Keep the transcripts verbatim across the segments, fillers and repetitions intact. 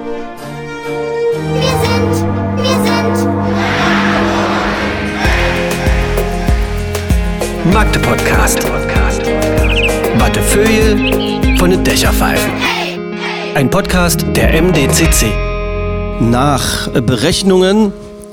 Wir sind, wir sind Magde Podcast. Wattefeuille von den Dächerpfeifen. Ein Podcast der M D C C. Nach Berechnungen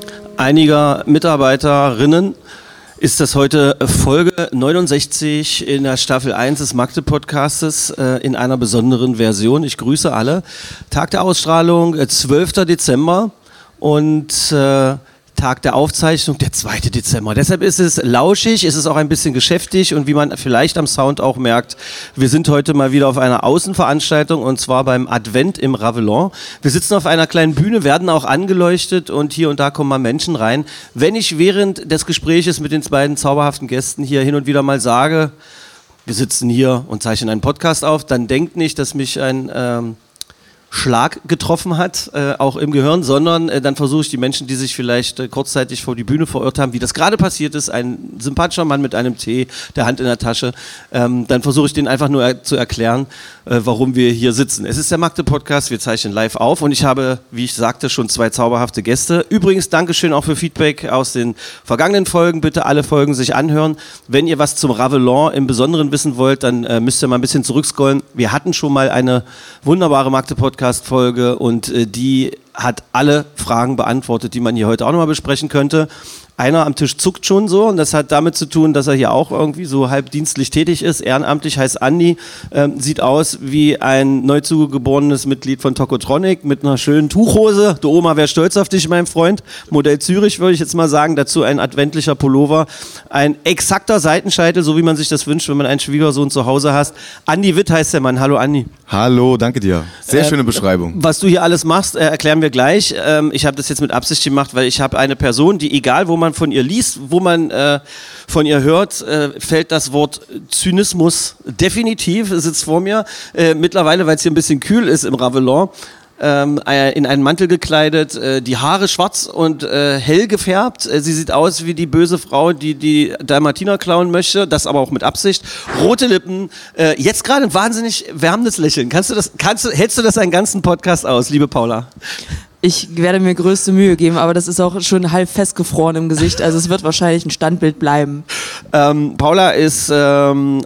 einiger Mitarbeiterinnen ist das heute Folge neunundsechzig in der Staffel eins des Magde Podcastes äh, in einer besonderen Version. Ich grüße alle. Tag der Ausstrahlung, äh, zwölfter Dezember und äh, Tag der Aufzeichnung, der zweite Dezember. Deshalb ist es lauschig, ist es auch ein bisschen geschäftig und wie man vielleicht am Sound auch merkt, wir sind heute mal wieder auf einer Außenveranstaltung und zwar beim Advent im Ravelon. Wir sitzen auf einer kleinen Bühne, werden auch angeleuchtet und hier und da kommen mal Menschen rein. Wenn ich während des Gespräches mit den beiden zauberhaften Gästen hier hin und wieder mal sage, wir sitzen hier und zeichnen einen Podcast auf, dann denkt nicht, dass mich ein ähm, Schlag getroffen hat, äh, auch im Gehirn, sondern äh, dann versuche ich die Menschen, die sich vielleicht äh, kurzzeitig vor die Bühne verirrt haben, wie das gerade passiert ist, ein sympathischer Mann mit einem Tee, der Hand in der Tasche, ähm, dann versuche ich denen einfach nur er- zu erklären, äh, warum wir hier sitzen. Es ist der Magde Podcast, wir zeichnen live auf und ich habe, wie ich sagte, schon zwei zauberhafte Gäste. Übrigens, Dankeschön auch für Feedback aus den vergangenen Folgen, bitte alle Folgen sich anhören. Wenn ihr was zum Ravelon im Besonderen wissen wollt, dann äh, müsst ihr mal ein bisschen zurückscrollen. Wir hatten schon mal eine wunderbare Magde Podcast Folge und äh, die hat alle Fragen beantwortet, die man hier heute auch nochmal besprechen könnte. Einer am Tisch zuckt schon so und das hat damit zu tun, dass er hier auch irgendwie so halb dienstlich tätig ist. Ehrenamtlich heißt Andi, ähm, sieht aus wie ein neu zugeborenes Mitglied von Tokotronic mit einer schönen Tuchhose. Die Oma wäre stolz auf dich, mein Freund. Modell Zürich würde ich jetzt mal sagen. Dazu ein adventlicher Pullover. Ein exakter Seitenscheitel, so wie man sich das wünscht, wenn man einen Schwiegersohn zu Hause hast. Andi Witt heißt der Mann. Hallo Andi. Hallo, danke dir. Sehr äh, schöne Beschreibung. Was du hier alles machst, äh, erklären wir gleich. Ähm, ich habe das jetzt mit Absicht gemacht, weil ich habe eine Person, die egal, wo man von ihr liest, wo man äh, von ihr hört, äh, fällt das Wort Zynismus definitiv, sitzt vor mir. Äh, mittlerweile, weil es hier ein bisschen kühl ist im Ravelon, ähm, äh, in einen Mantel gekleidet, äh, die Haare schwarz und äh, hell gefärbt. Äh, sie sieht aus wie die böse Frau, die die Dalmatiner klauen möchte, das aber auch mit Absicht. Rote Lippen, äh, jetzt gerade ein wahnsinnig wärmendes Lächeln. Kannst du das, kannst du, hältst du das einen ganzen Podcast aus, liebe Paula? Ich werde mir größte Mühe geben, aber das ist auch schon halb festgefroren im Gesicht. Also es wird wahrscheinlich ein Standbild bleiben. Ähm, Paula ist ähm,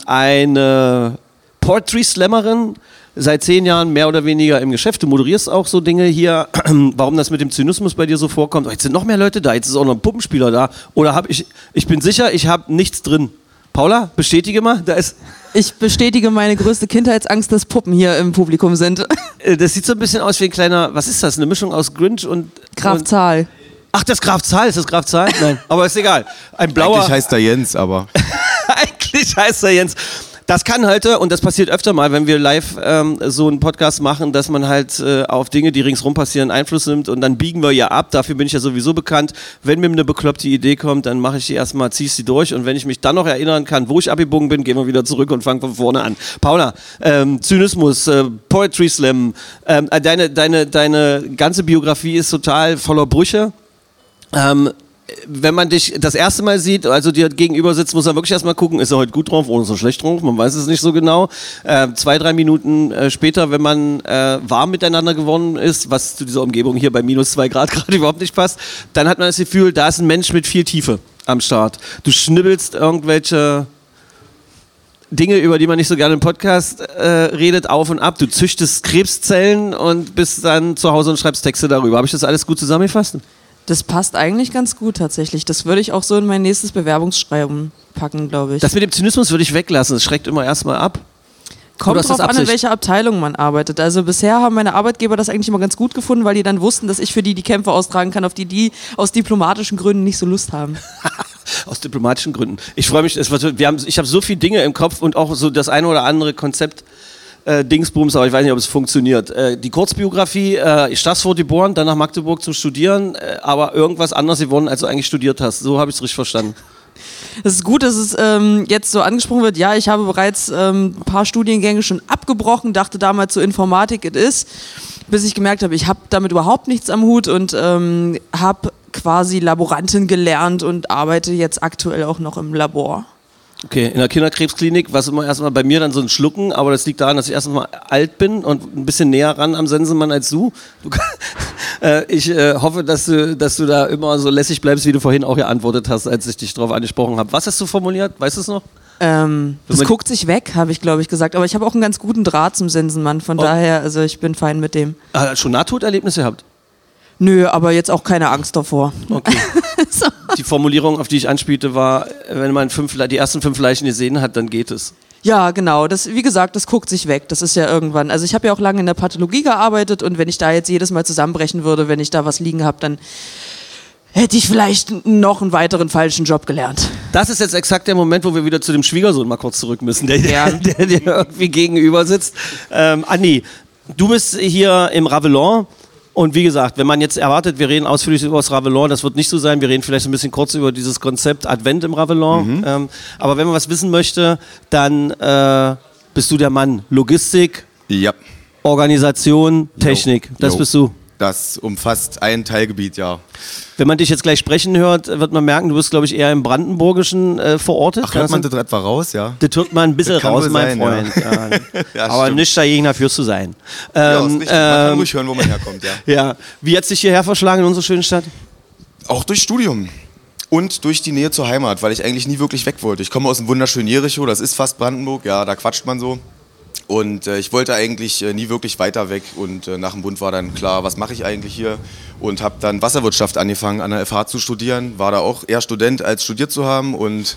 eine Poetry Slammerin, seit zehn Jahren mehr oder weniger im Geschäft. Du moderierst auch so Dinge hier. Warum das mit dem Zynismus bei dir so vorkommt. Oh, jetzt sind noch mehr Leute da, jetzt ist auch noch ein Puppenspieler da. Oder habe ich, ich bin sicher, ich habe nichts drin. Paula, bestätige mal, da ist... Ich bestätige meine größte Kindheitsangst, dass Puppen hier im Publikum sind. Das sieht so ein bisschen aus wie ein kleiner, was ist das, eine Mischung aus Grinch und... Graf Zahl. Ach, das Graf Zahl, ist das Graf Zahl? Nein, aber ist egal. Ein blauer... Eigentlich heißt er Jens, aber... Eigentlich heißt er Jens. Das kann halt, und das passiert öfter mal, wenn wir live ähm, so einen Podcast machen, dass man halt äh, auf Dinge, die ringsrum passieren, Einfluss nimmt und dann biegen wir ja ab. Dafür bin ich ja sowieso bekannt. Wenn mir eine bekloppte Idee kommt, dann mache ich die erstmal, ziehe ich sie durch und wenn ich mich dann noch erinnern kann, wo ich abgebogen bin, gehen wir wieder zurück und fangen von vorne an. Paula, ähm, Zynismus, äh, Poetry Slam, ähm, deine, deine, deine ganze Biografie ist total voller Brüche. Ähm, Wenn man dich das erste Mal sieht, also dir gegenüber sitzt, muss man wirklich erstmal gucken, ist er heute gut drauf oder ist er schlecht drauf, man weiß es nicht so genau. Äh, zwei, drei Minuten äh, später, wenn man äh, warm miteinander geworden ist, was zu dieser Umgebung hier bei minus zwei Grad gerade überhaupt nicht passt, dann hat man das Gefühl, da ist ein Mensch mit viel Tiefe am Start. Du schnibbelst irgendwelche Dinge, über die man nicht so gerne im Podcast äh, redet, auf und ab. Du züchtest Krebszellen und bist dann zu Hause und schreibst Texte darüber. Habe ich das alles gut zusammengefasst? Das passt eigentlich ganz gut tatsächlich. Das würde ich auch so in mein nächstes Bewerbungsschreiben packen, glaube ich. Das mit dem Zynismus würde ich weglassen. Das schreckt immer erstmal ab. Kommt drauf an, in welcher Abteilung man arbeitet. Also bisher haben meine Arbeitgeber das eigentlich immer ganz gut gefunden, weil die dann wussten, dass ich für die die Kämpfe austragen kann, auf die die aus diplomatischen Gründen nicht so Lust haben. Aus diplomatischen Gründen. Ich freue mich, es wird, wir haben, ich habe so viele Dinge im Kopf und auch so das eine oder andere Konzept. Äh, Dingsbums, aber ich weiß nicht, ob es funktioniert. Äh, die Kurzbiografie, äh, Stassfurt geboren, dann nach Magdeburg zum Studieren, äh, aber irgendwas anderes geworden, als du eigentlich studiert hast. So habe ich es richtig verstanden. Es ist gut, dass es ähm, jetzt so angesprochen wird. Ja, ich habe bereits ähm, ein paar Studiengänge schon abgebrochen, dachte damals zur Informatik it is, bis ich gemerkt habe, ich habe damit überhaupt nichts am Hut und ähm, habe quasi Laborantin gelernt und arbeite jetzt aktuell auch noch im Labor. Okay, in der Kinderkrebsklinik war es immer erstmal bei mir dann so ein Schlucken, aber das liegt daran, dass ich erstmal alt bin und ein bisschen näher ran am Sensenmann als du. du äh, ich äh, hoffe, dass du, dass du da immer so lässig bleibst, wie du vorhin auch geantwortet hast, als ich dich darauf angesprochen habe. Was hast du formuliert? Weißt du es noch? Ähm, das guckt sich weg, habe ich glaube ich gesagt. Aber ich habe auch einen ganz guten Draht zum Sensenmann, von oh. daher, also ich bin fein mit dem. Ah, schon Nahtoderlebnisse gehabt? Nö, aber jetzt auch keine Angst davor. Okay. so. Die Formulierung, auf die ich anspielte, war, wenn man fünf, die ersten fünf Leichen gesehen hat, dann geht es. Ja, genau. Das, wie gesagt, das guckt sich weg. Das ist ja irgendwann. Also ich habe ja auch lange in der Pathologie gearbeitet und wenn ich da jetzt jedes Mal zusammenbrechen würde, wenn ich da was liegen habe, dann hätte ich vielleicht noch einen weiteren falschen Job gelernt. Das ist jetzt exakt der Moment, wo wir wieder zu dem Schwiegersohn mal kurz zurück müssen, der ja. der, der irgendwie gegenüber sitzt. Ähm, Anni, du bist hier im Ravelon. Und wie gesagt, wenn man jetzt erwartet, wir reden ausführlich über das Ravelon, das wird nicht so sein. Wir reden vielleicht ein bisschen kurz über dieses Konzept Advent im Ravelon. Mhm. Ähm, aber wenn man was wissen möchte, dann äh, bist du der Mann. Logistik, ja. Organisation, Technik, jo. das jo. bist du. Das umfasst ein Teilgebiet, ja. Wenn man dich jetzt gleich sprechen hört, wird man merken, du bist, glaube ich, eher im Brandenburgischen äh, verortet. Ach, hört man das etwa raus, ja? Das hört man ein bisschen raus, mein sein, Freund. Ja. Ja, aber stimmt. Nicht dagegen dafür zu sein. Ähm, ja, ist richtig. Man kann ruhig hören, wo man herkommt, ja. Ja. Wie hat sich hierher verschlagen in unsere schöne Stadt? Auch durch Studium. Und durch die Nähe zur Heimat, weil ich eigentlich nie wirklich weg wollte. Ich komme aus dem wunderschönen Jericho, das ist fast Brandenburg, ja, da quatscht man so. Und äh, ich wollte eigentlich äh, nie wirklich weiter weg und äh, nach dem Bund war dann klar, was mache ich eigentlich hier und habe dann Wasserwirtschaft angefangen an der F H zu studieren, war da auch eher Student als studiert zu haben und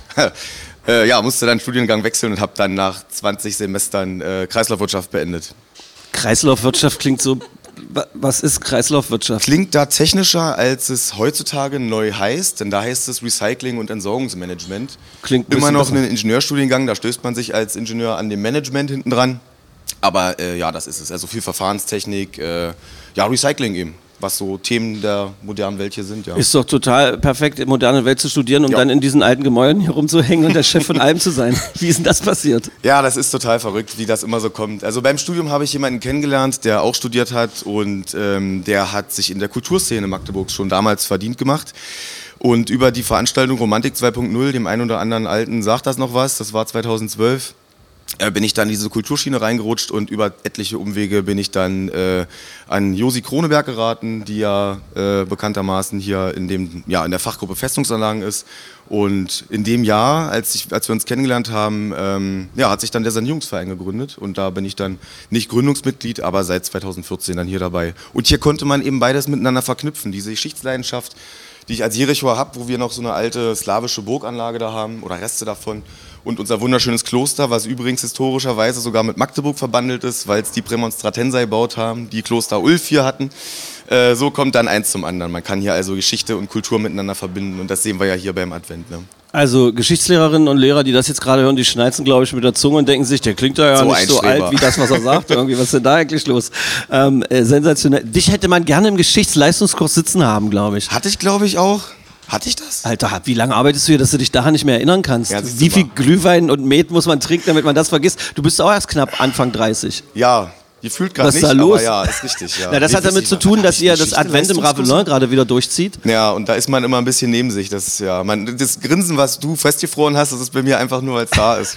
äh, ja, musste dann Studiengang wechseln und habe dann nach zwanzig Semestern äh, Kreislaufwirtschaft beendet. Kreislaufwirtschaft klingt so, was ist Kreislaufwirtschaft? Klingt da technischer, als es heutzutage neu heißt, denn da heißt es Recycling und Entsorgungsmanagement. Klingt immer noch ein Ingenieurstudiengang, da stößt man sich als Ingenieur an dem Management hinten dran. Aber äh, ja, das ist es. Also viel Verfahrenstechnik, äh, ja, Recycling eben, was so Themen der modernen Welt hier sind. Ja. Ist doch total perfekt, in moderne Welt zu studieren, um ja. dann in diesen alten Gemäuern hier rumzuhängen und der Chef von allem zu sein. Wie ist denn das passiert? Ja, das ist total verrückt, wie das immer so kommt. Also beim Studium habe ich jemanden kennengelernt, der auch studiert hat und ähm, der hat sich in der Kulturszene Magdeburgs schon damals verdient gemacht. Und über die Veranstaltung Romantik zwei Punkt null, dem einen oder anderen Alten sagt das noch was, das war zweitausendzwölf, äh, bin ich dann in diese Kulturschiene reingerutscht und über etliche Umwege bin ich dann äh, an Josi Kroneberg geraten, die ja äh, bekanntermaßen hier in, dem, ja, in der Fachgruppe Festungsanlagen ist. Und in dem Jahr, als, ich, als wir uns kennengelernt haben, ähm, ja, hat sich dann der Sanierungsverein gegründet und da bin ich dann nicht Gründungsmitglied, aber seit zweitausendvierzehn dann hier dabei. Und hier konnte man eben beides miteinander verknüpfen, diese Geschichtsleidenschaft, die ich als Jerichoer habe, wo wir noch so eine alte slawische Burganlage da haben oder Reste davon und unser wunderschönes Kloster, was übrigens historischerweise sogar mit Magdeburg verbandelt ist, weil es die Prämonstratenser gebaut haben, die Kloster Ulf hier hatten. Äh, so kommt dann eins zum anderen. Man kann hier also Geschichte und Kultur miteinander verbinden und das sehen wir ja hier beim Advent. Ne? Also Geschichtslehrerinnen und Lehrer, die das jetzt gerade hören, die schneizen, glaube ich, mit der Zunge und denken sich, der klingt ja so nicht so alt wie das, was er sagt. Irgendwie, was ist denn da eigentlich los? Ähm, äh, sensationell. Dich hätte man gerne im Geschichtsleistungskurs sitzen haben, glaube ich. Hatte ich, glaube ich, auch. Hatte ich das? Alter, wie lange arbeitest du hier, dass du dich daran nicht mehr erinnern kannst? Ja, wie viel Glühwein und Met muss man trinken, damit man das vergisst? Du bist auch erst knapp Anfang dreißig. Ja. Ihr fühlt gerade nicht, da los? aber ja, ist richtig. Ja. Na, das nee, hat damit zu tun, dass ihr das Advent im Ravelin gerade wieder durchzieht. Ja, und da ist man immer ein bisschen neben sich. Das, ist, ja, man, das Grinsen, was du festgefroren hast, das ist bei mir einfach nur, weil es da ist.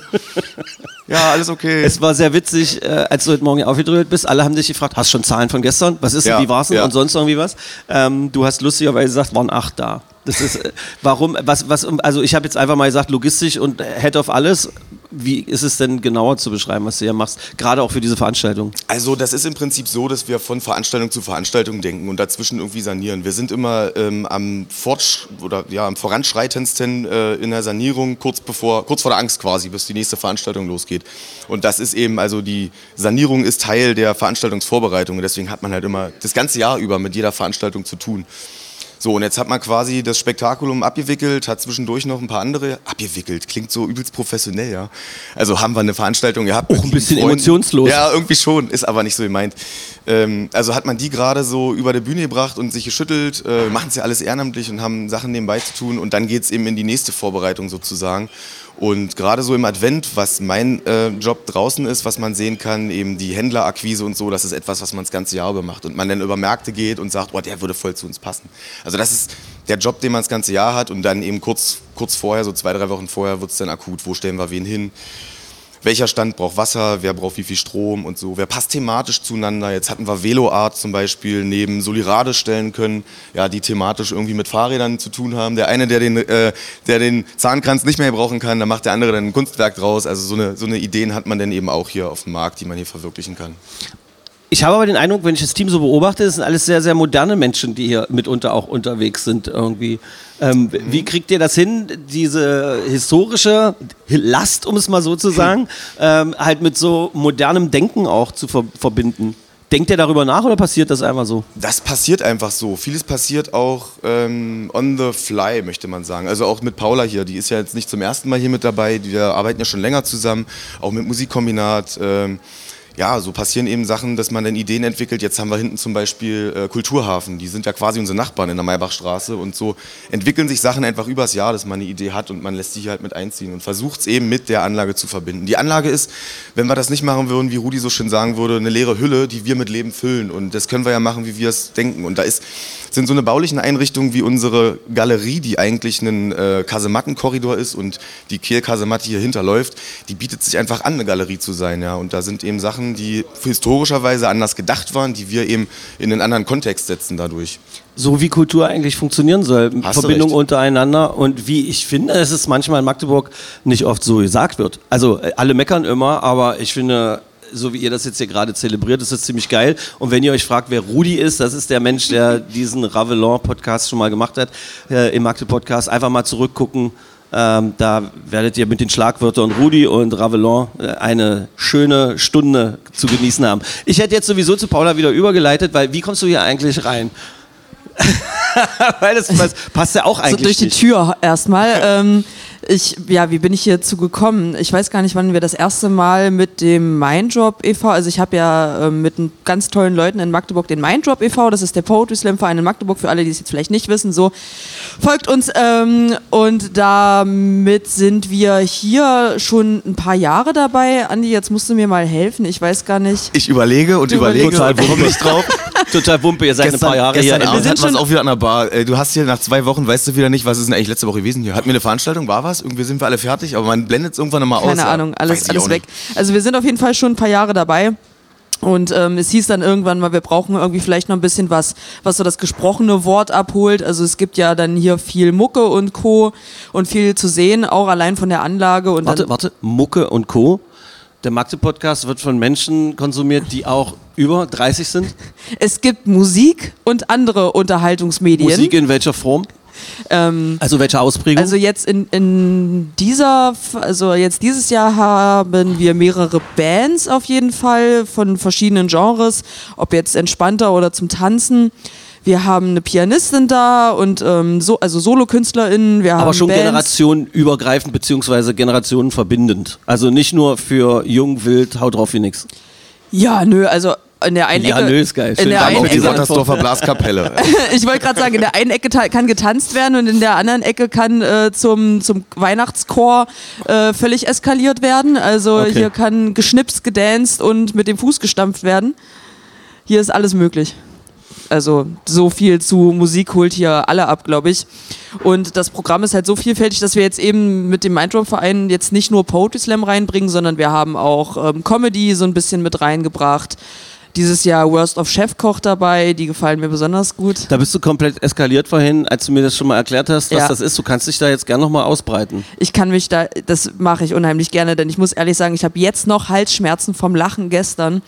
Ja, alles okay. Es war sehr witzig, äh, als du heute Morgen aufgedröhnt bist. Alle haben dich gefragt, hast du schon Zahlen von gestern? Was ist ja, denn, wie war's denn? Ja. Und sonst irgendwie was? Ähm, du hast lustigerweise gesagt, waren acht da. Das ist, äh, warum, was, was, also ich habe jetzt einfach mal gesagt, logistisch und Head of alles. Wie ist es denn genauer zu beschreiben, was du hier machst, gerade auch für diese Veranstaltung? Also das ist im Prinzip so, dass wir von Veranstaltung zu Veranstaltung denken und dazwischen irgendwie sanieren. Wir sind immer ähm, am, Fortsch- oder, ja, am Voranschreitendsten äh, in der Sanierung, kurz, bevor, kurz vor der Angst quasi, bis die nächste Veranstaltung losgeht. Und das ist eben, also die Sanierung ist Teil der Veranstaltungsvorbereitung und deswegen hat man halt immer das ganze Jahr über mit jeder Veranstaltung zu tun. So, und jetzt hat man quasi das Spektakulum abgewickelt, hat zwischendurch noch ein paar andere abgewickelt. Klingt so übelst professionell, ja. Also haben wir eine Veranstaltung gehabt. Auch ein bisschen Freunden. Emotionslos. Ja, irgendwie schon, ist aber nicht so gemeint. Ähm, also hat man die gerade so über die Bühne gebracht und sich geschüttelt, äh, machen es ja alles ehrenamtlich und haben Sachen nebenbei zu tun und dann geht es eben in die nächste Vorbereitung sozusagen. Und gerade so im Advent, was mein äh, Job draußen ist, was man sehen kann, eben die Händlerakquise und so, das ist etwas, was man das ganze Jahr über macht. Und man dann über Märkte geht und sagt, oh, der würde voll zu uns passen. Also das ist der Job, den man das ganze Jahr hat und dann eben kurz, kurz vorher, so zwei, drei Wochen vorher, wird es dann akut. Wo stellen wir wen hin? Welcher Stand braucht Wasser, wer braucht wie viel Strom und so, wer passt thematisch zueinander. Jetzt hatten wir Veloart zum Beispiel neben Solirade stellen können, ja, die thematisch irgendwie mit Fahrrädern zu tun haben. Der eine, der den, äh, der den Zahnkranz nicht mehr brauchen kann, da macht der andere dann ein Kunstwerk draus. Also so eine, so eine Ideen hat man dann eben auch hier auf dem Markt, die man hier verwirklichen kann. Ich habe aber den Eindruck, wenn ich das Team so beobachte, das sind alles sehr, sehr moderne Menschen, die hier mitunter auch unterwegs sind irgendwie. Ähm, wie kriegt ihr das hin, diese historische Last, um es mal so zu sagen, ähm, halt mit so modernem Denken auch zu ver- verbinden? Denkt ihr darüber nach oder passiert das einfach so? Das passiert einfach so. Vieles passiert auch ähm, on the fly, möchte man sagen. Also auch mit Paula hier, die ist ja jetzt nicht zum ersten Mal hier mit dabei. Wir arbeiten ja schon länger zusammen, auch mit Musikkombinat. Ähm, Ja, so passieren eben Sachen, dass man dann Ideen entwickelt. Jetzt haben wir hinten zum Beispiel äh, Kulturhafen, die sind ja quasi unsere Nachbarn in der Maybachstraße und so entwickeln sich Sachen einfach übers Jahr, dass man eine Idee hat und man lässt sich halt mit einziehen und versucht es eben mit der Anlage zu verbinden. Die Anlage ist, wenn wir das nicht machen würden, wie Rudi so schön sagen würde, eine leere Hülle, die wir mit Leben füllen und das können wir ja machen, wie wir es denken und da ist, sind so eine baulichen Einrichtungen wie unsere Galerie, die eigentlich ein äh, Kasemattenkorridor ist und die Kehl-Kasematte hier hinterläuft, die bietet sich einfach an, eine Galerie zu sein, ja, und da sind eben Sachen, die historischerweise anders gedacht waren, die wir eben in einen anderen Kontext setzen dadurch. So wie Kultur eigentlich funktionieren soll, Hast du Verbindung recht. untereinander und wie ich finde, es ist manchmal in Magdeburg nicht oft so gesagt wird. Also äh, alle meckern immer, aber ich finde, so wie ihr das jetzt hier gerade zelebriert, ist das ziemlich geil. Und wenn ihr euch fragt, wer Rudi ist, das ist der Mensch, der diesen Ravelon-Podcast schon mal gemacht hat, äh, im Magde-Podcast, einfach mal zurückgucken. Ähm, da werdet ihr mit den Schlagwörtern Rudi und Ravelon äh, eine schöne Stunde zu genießen haben. Ich hätte jetzt sowieso zu Paula wieder übergeleitet, weil wie kommst du hier eigentlich rein? Weil das, das passt ja auch eigentlich So durch die nicht. Tür erstmal. ähm, ich, ja, wie bin ich hierzu gekommen? Ich weiß gar nicht, wann wir das erste Mal mit dem Mindjob e V, also ich habe ja ähm, mit n- ganz tollen Leuten in Magdeburg den Mindjob e V, das ist der Poetry Slam Verein in Magdeburg, für alle, die es jetzt vielleicht nicht wissen, so folgt uns ähm, und damit sind wir hier schon ein paar Jahre dabei. Andi, jetzt musst du mir mal helfen, ich weiß gar nicht. Ich überlege und Du überlege überlegst. und komme nicht drauf. Total Wumpe, ihr seid ein paar Jahre hier. gestern Abend sind hatten wir es schon- auch wieder an der Bar. Äh, Du hast hier nach zwei Wochen, weißt du wieder nicht, was ist denn eigentlich letzte Woche gewesen hier? Hatten wir eine Veranstaltung, war was? Irgendwie sind wir alle fertig, aber man blendet es irgendwann nochmal aus. Keine ja. Ahnung, Weiß alles, ich alles auch weg. nicht. Also wir sind auf jeden Fall schon ein paar Jahre dabei. Und ähm, es hieß dann irgendwann mal, wir brauchen irgendwie vielleicht noch ein bisschen was, was so das gesprochene Wort abholt. Also es gibt ja dann hier viel Mucke und Co. und viel zu sehen, auch allein von der Anlage. Und Warte, dann, warte, Mucke und Co. Der Magde-Podcast wird von Menschen konsumiert, die auch über dreißig sind. es gibt Musik und andere Unterhaltungsmedien. Musik in welcher Form? Ähm, Also welche Ausprägung? Also jetzt in, in dieser, also jetzt dieses Jahr haben wir mehrere Bands auf jeden Fall von verschiedenen Genres, ob jetzt entspannter oder zum Tanzen. Wir haben eine Pianistin da und ähm, so, also SolokünstlerInnen. Wir haben aber schon Bands. generationenübergreifend beziehungsweise generationenverbindend. Also nicht nur für jung, wild, haut drauf wie nix. Ja, nö, also in der einen Ja, Ecke. nö, ist geil. In Schön, der danke einen Auch die diese Ecke, Antwort. Wottersdorfer Blaskapelle. ich wollte gerade sagen, in der einen Ecke ta- kann getanzt werden und in der anderen Ecke kann äh, zum, zum Weihnachtschor äh, völlig eskaliert werden. Also Okay. hier kann geschnipst, gedanced und mit dem Fuß gestampft werden. Hier ist alles möglich. Also so viel zu Musik holt hier alle ab, glaube ich. Und das Programm ist halt so vielfältig, dass wir jetzt eben mit dem Minddrop-Verein jetzt nicht nur Poetry Slam reinbringen, sondern wir haben auch ähm, Comedy so ein bisschen mit reingebracht. Dieses Jahr Worst of Chefkoch dabei, die gefallen mir besonders gut. Da bist du komplett eskaliert vorhin, als du mir das schon mal erklärt hast, was Ja. das ist. Du kannst dich da jetzt gerne nochmal ausbreiten. Ich kann mich da, das mache ich unheimlich gerne, denn ich muss ehrlich sagen, ich habe jetzt noch Halsschmerzen vom Lachen gestern.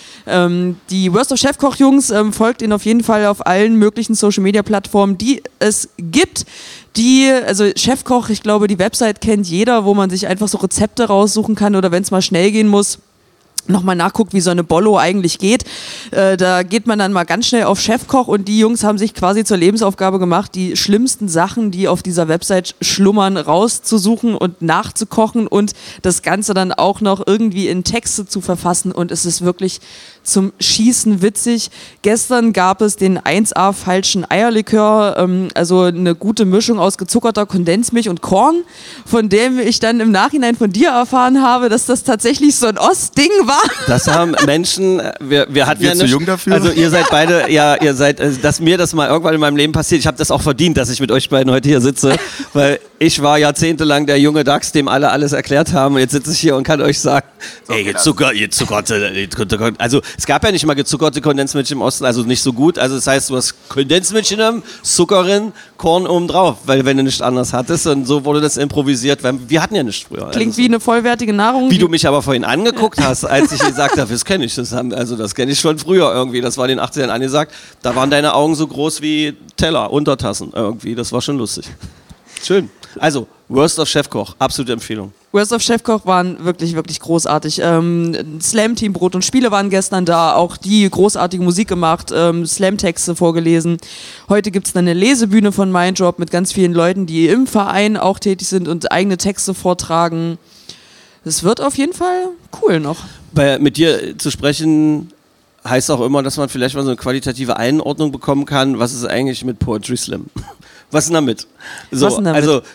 Ähm, die Worst of Chefkoch-Jungs ähm, folgt ihnen auf jeden Fall auf allen möglichen Social-Media-Plattformen, die es gibt. Die, also Chefkoch, ich glaube, die Website kennt jeder, wo man sich einfach so Rezepte raussuchen kann oder wenn es mal schnell gehen muss, nochmal nachguckt, wie so eine Bollo eigentlich geht. Äh, da geht man dann mal ganz schnell auf Chefkoch und die Jungs haben sich quasi zur Lebensaufgabe gemacht, die schlimmsten Sachen, die auf dieser Website schlummern, rauszusuchen und nachzukochen und das Ganze dann auch noch irgendwie in Texte zu verfassen und es ist wirklich zum Schießen witzig. Gestern gab es den eins A falschen Eierlikör, ähm, also eine gute Mischung aus gezuckerter Kondensmilch und Korn, von dem ich dann im Nachhinein von dir erfahren habe, dass das tatsächlich so ein Ostding war. Das haben Menschen, wir, wir hatten Wir ja zu nicht, jung dafür? Also ihr seid beide, ja, ihr seid, äh, dass mir das mal irgendwann in meinem Leben passiert. Ich habe das auch verdient, dass ich mit euch beiden heute hier sitze, weil ich war jahrzehntelang der junge Dachs, dem alle alles erklärt haben. Und jetzt sitze ich hier und kann euch sagen, ey, Zucker, gezuckerte, also es gab ja nicht mal gezuckerte Kondensmilch im Osten, also nicht so gut. Also das heißt, du hast Kondensmilch in einem, Zucker drin, Korn oben drauf, weil wenn du nichts anderes hattest, und so wurde das improvisiert. Weil wir hatten ja nichts früher. Klingt also wie eine vollwertige Nahrung. Wie du mich aber vorhin angeguckt hast, als ich gesagt habe, das kenne ich, das haben, also das kenne ich schon früher irgendwie, das war in den achtzigern angesagt, da waren deine Augen so groß wie Teller, Untertassen irgendwie, das war schon lustig. Schön. Also, Worst of Chefkoch, absolute Empfehlung. Worst of Chefkoch waren wirklich, wirklich großartig. Ähm, Slam-Team Brot und Spiele waren gestern da, auch die großartige Musik gemacht, ähm, Slam-Texte vorgelesen. Heute gibt es dann eine Lesebühne von Mein Job mit ganz vielen Leuten, die im Verein auch tätig sind und eigene Texte vortragen. Es wird auf jeden Fall cool noch. Bei, mit dir zu sprechen heißt auch immer, dass man vielleicht mal so eine qualitative Einordnung bekommen kann, was ist eigentlich mit Poetry Slam? Was denn damit? So, Was denn damit? Also,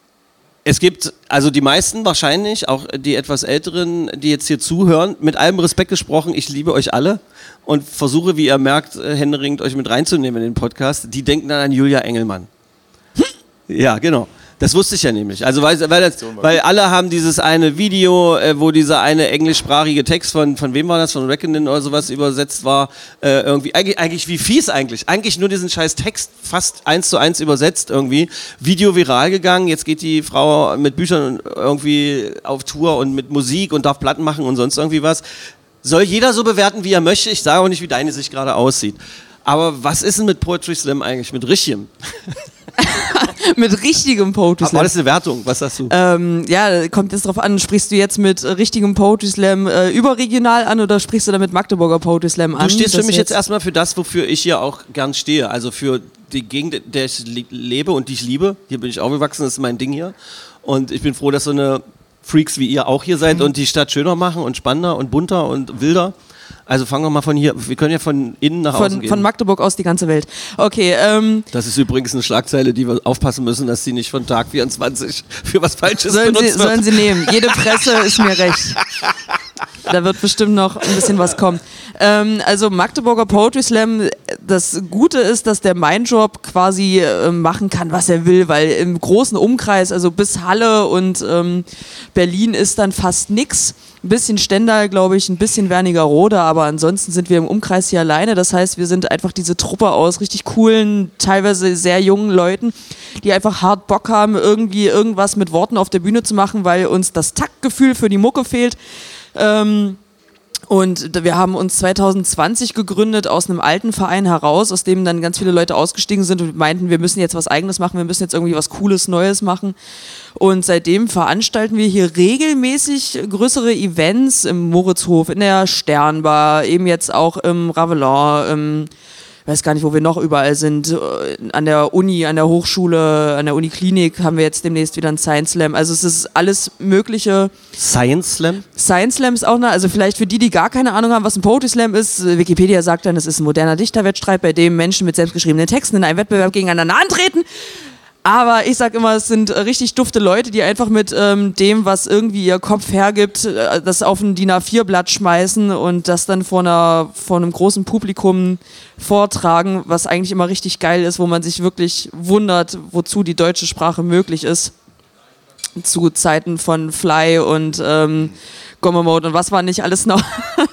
es gibt, also die meisten wahrscheinlich, auch die etwas Älteren, die jetzt hier zuhören, mit allem Respekt gesprochen, ich liebe euch alle und versuche, wie ihr merkt, händeringend euch mit reinzunehmen in den Podcast, die denken dann an Julia Engelmann. Ja, genau. Das wusste ich ja nämlich. Also weil, weil, das, weil alle haben dieses eine Video, äh, wo dieser eine englischsprachige Text von, von wem war das, von Reckoning oder sowas übersetzt war, äh, irgendwie, eigentlich, eigentlich wie fies eigentlich, eigentlich nur diesen scheiß Text fast eins zu eins übersetzt irgendwie, Video viral gegangen, jetzt geht die Frau mit Büchern irgendwie auf Tour und mit Musik und darf Platten machen und sonst irgendwie was. Soll jeder so bewerten, wie er möchte, ich sage auch nicht, wie deine sich gerade aussieht. Aber was ist denn mit Poetry Slam eigentlich, mit Richiem? Mit richtigem Poetry War Slam. das eine Wertung? Was sagst du? Ähm, ja, kommt jetzt drauf an, sprichst du jetzt mit äh, richtigem Poetry Slam äh, überregional an oder sprichst du da mit Magdeburger Poetry Slam an? Du stehst für Das mich jetzt jetzt erstmal für das, wofür ich hier auch gern stehe. Also für die Gegend, in der ich le- lebe und die ich liebe. Hier bin ich aufgewachsen, das ist mein Ding hier. Und ich bin froh, dass so eine Freaks wie ihr auch hier seid und die Stadt schöner machen und spannender und bunter und wilder. Also fangen wir mal von hier, wir können ja von innen nach außen von, gehen. von Magdeburg aus die ganze Welt. Okay, ähm, Das ist übrigens eine Schlagzeile, die wir aufpassen müssen, dass sie nicht von Tag vierundzwanzig für was Falsches sollen, benutzt sie, wird. sollen sie nehmen. Jede Presse ist mir recht. Da wird bestimmt noch ein bisschen was kommen. Ähm, also Magdeburger Poetry Slam, das Gute ist, dass der Mein Job quasi äh, machen kann, was er will, weil im großen Umkreis, also bis Halle und ähm, Berlin ist dann fast nix. Ein bisschen Stendal, glaube ich, ein bisschen Wernigerode, aber ansonsten sind wir im Umkreis hier alleine. Das heißt, wir sind einfach diese Truppe aus richtig coolen, teilweise sehr jungen Leuten, die einfach hart Bock haben, irgendwie irgendwas mit Worten auf der Bühne zu machen, weil uns das Taktgefühl für die Mucke fehlt. Ähm, und wir haben uns zwanzig zwanzig gegründet aus einem alten Verein heraus, aus dem dann ganz viele Leute ausgestiegen sind und meinten, wir müssen jetzt was Eigenes machen, wir müssen jetzt irgendwie was Cooles, Neues machen. Und seitdem veranstalten wir hier regelmäßig größere Events im Moritzhof, in der Sternbar, eben jetzt auch im Ravelin, im Ich weiß gar nicht, wo wir noch überall sind. An der Uni, an der Hochschule, an der Uniklinik haben wir jetzt demnächst wieder einen Science Slam. Also es ist alles Mögliche. Science Slam? Science Slam ist auch eine, also vielleicht für die, die gar keine Ahnung haben, was ein Poetry Slam ist. Wikipedia sagt dann, es ist ein moderner Dichterwettstreit, bei dem Menschen mit selbstgeschriebenen Texten in einem Wettbewerb gegeneinander antreten. Aber ich sag immer, es sind richtig dufte Leute, die einfach mit ähm, dem, was irgendwie ihr Kopf hergibt, äh, das auf ein D I N A vier Blatt schmeißen und das dann vor, einer, vor einem großen Publikum vortragen, was eigentlich immer richtig geil ist, wo man sich wirklich wundert, wozu die deutsche Sprache möglich ist. Zu Zeiten von Fly und ähm, Gomma Mode und was war nicht alles noch.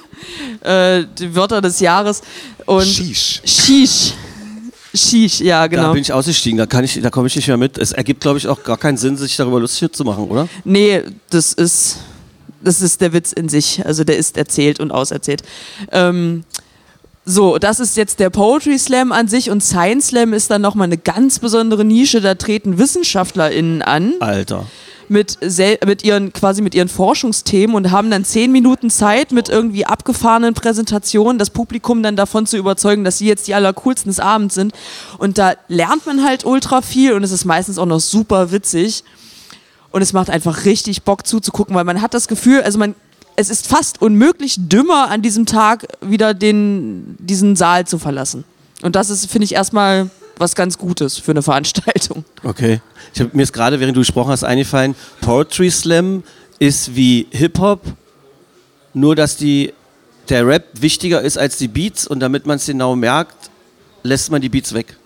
äh, die Wörter des Jahres. Und Sheesh. Sheesh. Sheesh, ja, genau. Da bin ich ausgestiegen, da, kann ich, da komme ich nicht mehr mit. Es ergibt, glaube ich, auch gar keinen Sinn, sich darüber lustig zu machen, oder? Nee, das ist, das ist der Witz in sich. Also der ist erzählt und auserzählt. Ähm, so, das ist jetzt der Poetry Slam an sich und Science Slam ist dann nochmal eine ganz besondere Nische. Da treten WissenschaftlerInnen an. Alter. Mit, sel- mit ihren quasi mit ihren Forschungsthemen und haben dann zehn Minuten Zeit mit irgendwie abgefahrenen Präsentationen, das Publikum dann davon zu überzeugen, dass sie jetzt die allercoolsten des Abends sind. Und da lernt man halt ultra viel und es ist meistens auch noch super witzig. Und es macht einfach richtig Bock zuzugucken, weil man hat das Gefühl, also man es ist fast unmöglich, dümmer an diesem Tag wieder den, diesen Saal zu verlassen. Und das ist, finde ich, erstmal was ganz Gutes für eine Veranstaltung. Okay. Ich hab, mir ist gerade, während du gesprochen hast, eingefallen, Poetry Slam ist wie Hip-Hop, nur dass die, der Rap wichtiger ist als die Beats und damit man es genau merkt, lässt man die Beats weg.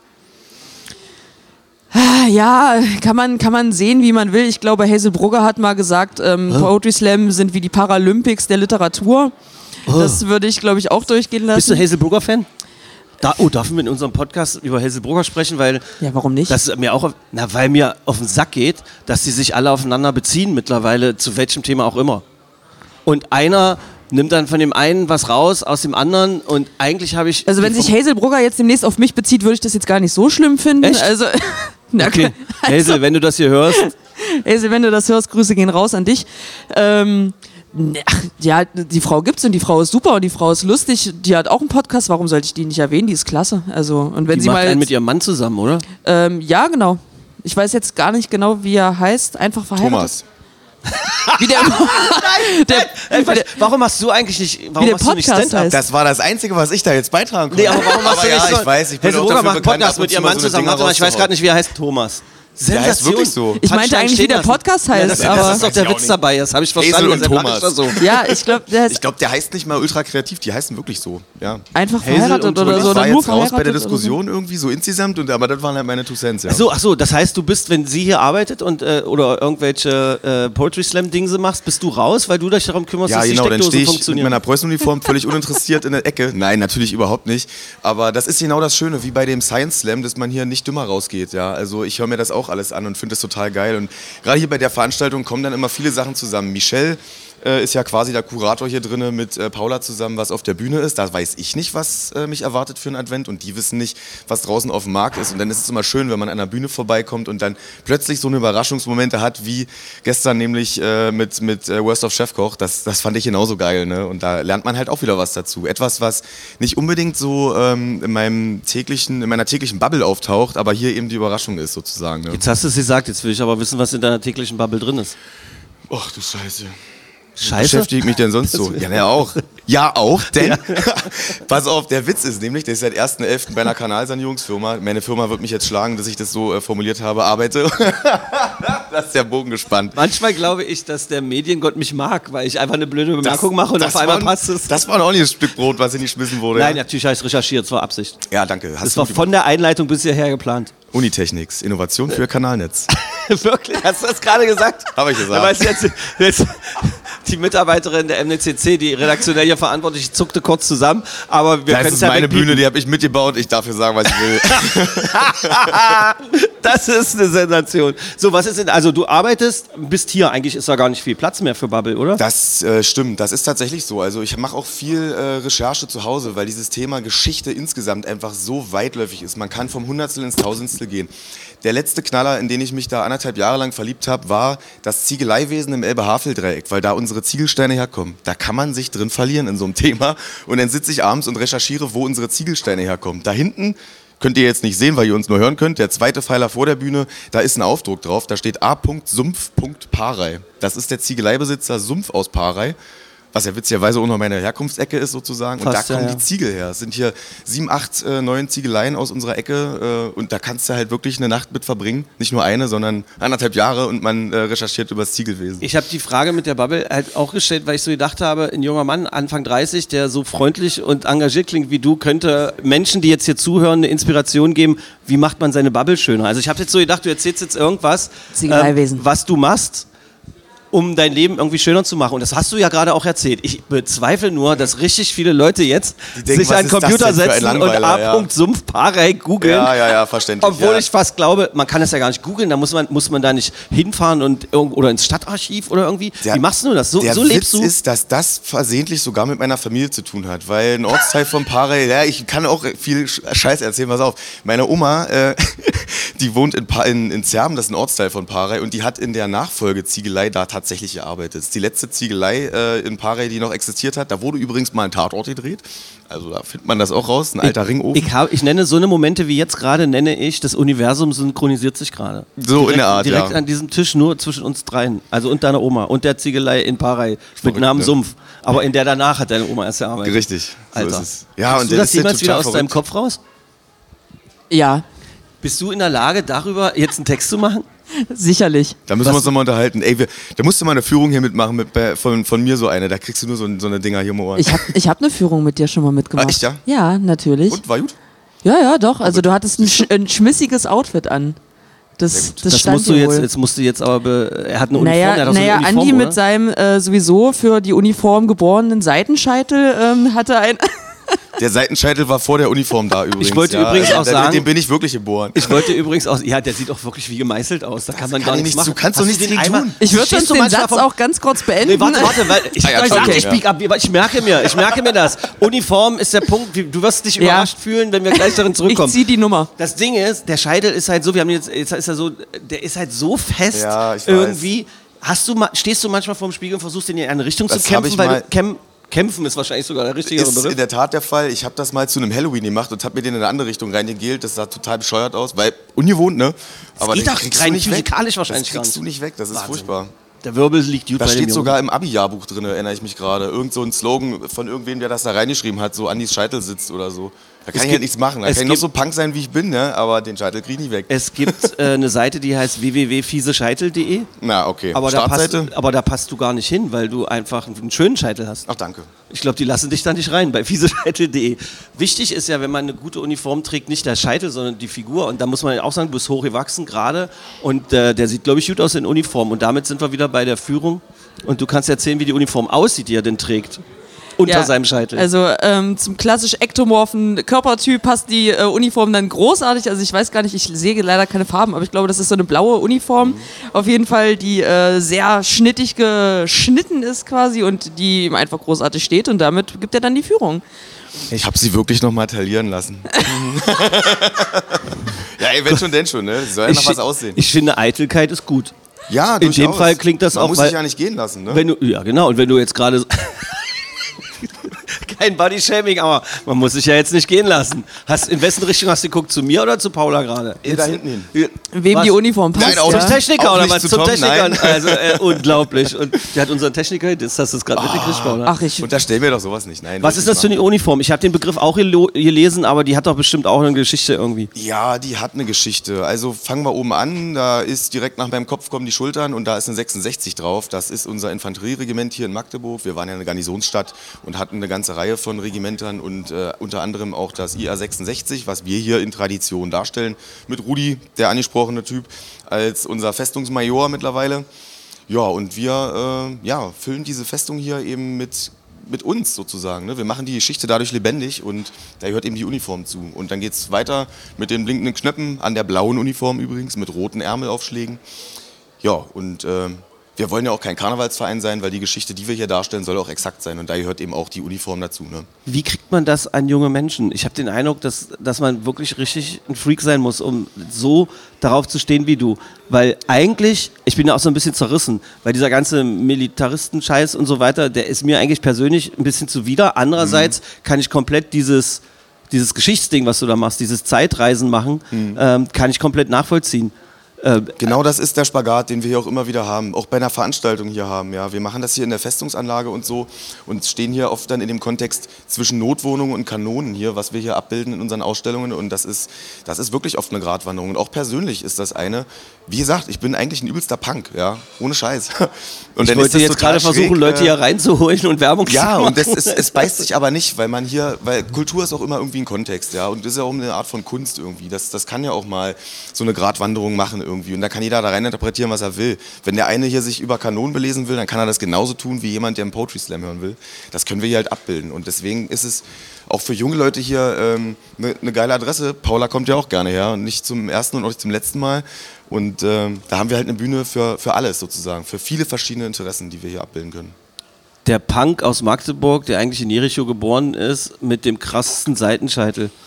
Ja, kann man, kann man sehen, wie man will. Ich glaube, Hazel Brugger hat mal gesagt, ähm, oh. Poetry Slam sind wie die Paralympics der Literatur. Oh. Das würde ich, glaube ich, auch durchgehen lassen. Bist du Hazel Brugger-Fan? Da, oh, dürfen wir in unserem Podcast über Hazel Brugger sprechen, weil ja, warum nicht? Das mir auch, na, weil mir auf den Sack geht, dass sie sich alle aufeinander beziehen mittlerweile, zu welchem Thema auch immer. Und einer nimmt dann von dem einen was raus, aus dem anderen und eigentlich habe ich... Also wenn sich Hazel Brugger jetzt demnächst auf mich bezieht, würde ich das jetzt gar nicht so schlimm finden. Echt? Also, okay. Also, Hazel, wenn du das hier hörst... Hazel, wenn du das hörst, Grüße gehen raus an dich. Ähm... Ach, ja, die Frau gibt's und die Frau ist super und die Frau ist lustig. Die hat auch einen Podcast. Warum sollte ich die nicht erwähnen? Die ist klasse. Also und wenn die sie macht mal einen jetzt, mit ihrem Mann zusammen, oder? Ähm, ja, genau. Ich weiß jetzt gar nicht genau, wie er heißt. Einfach verheiratet. Thomas. Wie der, nein, der, nein, wie der, warum hast du eigentlich nicht, warum wie der machst du nicht Podcast Stand-up? heißt. Das war das Einzige, was ich da jetzt beitragen konnte. Nee, aber warum machst aber du nicht ja, so? ich weiß, ich bin Hazel auch Brugger dafür macht einen bekannt, Podcast ab und mit zu ihrem mal Mann so eine zusammen. Dinger Warte mal, ich weiß rauszuhauen. gerade nicht, wie er heißt. Thomas. Der heißt wirklich so. Ich meinte Hat eigentlich, wie der stehen lassen. Podcast Ja, heißt. das, aber das ist doch der Weiß ich Witz auch dabei, das habe ich verstanden. Hazel und deshalb mach Thomas. ich das so. ja, ich glaube, der heißt Ich glaube, der heißt nicht mal ultra kreativ, die heißen wirklich so. Ja. einfach Hazel verheiratet und oder Thomas. so. Ich war Oder nur jetzt raus bei der verheiratet oder Diskussion irgendwie so insgesamt, und, aber das waren halt meine Two Cents. Ja. Ach so, ach so, das heißt, du bist, wenn sie hier arbeitet und äh, oder irgendwelche äh, Poetry Slam Dinge machst, bist du raus, weil du dich darum kümmerst, Ja, dass genau, die dann Steckdosen stehe ich mit funktionieren. meiner Preußenuniform völlig uninteressiert in der Ecke. Nein, natürlich überhaupt nicht. Aber das ist genau das Schöne, wie bei dem Science Slam, dass man hier nicht dümmer rausgeht. Ja? Also ich höre mir das auch alles an und finde das total geil. Und gerade hier bei der Veranstaltung kommen dann immer viele Sachen zusammen. Michelle äh, ist ja quasi der Kurator hier drin mit äh, Paula zusammen, was auf der Bühne ist. Da weiß ich nicht, was äh, mich erwartet für einen Advent, und die wissen nicht, was draußen auf dem Markt ist. Und dann ist es immer schön, wenn man an der Bühne vorbeikommt und dann plötzlich so eine Überraschungsmomente hat, wie gestern nämlich äh, mit, mit äh, Worst of Chefkoch. Das, das fand ich genauso geil. Ne? Und da lernt man halt auch wieder was dazu. Etwas, was nicht unbedingt so ähm, in, meinem täglichen, in meiner täglichen Bubble auftaucht, aber hier eben die Überraschung ist sozusagen. Ne? Jetzt hast du es gesagt, jetzt will ich aber wissen, was in deiner täglichen Bubble drin ist. Ach du Scheiße. Scheiße? Beschäftigt mich denn sonst so? Ja, ne, auch. Ja, auch, denn, pass auf, der Witz ist nämlich, dass ich seit ersten elften bei einer Kanalsanierungsfirma, meine Firma wird mich jetzt schlagen, dass ich das so äh, formuliert habe, arbeite. Da ist der Bogen gespannt. Manchmal glaube ich, dass der Mediengott mich mag, weil ich einfach eine blöde Bemerkung mache und das auf einmal war, passt es. Das war auch nicht ein Stück Brot, was hingeschmissen wurde. Nein, ja? natürlich habe ich recherchiert, es war Absicht. Ja, danke. Hast Das du war gut von der Einleitung bis hierher geplant. Unitechnics, Innovation für Kanalnetz. Wirklich? Hast du das gerade gesagt? Habe ich gesagt. Ja, weißt du, jetzt, jetzt, die Mitarbeiterin der M D C C, die redaktionell hier verantwortlich ist, zuckte kurz zusammen, aber wir Das können ist es ja meine wegbieten. Bühne, die habe ich mitgebaut. Ich darf hier sagen, was ich will. Das ist eine Sensation. So, was ist denn, also du arbeitest, bist hier, eigentlich ist da gar nicht viel Platz mehr für Bubble, oder? Das äh, stimmt, das ist tatsächlich so. Also ich mache auch viel äh, Recherche zu Hause, weil dieses Thema Geschichte insgesamt einfach so weitläufig ist. Man kann vom Hundertstel ins Tausendstel gehen. Der letzte Knaller, in den ich mich da anderthalb Jahre lang verliebt habe, war das Ziegeleiwesen im Elbe-Havel-Dreieck, weil da unsere Ziegelsteine herkommen. Da kann man sich drin verlieren in so einem Thema. Und dann sitze ich abends und recherchiere, wo unsere Ziegelsteine herkommen. Da hinten könnt ihr jetzt nicht sehen, weil ihr uns nur hören könnt. Der zweite Pfeiler vor der Bühne, da ist ein Aufdruck drauf. Da steht A. Sumpf. Parei. Das ist der Ziegeleibesitzer Sumpf aus Parei. Was ja witzigerweise auch noch meine Herkunftsecke ist sozusagen. Und Fast, da kommen ja, ja. die Ziegel her. Es sind hier sieben, acht, äh, neun Ziegeleien aus unserer Ecke. Äh, und da kannst du halt wirklich eine Nacht mit verbringen. Nicht nur eine, sondern anderthalb Jahre, und man äh, recherchiert über das Ziegelwesen. Ich habe die Frage mit der Bubble halt auch gestellt, weil ich so gedacht habe, ein junger Mann, Anfang dreißig, der so freundlich und engagiert klingt wie du, könnte Menschen, die jetzt hier zuhören, eine Inspiration geben, wie macht man seine Bubble schöner. Also ich habe jetzt so gedacht, du erzählst jetzt irgendwas, Ziegeleiwesen. was du machst, um dein Leben irgendwie schöner zu machen. Und das hast du ja gerade auch erzählt. Ich bezweifle nur, dass richtig viele Leute jetzt Die denken, sich was an den ist das Computer denn für ein setzen und Langweiler, ja. A. Sumpf Parei googeln. Ja, ja, ja, verständlich. Obwohl ja. ich fast glaube, man kann das ja gar nicht googeln, da muss man, muss man da nicht hinfahren und irgend, oder ins Stadtarchiv oder irgendwie. Der- Wie machst du das? So, Der so lebst Witz du? ist, dass das versehentlich sogar mit meiner Familie zu tun hat, weil ein Ortsteil von Parei, ja, ich kann auch viel Sch- Scheiß erzählen, pass auf. Meine Oma, äh, die wohnt in, pa in, in Zerben, das ist ein Ortsteil von Parey, und die hat in der Nachfolgeziegelei da tatsächlich gearbeitet. Das ist die letzte Ziegelei äh, in Parey, die noch existiert hat. Da wurde übrigens mal ein Tatort gedreht. Also da findet man das auch raus, ein alter ich, Ringofen. Ich, hab, ich nenne so eine Momente wie jetzt gerade, nenne ich, das Universum synchronisiert sich gerade. So direkt, in der Art, Direkt ja. an diesem Tisch, nur zwischen uns dreien. Also und deiner Oma und der Ziegelei in Parey mit Verrückt, Namen ne? Sumpf. Aber in der danach hat deine Oma erst gearbeitet. Richtig, so Alter. ist es. Ja, Hast und du der das ist ja jemals wieder total aus deinem verrückt. Kopf raus? Ja, Bist du in der Lage, darüber jetzt einen Text zu machen? sicherlich. Da müssen wir uns nochmal unterhalten. Ey, wir, da musst du mal eine Führung hier mitmachen, mit, bei, von, von mir so eine. Da kriegst du nur so, so eine Dinger hier im Ohr. Ich habe ich hab eine Führung mit dir schon mal mitgemacht. Ah, echt, ja? Ja, natürlich. Und, war gut? Ja, ja, doch. Also du hattest ein, sch ein schmissiges Outfit an. Das, das, Das stand musst du dir jetzt, wohl. jetzt musst du jetzt aber, be er hat eine Uniform, Naja, er hat auch naja so eine Uniform, Andi oder? mit seinem äh, sowieso für die Uniform geborenen Seitenscheitel ähm, hatte ein... Der Seitenscheitel war vor der Uniform da übrigens. Ich wollte ja. übrigens auch Da- sagen- Mit dem bin ich wirklich geboren. Ich wollte übrigens auch, ja, der sieht auch wirklich wie gemeißelt aus. Da kann man kann gar ich nichts nichts- machen. du kannst Hast doch nichts den gegen Eimer- tun. Ich würde Stehst sonst du den manchmal Satz vom- auch ganz kurz beenden. Nee, warte, warte, weil ich, Ah ja, ich, sag, ich, Entschuldigung, speak up, ich merke mir, ich merke mir das. Uniform ist der Punkt, wie- du wirst dich Ja. überrascht fühlen, wenn wir gleich darin Ich zurückkommen. zieh die Nummer. Das Ding ist, der Scheitel ist halt so, wir haben jetzt, jetzt ist er so, der ist halt so fest Ja, ich weiß. irgendwie. Hast du, ma- stehst du manchmal vorm Spiegel und versuchst in eine Richtung Das zu hab kämpfen, ich weil mal- du käm kämpfen ist wahrscheinlich sogar der richtige Ist Begriff. in der Tat der Fall. Ich habe das mal zu einem Halloween gemacht und habe mir den in eine andere Richtung reingegelt. Das sah total bescheuert aus, weil ungewohnt, ne? Aber geht den doch kriegst rein du nicht weg. physikalisch wahrscheinlich Das gar kriegst nicht. du nicht weg, das ist Wahnsinn. furchtbar. Der Wirbel liegt gut Da bei dem steht Jungen. sogar im Abi-Jahrbuch drin, erinnere ich mich gerade. Irgend so ein Slogan von irgendwem, der das da reingeschrieben hat, so Andis Scheitel sitzt oder so. Da kann Es ich gibt- halt nichts machen. Da es kann ich noch gibt- so Punk sein, wie ich bin, ne? Aber den Scheitel krieg ich nicht weg. Es gibt äh, eine Seite, die heißt w w w punkt fiesescheitel punkt de. Na, okay. Aber da, passt, Startseite? aber da passt du gar nicht hin, weil du einfach einen schönen Scheitel hast. Ach, danke. Ich glaube, die lassen dich da nicht rein bei fiesescheitel punkt de. Wichtig ist ja, wenn man eine gute Uniform trägt, nicht der Scheitel, sondern die Figur. Und da muss man ja auch sagen, du bist hochgewachsen gerade. Und äh, der sieht, glaube ich, gut aus in Uniform. Und damit sind wir wieder bei der Führung. Und du kannst erzählen, wie die Uniform aussieht, die er denn trägt. Unter Ja, seinem Scheitel. Also ähm, zum klassisch ektomorphen Körpertyp passt die äh, Uniform dann großartig. Also ich weiß gar nicht, ich sehe leider keine Farben, aber ich glaube, das ist so eine blaue Uniform. Auf jeden Fall, die äh, sehr schnittig geschnitten ist quasi und die ihm einfach großartig steht und damit gibt er dann die Führung. Ich habe sie wirklich noch mal taillieren lassen. Ja, ey, wenn schon, denn schon, ne? Soll ja nach was aussehen. ich finde, Eitelkeit ist gut. Ja, in dem durchaus. Fall klingt das Man auch, muss weil- sich ja nicht gehen lassen, ne? Wenn du, ja, genau. Und wenn du jetzt gerade. Kein Bodyshaming, aber man muss sich ja jetzt nicht gehen lassen. Hast, in wessen Richtung hast du geguckt? Zu mir oder zu Paula gerade? Hier da hinten hin. Wem Was? die Uniform passt. Nein, auch Zum ja. Techniker Auch oder nicht was? zu Zum Tom, Techniker. nein. Also äh, unglaublich. Und der hat unseren Techniker, das hast du es gerade mitgekriegt, Paula. Ach, ich. Unterstell mir doch sowas nicht. Nein, Was will ist ich das für nicht eine Uniform? Ich habe den Begriff auch gelo- gelesen, aber die hat doch bestimmt auch eine Geschichte irgendwie. machen. Ja, die hat eine Geschichte. Also fangen wir oben an. Da ist direkt nach meinem Kopf kommen die Schultern und da ist eine sechsundsechzig drauf. Das ist unser Infanterieregiment hier in Magdeburg. Wir waren ja eine Garnisonsstadt und hatten eine ganze Reihe von Regimentern und äh, unter anderem auch das I A sechsundsechzig, was wir hier in Tradition darstellen. Mit Rudi, der angesprochene Typ, als unser Festungsmajor mittlerweile. Ja, und wir äh, ja, füllen diese Festung hier eben mit, mit uns sozusagen. Ne? Wir machen die Geschichte dadurch lebendig und da gehört eben die Uniform zu. Und dann geht es weiter mit den blinkenden Knöpfen, an der blauen Uniform übrigens, mit roten Ärmelaufschlägen. Ja, und äh, wir wollen ja auch kein Karnevalsverein sein, weil die Geschichte, die wir hier darstellen, soll auch exakt sein. Und da gehört eben auch die Uniform dazu. Ne? Wie kriegt man das an junge Menschen? Ich habe den Eindruck, dass, dass man wirklich richtig ein Freak sein muss, um so darauf zu stehen wie du. Weil eigentlich, ich bin ja auch so ein bisschen zerrissen, weil dieser ganze Militaristen-Scheiß und so weiter, der ist mir eigentlich persönlich ein bisschen zuwider. Andererseits mhm. kann ich komplett dieses, dieses Geschichtsding, was du da machst, dieses Zeitreisen machen, mhm. ähm, kann ich komplett nachvollziehen. Äh, Genau das ist der Spagat, den wir hier auch immer wieder haben, auch bei einer Veranstaltung hier haben. Ja. Wir machen das hier in der Festungsanlage und so und stehen hier oft dann in dem Kontext zwischen Notwohnungen und Kanonen hier, was wir hier abbilden in unseren Ausstellungen und das ist, das ist wirklich oft eine Gratwanderung und auch persönlich ist das eine. Wie gesagt, ich bin eigentlich ein übelster Punk, ja, ohne Scheiß. Und ich dann wollte ist das jetzt total gerade versuchen, schräg, Leute äh, hier reinzuholen und Werbung zu Ja, machen. und das ist, es beißt sich aber nicht, weil man hier, weil Kultur ist auch immer irgendwie ein Kontext, ja, und das ist ja auch eine Art von Kunst irgendwie. Das, das kann ja auch mal so eine Gratwanderung machen irgendwie und da kann jeder da rein interpretieren, was er will. Wenn der eine hier sich über Kanonen belesen will, dann kann er das genauso tun wie jemand, der einen Poetry Slam hören will. Das können wir hier halt abbilden und deswegen ist es auch für junge Leute hier ähm, eine, eine geile Adresse. Paula kommt ja auch gerne her und nicht zum ersten und auch nicht zum letzten Mal. Und ähm, da haben wir halt eine Bühne für, für alles sozusagen, für viele verschiedene Interessen, die wir hier abbilden können. Der Punk aus Magdeburg, der eigentlich in Jericho geboren ist, mit dem krassesten Seitenscheitel.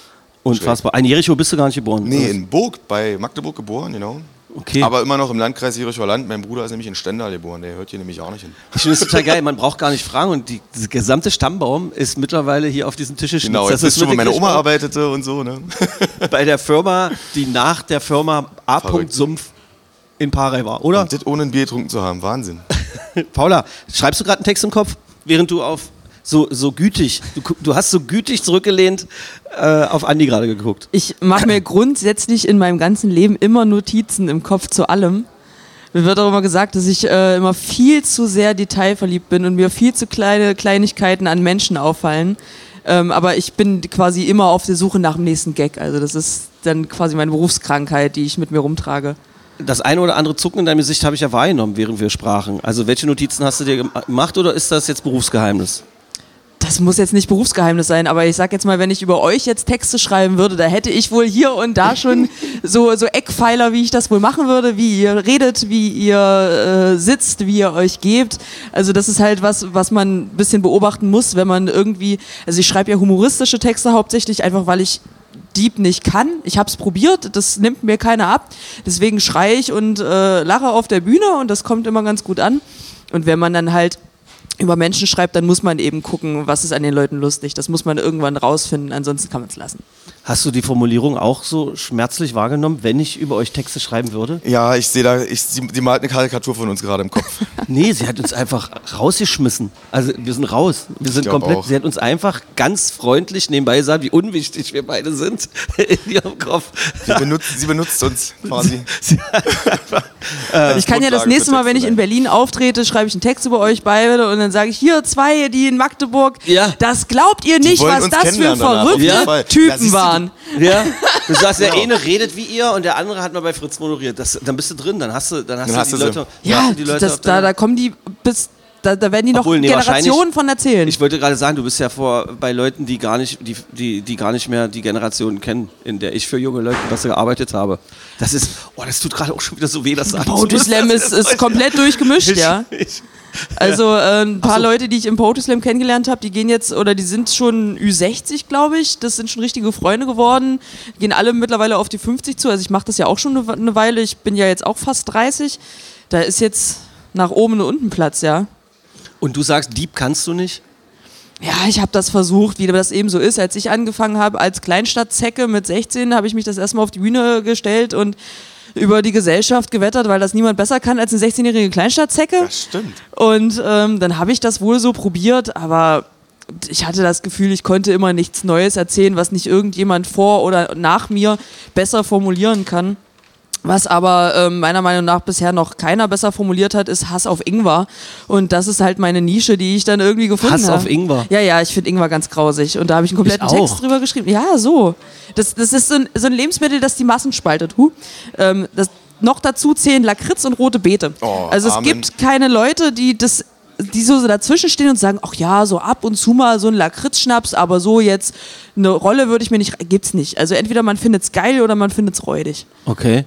Unfassbar. Ein Jericho bist du gar nicht geboren? Nee, in Burg, bei Magdeburg geboren, genau. Okay. Aber immer noch im Landkreis Jerichoer Land. Mein Bruder ist nämlich in Stendal geboren, der hört hier nämlich auch nicht hin. Ich finde es total geil, man braucht gar nicht fragen und die, dieser gesamte Stammbaum ist mittlerweile hier auf diesem Tisch geschnitzt. Genau, das jetzt ist ist schon, wo meine wirklich Oma arbeitete und so, ne? bei der Firma, die nach der Firma A. Verrückt. Sumpf in Parey war, oder? Und das ohne ein Bier getrunken zu haben, Wahnsinn. Paula, schreibst du gerade einen Text im Kopf, während du auf so, so gütig, du, gu- du hast so gütig zurückgelehnt äh, auf Andi gerade geguckt. Ich mache mir grundsätzlich in meinem ganzen Leben immer Notizen im Kopf zu allem. Mir wird auch immer gesagt, dass ich äh, immer viel zu sehr detailverliebt bin und mir viel zu kleine Kleinigkeiten an Menschen auffallen. Ähm, aber ich bin quasi immer auf der Suche nach dem nächsten Gag. Also das ist dann quasi meine Berufskrankheit, die ich mit mir rumtrage. Das eine oder andere Zucken in deinem Gesicht habe ich ja wahrgenommen, während wir sprachen. Also welche Notizen hast du dir gemacht oder ist das jetzt Berufsgeheimnis? Das muss jetzt nicht Berufsgeheimnis sein, aber ich sag jetzt mal, wenn ich über euch jetzt Texte schreiben würde, da hätte ich wohl hier und da schon so, so Eckpfeiler, wie ich das wohl machen würde, wie ihr redet, wie ihr äh, sitzt, wie ihr euch gebt. Also das ist halt was, was man ein bisschen beobachten muss, wenn man irgendwie, also ich schreibe ja humoristische Texte hauptsächlich, einfach weil ich Dieb nicht kann. Ich habe es probiert, das nimmt mir keiner ab. Deswegen schreie ich und äh, lache auf der Bühne und das kommt immer ganz gut an. Und wenn man dann halt über Menschen schreibt, dann muss man eben gucken, was ist an den Leuten lustig. Das muss man irgendwann rausfinden, ansonsten kann man es lassen. Hast du die Formulierung auch so schmerzlich wahrgenommen, wenn ich über euch Texte schreiben würde? Ja, ich sehe da, ich, sie, die malt eine Karikatur von uns gerade im Kopf. Nee, sie hat uns einfach rausgeschmissen. Also wir sind raus. Wir sind glaub komplett. auch. Sie hat uns einfach ganz freundlich nebenbei gesagt, wie unwichtig wir beide sind in ihrem Kopf. Sie benutzt, sie benutzt uns quasi. Sie hat einfach, äh, Ich kann ja das Grundlage nächste für Mal, wenn ich Texte in Berlin auftrete, schreibe ich einen Text über euch beide und dann sage ich, hier zwei, die in Magdeburg, Ja. das glaubt ihr nicht, wollen was uns das für kennenlernen danach, auf verrückte jeden Fall. Ja, Typen siehst du, waren. ja, du sagst, der Genau. eine redet wie ihr und der andere hat mal bei Fritz moderiert. Das, dann bist du drin, dann hast du, dann hast Dann du hast die du sie. Leute. Ja, hast du die Leute das, auf da, deiner- da kommen die bis, da, da werden die noch Obwohl, nee, Generationen wahrscheinlich- von erzählen. Ich wollte gerade sagen, du bist ja vor bei Leuten, die gar nicht, die, die, die gar nicht mehr die Generation kennen, in der ich für junge Leute was gearbeitet habe. Das ist, oh, das tut gerade auch schon wieder so weh, das sagen zu Poetry müssen. Slam Das ist, ist komplett durchgemischt, Ich- ja. ich- Also äh, ein paar Ach so. Leute, die ich im Poetry Slam kennengelernt habe, die gehen jetzt, oder die sind schon Ü sechzig, glaube ich. Das sind schon richtige Freunde geworden. Gehen alle mittlerweile auf die fünfzig zu. Also ich mache das ja auch schon eine, eine Weile. Ich bin ja jetzt auch fast dreißig. Da ist jetzt nach oben und unten Platz, ja. Und du sagst, Dieb kannst du nicht? Ja, ich habe das versucht, wie das eben so ist. Als ich angefangen habe als Kleinstadtzecke mit sechzehn, habe ich mich das erstmal auf die Bühne gestellt und über die Gesellschaft gewettert, weil das niemand besser kann als eine sechzehnjährige Kleinstadtzecke. Das stimmt. Und ähm, dann habe ich das wohl so probiert, aber ich hatte das Gefühl, ich konnte immer nichts Neues erzählen, was nicht irgendjemand vor oder nach mir besser formulieren kann. Was aber ähm, meiner Meinung nach bisher noch keiner besser formuliert hat, ist Hass auf Ingwer. Und das ist halt meine Nische, die ich dann irgendwie gefunden habe. Hass auf Ingwer? Ja, ja, ich finde Ingwer ganz grausig. Und da habe ich einen kompletten Ich auch. Text drüber geschrieben. Ja, so. Das, das ist so ein, so ein Lebensmittel, das die Massen spaltet. Huh. Ähm, das, noch dazu zählen Lakritz und rote Beete. Oh, also es Amen. gibt keine Leute, die das die so dazwischen stehen und sagen, ach ja, so ab und zu mal so ein Lakritzschnaps, aber so jetzt eine Rolle würde ich mir nicht, gibt's nicht. Also entweder man findet es geil oder man findet es räudig. Okay.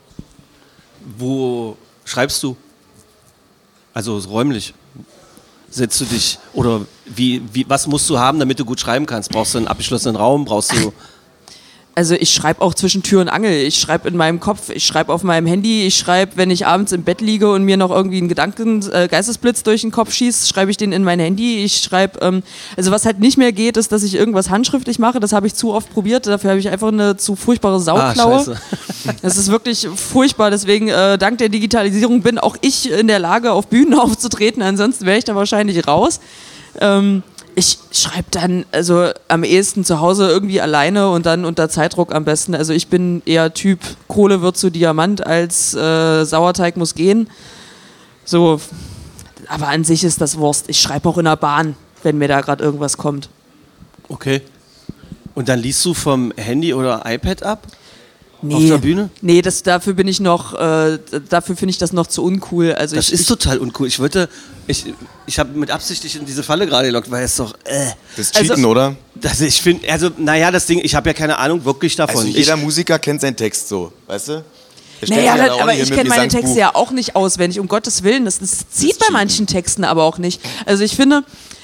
Wo schreibst du? Also räumlich. Setzt du dich oder wie, wie, was musst du haben, damit du gut schreiben kannst? Brauchst du einen abgeschlossenen Raum? Brauchst du Also ich schreibe auch zwischen Tür und Angel. Ich schreibe in meinem Kopf, ich schreibe auf meinem Handy, ich schreibe, wenn ich abends im Bett liege und mir noch irgendwie ein Gedanken, äh, Geistesblitz durch den Kopf schießt, schreibe ich den in mein Handy. Ich schreibe, ähm, also was halt nicht mehr geht, ist, dass ich irgendwas handschriftlich mache. Das habe ich zu oft probiert. Dafür habe ich einfach eine zu furchtbare Sauklaue. Ah, scheiße. Das ist wirklich furchtbar. Deswegen, äh, dank der Digitalisierung bin auch ich in der Lage, auf Bühnen aufzutreten. Ansonsten wäre ich da wahrscheinlich raus. Ähm, Ich schreibe dann also am ehesten zu Hause irgendwie alleine und dann unter Zeitdruck am besten. Also ich bin eher Typ Kohle wird zu Diamant als äh, Sauerteig muss gehen. So, aber an sich ist das Wurst. Ich schreibe auch in der Bahn, wenn mir da gerade irgendwas kommt. Okay. Und dann liest du vom Handy oder iPad ab? Nee, Auf der Bühne? Nee, das, dafür bin ich noch, äh, dafür finde ich das noch zu uncool. Also Das ich, ist ich, total uncool. Ich wollte, ich, ich habe mit Absicht dich in diese Falle gerade gelockt, weil es doch, äh, Das ist Also- Cheaten, oder? das, ich finde, also, naja, das Ding, ich habe ja keine Ahnung wirklich davon. Also ich, jeder Musiker kennt seinen Text so, weißt du? Der stellt Naja, sich ja das, auch aber nicht ich hin kenne mit meine Gesangbuch. Texte ja auch nicht auswendig, um Gottes Willen. Das, das zieht ist bei cheaten. manchen Texten aber auch nicht. Also ich finde,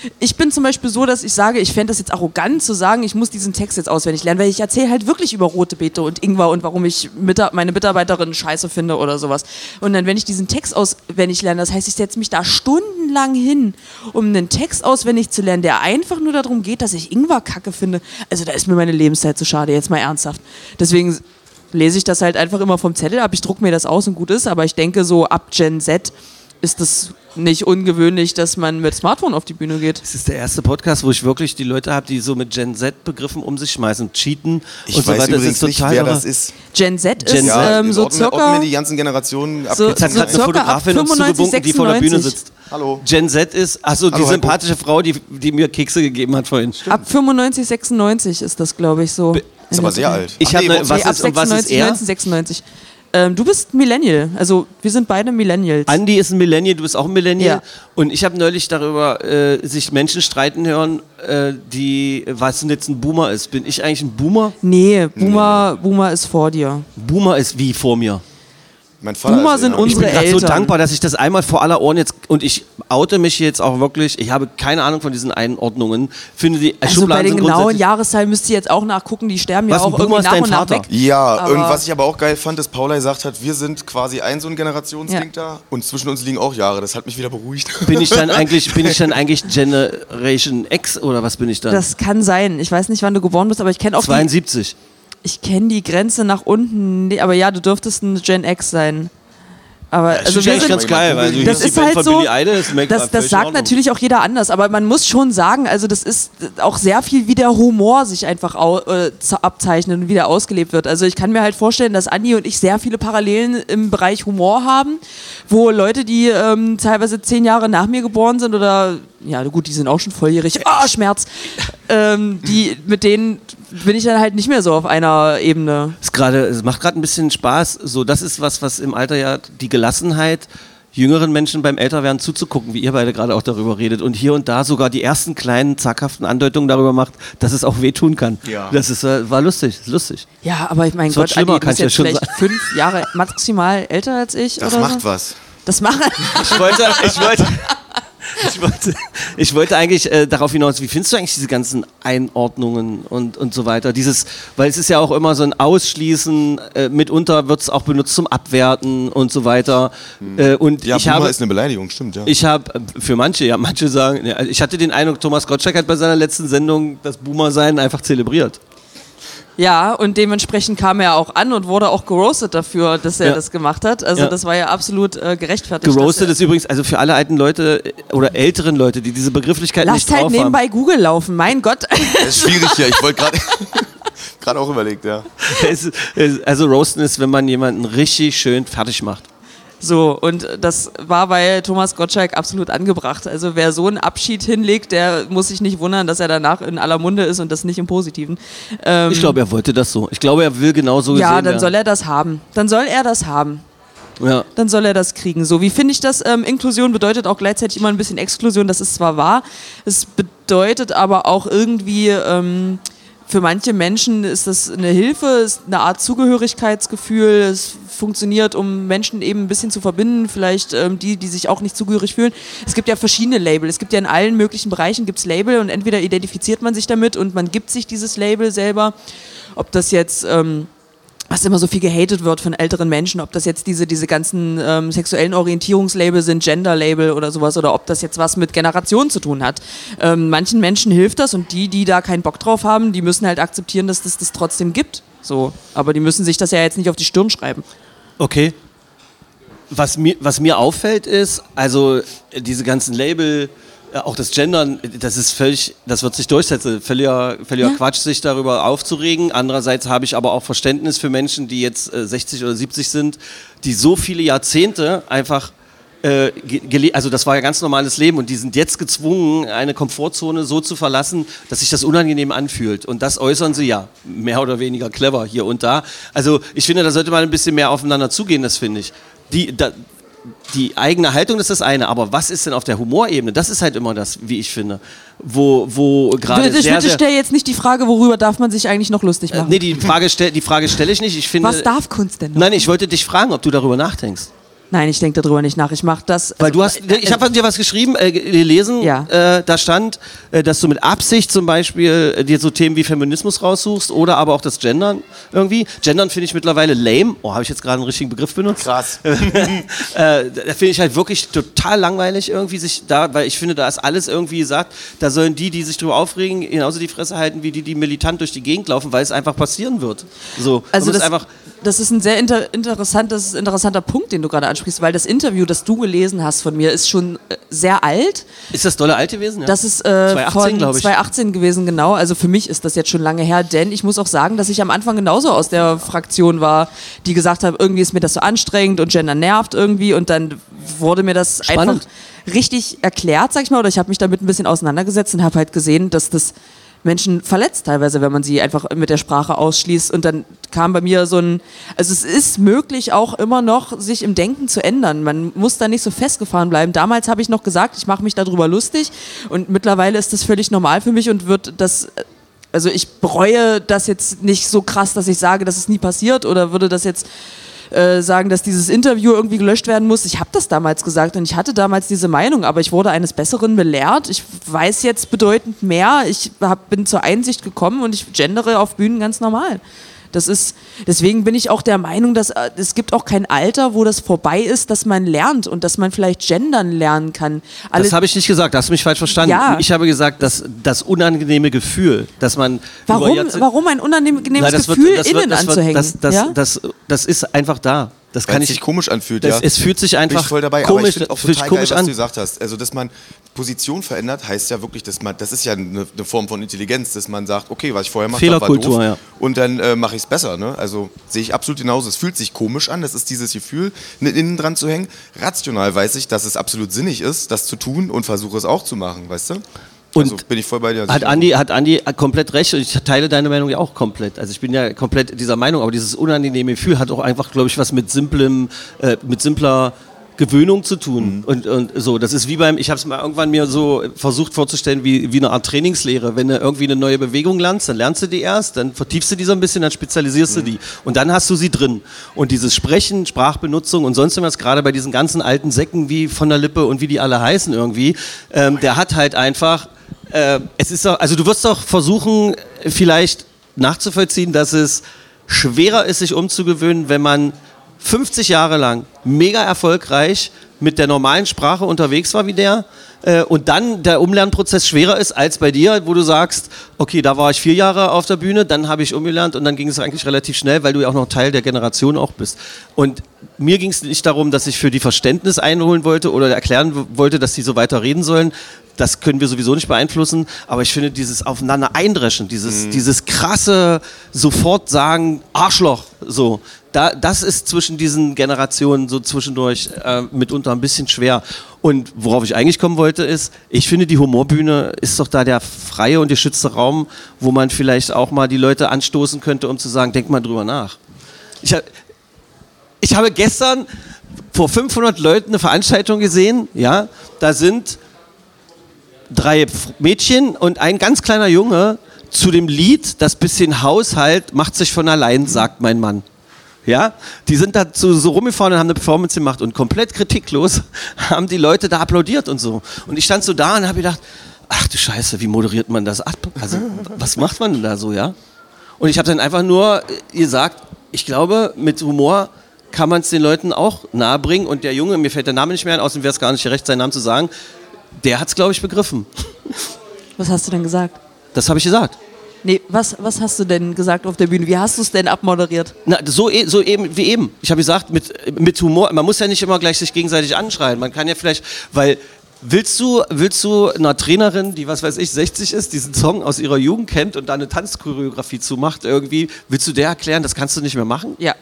ich bin zum Beispiel so, dass ich sage, ich fände das jetzt arrogant zu sagen, ich muss diesen Text jetzt auswendig lernen, weil ich erzähle halt wirklich über rote Beete und Ingwer und warum ich Mita- meine Mitarbeiterin scheiße finde oder sowas. Und dann, wenn ich diesen Text auswendig lerne, das heißt, ich setze mich da stundenlang hin, um einen Text auswendig zu lernen, der einfach nur darum geht, dass ich Ingwer kacke finde. Also da ist mir meine Lebenszeit zu schade, jetzt mal ernsthaft. Deswegen lese ich das halt einfach immer vom Zettel ab, ich drucke mir das aus und gut ist, aber ich denke so ab Gen Z ist das nicht ungewöhnlich, dass man mit Smartphone auf die Bühne geht. Das ist der erste Podcast, wo ich wirklich die Leute habe, die so mit Gen Z-Begriffen um sich schmeißen, cheaten Ich und so weiß weiter. übrigens das ist nicht, total wer irre. das ist. Gen Z Gen ist Ja, ähm, so ordne, ordne circa... mir die ganzen Generationen ab. So- Jetzt hat so gerade eine circa ab Fotografin uns fünfundneunzig, zugebunken, die vor der Bühne sechsundneunzig. sitzt. Hallo. Gen Z ist, achso, die Hallo, Heiko. sympathische Frau, die, die mir Kekse gegeben hat vorhin. Ab fünfundneunzig, sechsundneunzig ist das, glaube ich, so. Ist aber sehr alt. Ich Ach hab nee, ne- wo- was Nee, ab ist- und was ist sechsundneunzig, er? neunzehnhundertsechsundneunzig. Ähm, du bist Millennial, also wir sind beide Millennials. Andi ist ein Millennial, du bist auch ein Millennial. Ja. Und ich habe neulich darüber äh, sich Menschen streiten hören, äh, die, was denn jetzt ein Boomer ist. Bin ich eigentlich ein Boomer? Nee, Boomer, Boomer ist vor dir. Boomer ist wie vor mir. Mein Vater Boomer ist sind ja- Ich bin unsere gerade so Eltern. dankbar, dass ich das einmal vor aller Ohren jetzt, und ich oute mich jetzt auch wirklich, ich habe keine Ahnung von diesen Einordnungen, finde die Also bei Schubladen den sind genauen grundsätzlich... Jahreszahlen müsst ihr jetzt auch nachgucken, die sterben Was, ja ein auch Boomer irgendwie ist nach dein und nach Vater? weg. Ja, Aber- und was ich aber auch geil fand, dass Paula gesagt hat, wir sind quasi ein so ein Generationsding Ja. da und zwischen uns liegen auch Jahre. Das hat mich wieder beruhigt. Bin ich dann eigentlich, bin ich dann eigentlich Generation X oder was bin ich dann? Das kann sein. Ich weiß nicht, wann du geboren bist, aber ich kenne auch die, zweiundsiebzig. ich kenne die Grenze nach unten. Nee, aber ja, du dürftest ein Gen X sein. Aber Das also finde ich wir eigentlich sind, ganz geil, weil du das die ist Band halt von so, Billie Eilish, das, merkt man das, das völlig in sagt Ordnung. natürlich auch jeder anders, aber man muss schon sagen, also das ist auch sehr viel, wie der Humor sich einfach au, äh, zu- abzeichnet und wie der ausgelebt wird. Also ich kann mir halt vorstellen, dass Andi und ich sehr viele Parallelen im Bereich Humor haben, wo Leute, die ähm, teilweise zehn Jahre nach mir geboren sind oder, ja gut, die sind auch schon volljährig, ah, Schmerz, ähm, die, mit denen bin ich dann halt nicht mehr so auf einer Ebene. Es, grade, es macht gerade ein bisschen Spaß. So, das ist was, was im Alter ja die Gelassenheit jüngeren Menschen beim Älterwerden zuzugucken, wie ihr beide gerade auch darüber redet und hier und da sogar die ersten kleinen zaghaften Andeutungen darüber macht, dass es auch wehtun kann. Ja. Das ist, äh, war lustig, ist lustig. Ja, aber ich mein Es wird Gott, Andi, schlimmer, du kann bist ich ja jetzt schon vielleicht sagen. fünf Jahre maximal älter als ich Das oder macht so. was. Das macht. Ich wollte, ich wollte, ich wollte, ich wollte eigentlich äh, darauf hinaus, wie findest du eigentlich diese ganzen Einordnungen und, und so weiter? Dieses, weil es ist ja auch immer so ein Ausschließen, äh, mitunter wird es auch benutzt zum Abwerten und so weiter. Äh, und Ja, ich Boomer habe, ist eine Beleidigung, stimmt, ja. ich habe, für manche, ja, manche sagen, ja, ich hatte den Eindruck, Thomas Gottschalk hat bei seiner letzten Sendung das Boomer-Sein einfach zelebriert. Ja, und dementsprechend kam er auch an und wurde auch geroastet dafür, dass er Ja. das gemacht hat. Also Ja. das war ja absolut äh, gerechtfertigt. Geroastet dass ist übrigens, also für alle alten Leute äh, oder älteren Leute, die diese Begrifflichkeit er, nicht lasst halt drauf nebenbei Google laufen, mein Gott. Das ist schwierig hier. Ich wollte gerade gerade auch überlegt, ja. haben. Es- es- Also roasten ist, wenn man jemanden richtig schön fertig macht. So, und das war bei Thomas Gottschalk absolut angebracht. Also wer so einen Abschied hinlegt, der muss sich nicht wundern, dass er danach in aller Munde ist und das nicht im Positiven. Ähm, Ich glaube, er wollte das so. Ich glaube, er will genau so ja, gesehen dann werden. soll er das haben. Dann soll er das haben. Ja. Dann soll er das kriegen. So, wie finde ich das? Ähm, Inklusion bedeutet auch gleichzeitig immer ein bisschen Exklusion. Das ist zwar wahr, es bedeutet aber auch irgendwie, ähm, für manche Menschen ist das eine Hilfe, ist eine Art Zugehörigkeitsgefühl. Es funktioniert, um Menschen eben ein bisschen zu verbinden, vielleicht ähm, die, die sich auch nicht zugehörig fühlen. Es gibt ja verschiedene Label. Es gibt ja in allen möglichen Bereichen gibt's Label und entweder identifiziert man sich damit und man gibt sich dieses Label selber. Ob das jetzt... Ähm, was immer so viel gehatet wird von älteren Menschen, ob das jetzt diese, diese ganzen ähm, sexuellen Orientierungslabel sind, Gender-Label oder sowas, oder ob das jetzt was mit Generation zu tun hat. Ähm, manchen Menschen hilft das und die, die da keinen Bock drauf haben, die müssen halt akzeptieren, dass das das trotzdem gibt. So. Aber die müssen sich das ja jetzt nicht auf die Stirn schreiben. Okay. Was mir, was mir auffällt ist, also äh, diese ganzen Label, äh, auch das Gendern, äh, das ist völlig, das wird sich durchsetzen. Völliger, völliger Ja. Quatsch, sich darüber aufzuregen. Andererseits habe ich aber auch Verständnis für Menschen, die jetzt äh, sechzig oder siebzig sind, die so viele Jahrzehnte einfach äh, ge- gele- also das war ja ganz normales Leben und die sind jetzt gezwungen, eine Komfortzone so zu verlassen, dass sich das unangenehm anfühlt. Und das äußern sie ja mehr oder weniger clever hier und da. Also ich finde, da sollte man ein bisschen mehr aufeinander zugehen, das finde ich. Die, da, die eigene Haltung ist das eine, aber was ist denn auf der Humorebene? Das ist halt immer das, wie ich finde, wo, wo gerade Ich sehr, bitte sehr... stell jetzt nicht die Frage, worüber darf man sich eigentlich noch lustig Äh, machen. nee, die Frage, stell, die Frage stelle ich nicht. Ich finde, Was darf Kunst denn noch? Nein, ich wollte dich fragen, ob du darüber nachdenkst. Nein, ich denke darüber nicht nach. Ich mache das. Weil also, du hast, ich habe dir was geschrieben, äh, gelesen, Ja. äh, da stand, äh, dass du mit Absicht zum Beispiel äh, dir so Themen wie Feminismus raussuchst oder aber auch das Gendern irgendwie. Gendern finde ich mittlerweile lame. Oh, habe ich jetzt gerade einen richtigen Begriff benutzt? Krass. äh, da finde ich halt wirklich total langweilig irgendwie sich da, weil ich finde, da ist alles irgendwie gesagt, da sollen die, die sich drüber aufregen, genauso die Fresse halten, wie die, die militant durch die Gegend laufen, weil es einfach passieren wird. So, Also und es das, ist einfach, das ist ein sehr inter interessant, das ist ein interessanter Punkt, den du gerade ansprichst, weil das Interview, das du gelesen hast von mir, ist schon äh, sehr alt. ist das dolle alt gewesen? Ja? Das ist äh, zwanzig achtzehn, von glaub ich. zwanzig achtzehn gewesen, genau. Also für mich ist das jetzt schon lange her, denn ich muss auch sagen, dass ich am Anfang genauso aus der Fraktion war, die gesagt hat, irgendwie ist mir das so anstrengend und Gender nervt irgendwie und dann wurde mir das Spannend. einfach richtig erklärt, sag ich mal, oder ich habe mich damit ein bisschen auseinandergesetzt und habe halt gesehen, dass das Menschen verletzt teilweise, wenn man sie einfach mit der Sprache ausschließt. Und dann kam bei mir so ein, also es ist möglich auch immer noch, sich im Denken zu ändern. Man muss da nicht so festgefahren bleiben. Damals habe ich noch gesagt, ich mache mich darüber lustig und mittlerweile ist das völlig normal für mich und wird das, also ich bereue das jetzt nicht so krass, dass ich sage, dass es nie passiert oder würde das jetzt äh, sagen, dass dieses Interview irgendwie gelöscht werden muss. Ich habe das damals gesagt und ich hatte damals diese Meinung, aber ich wurde eines Besseren belehrt. Ich weiß jetzt bedeutend mehr. Ich hab, bin zur Einsicht gekommen und ich gendere auf Bühnen ganz normal. Das ist, deswegen bin ich auch der Meinung, dass äh, es gibt auch kein Alter, wo das vorbei ist, dass man lernt und dass man vielleicht gendern lernen kann. Alle, Das habe ich nicht gesagt, da hast du mich falsch verstanden. Ja. Ich habe gesagt, dass das unangenehme Gefühl, dass man... warum, über Jahrzehnte- warum ein unangenehmes Nein, das wird- Gefühl das wird- innen das wird- anzuhängen? Das, das, ja? das, das ist einfach da. Das Weil kann es sich ich... komisch anfühlt, Das, ja. es fühlt sich Bin einfach ich voll dabei, komisch, aber ich finde auch fühlt sich total komisch geil, was an. du gesagt hast. Also, dass man Position verändert, heißt ja wirklich, dass man, das ist ja eine, eine Form von Intelligenz, dass man sagt, okay, was ich vorher mache, war Fehlerkultur, doof ja. und dann äh, mache ich es besser. Ne? Also sehe ich absolut genauso. Es fühlt sich komisch an, das ist dieses Gefühl, innen dran zu hängen. Rational weiß ich, dass es absolut sinnig ist, das zu tun und versuche es auch zu machen, weißt du? Und also bin ich voll bei dir. Hat Andi, hat Andi komplett recht und ich teile deine Meinung ja auch komplett. Also ich bin ja komplett dieser Meinung, aber dieses unangenehme Gefühl hat auch einfach, glaube ich, was mit simplem, äh, mit simpler Gewöhnung zu tun. Mhm. Und, und so, das ist wie beim, ich habe es mal irgendwann mir so versucht vorzustellen, wie, wie eine Art Trainingslehre. Wenn du irgendwie eine neue Bewegung lernst, dann lernst du die erst, dann vertiefst du die so ein bisschen, dann spezialisierst Mhm. du die. Und dann hast du sie drin. Und dieses Sprechen, Sprachbenutzung und sonst was, gerade bei diesen ganzen alten Säcken wie von der Lippe und wie die alle heißen irgendwie, ähm, der hat halt einfach, äh, es ist doch, also du wirst doch versuchen, vielleicht nachzuvollziehen, dass es schwerer ist, sich umzugewöhnen, wenn man fünfzig Jahre lang mega erfolgreich mit der normalen Sprache unterwegs war wie der äh, und dann der Umlernprozess schwerer ist als bei dir, wo du sagst, okay, da war ich vier Jahre auf der Bühne, dann habe ich umgelernt und dann ging es eigentlich relativ schnell, weil du ja auch noch Teil der Generation auch bist. Und mir ging es nicht darum, dass ich für die Verständnis einholen wollte oder erklären w- wollte, dass die so weiter reden sollen. Das können wir sowieso nicht beeinflussen, aber ich finde dieses aufeinander eindreschen, dieses, dieses krasse sofort sagen, Arschloch, so, da, das ist zwischen diesen Generationen so zwischendurch äh, mitunter ein bisschen schwer. Und worauf ich eigentlich kommen wollte ist, ich finde die Humorbühne ist doch da der freie und geschützte Raum, wo man vielleicht auch mal die Leute anstoßen könnte, um zu sagen, denk mal drüber nach. Ich, hab, ich habe gestern vor fünfhundert Leuten eine Veranstaltung gesehen, ja, da sind drei Mädchen und ein ganz kleiner Junge zu dem Lied Das bisschen Haushalt macht sich von allein, sagt mein Mann. Ja, die sind dazu so rumgefahren und haben eine Performance gemacht und komplett kritiklos haben die Leute da applaudiert und so. Und ich stand so da und habe gedacht, ach du Scheiße, wie moderiert man das ab? Also, was macht man denn da so, ja? Und ich habe dann einfach nur gesagt, ich glaube, mit Humor kann man es den Leuten auch nahebringen und der Junge, mir fällt der Name nicht mehr ein, außerdem wäre es gar nicht gerecht, seinen Namen zu sagen, der hat es, glaube ich, begriffen. Was hast du denn gesagt? Das habe ich gesagt. Nee, was, was hast du denn gesagt auf der Bühne? Wie hast du es denn abmoderiert? Na, so, e- so eben wie eben. Ich habe gesagt, mit, mit Humor, man muss ja nicht immer gleich sich gegenseitig anschreien. Man kann ja vielleicht, weil willst du, willst du einer Trainerin, die was weiß ich, sechzig ist, diesen Song aus ihrer Jugend kennt und da eine Tanzchoreografie zu macht irgendwie, willst du der erklären, das kannst du nicht mehr machen? Ja.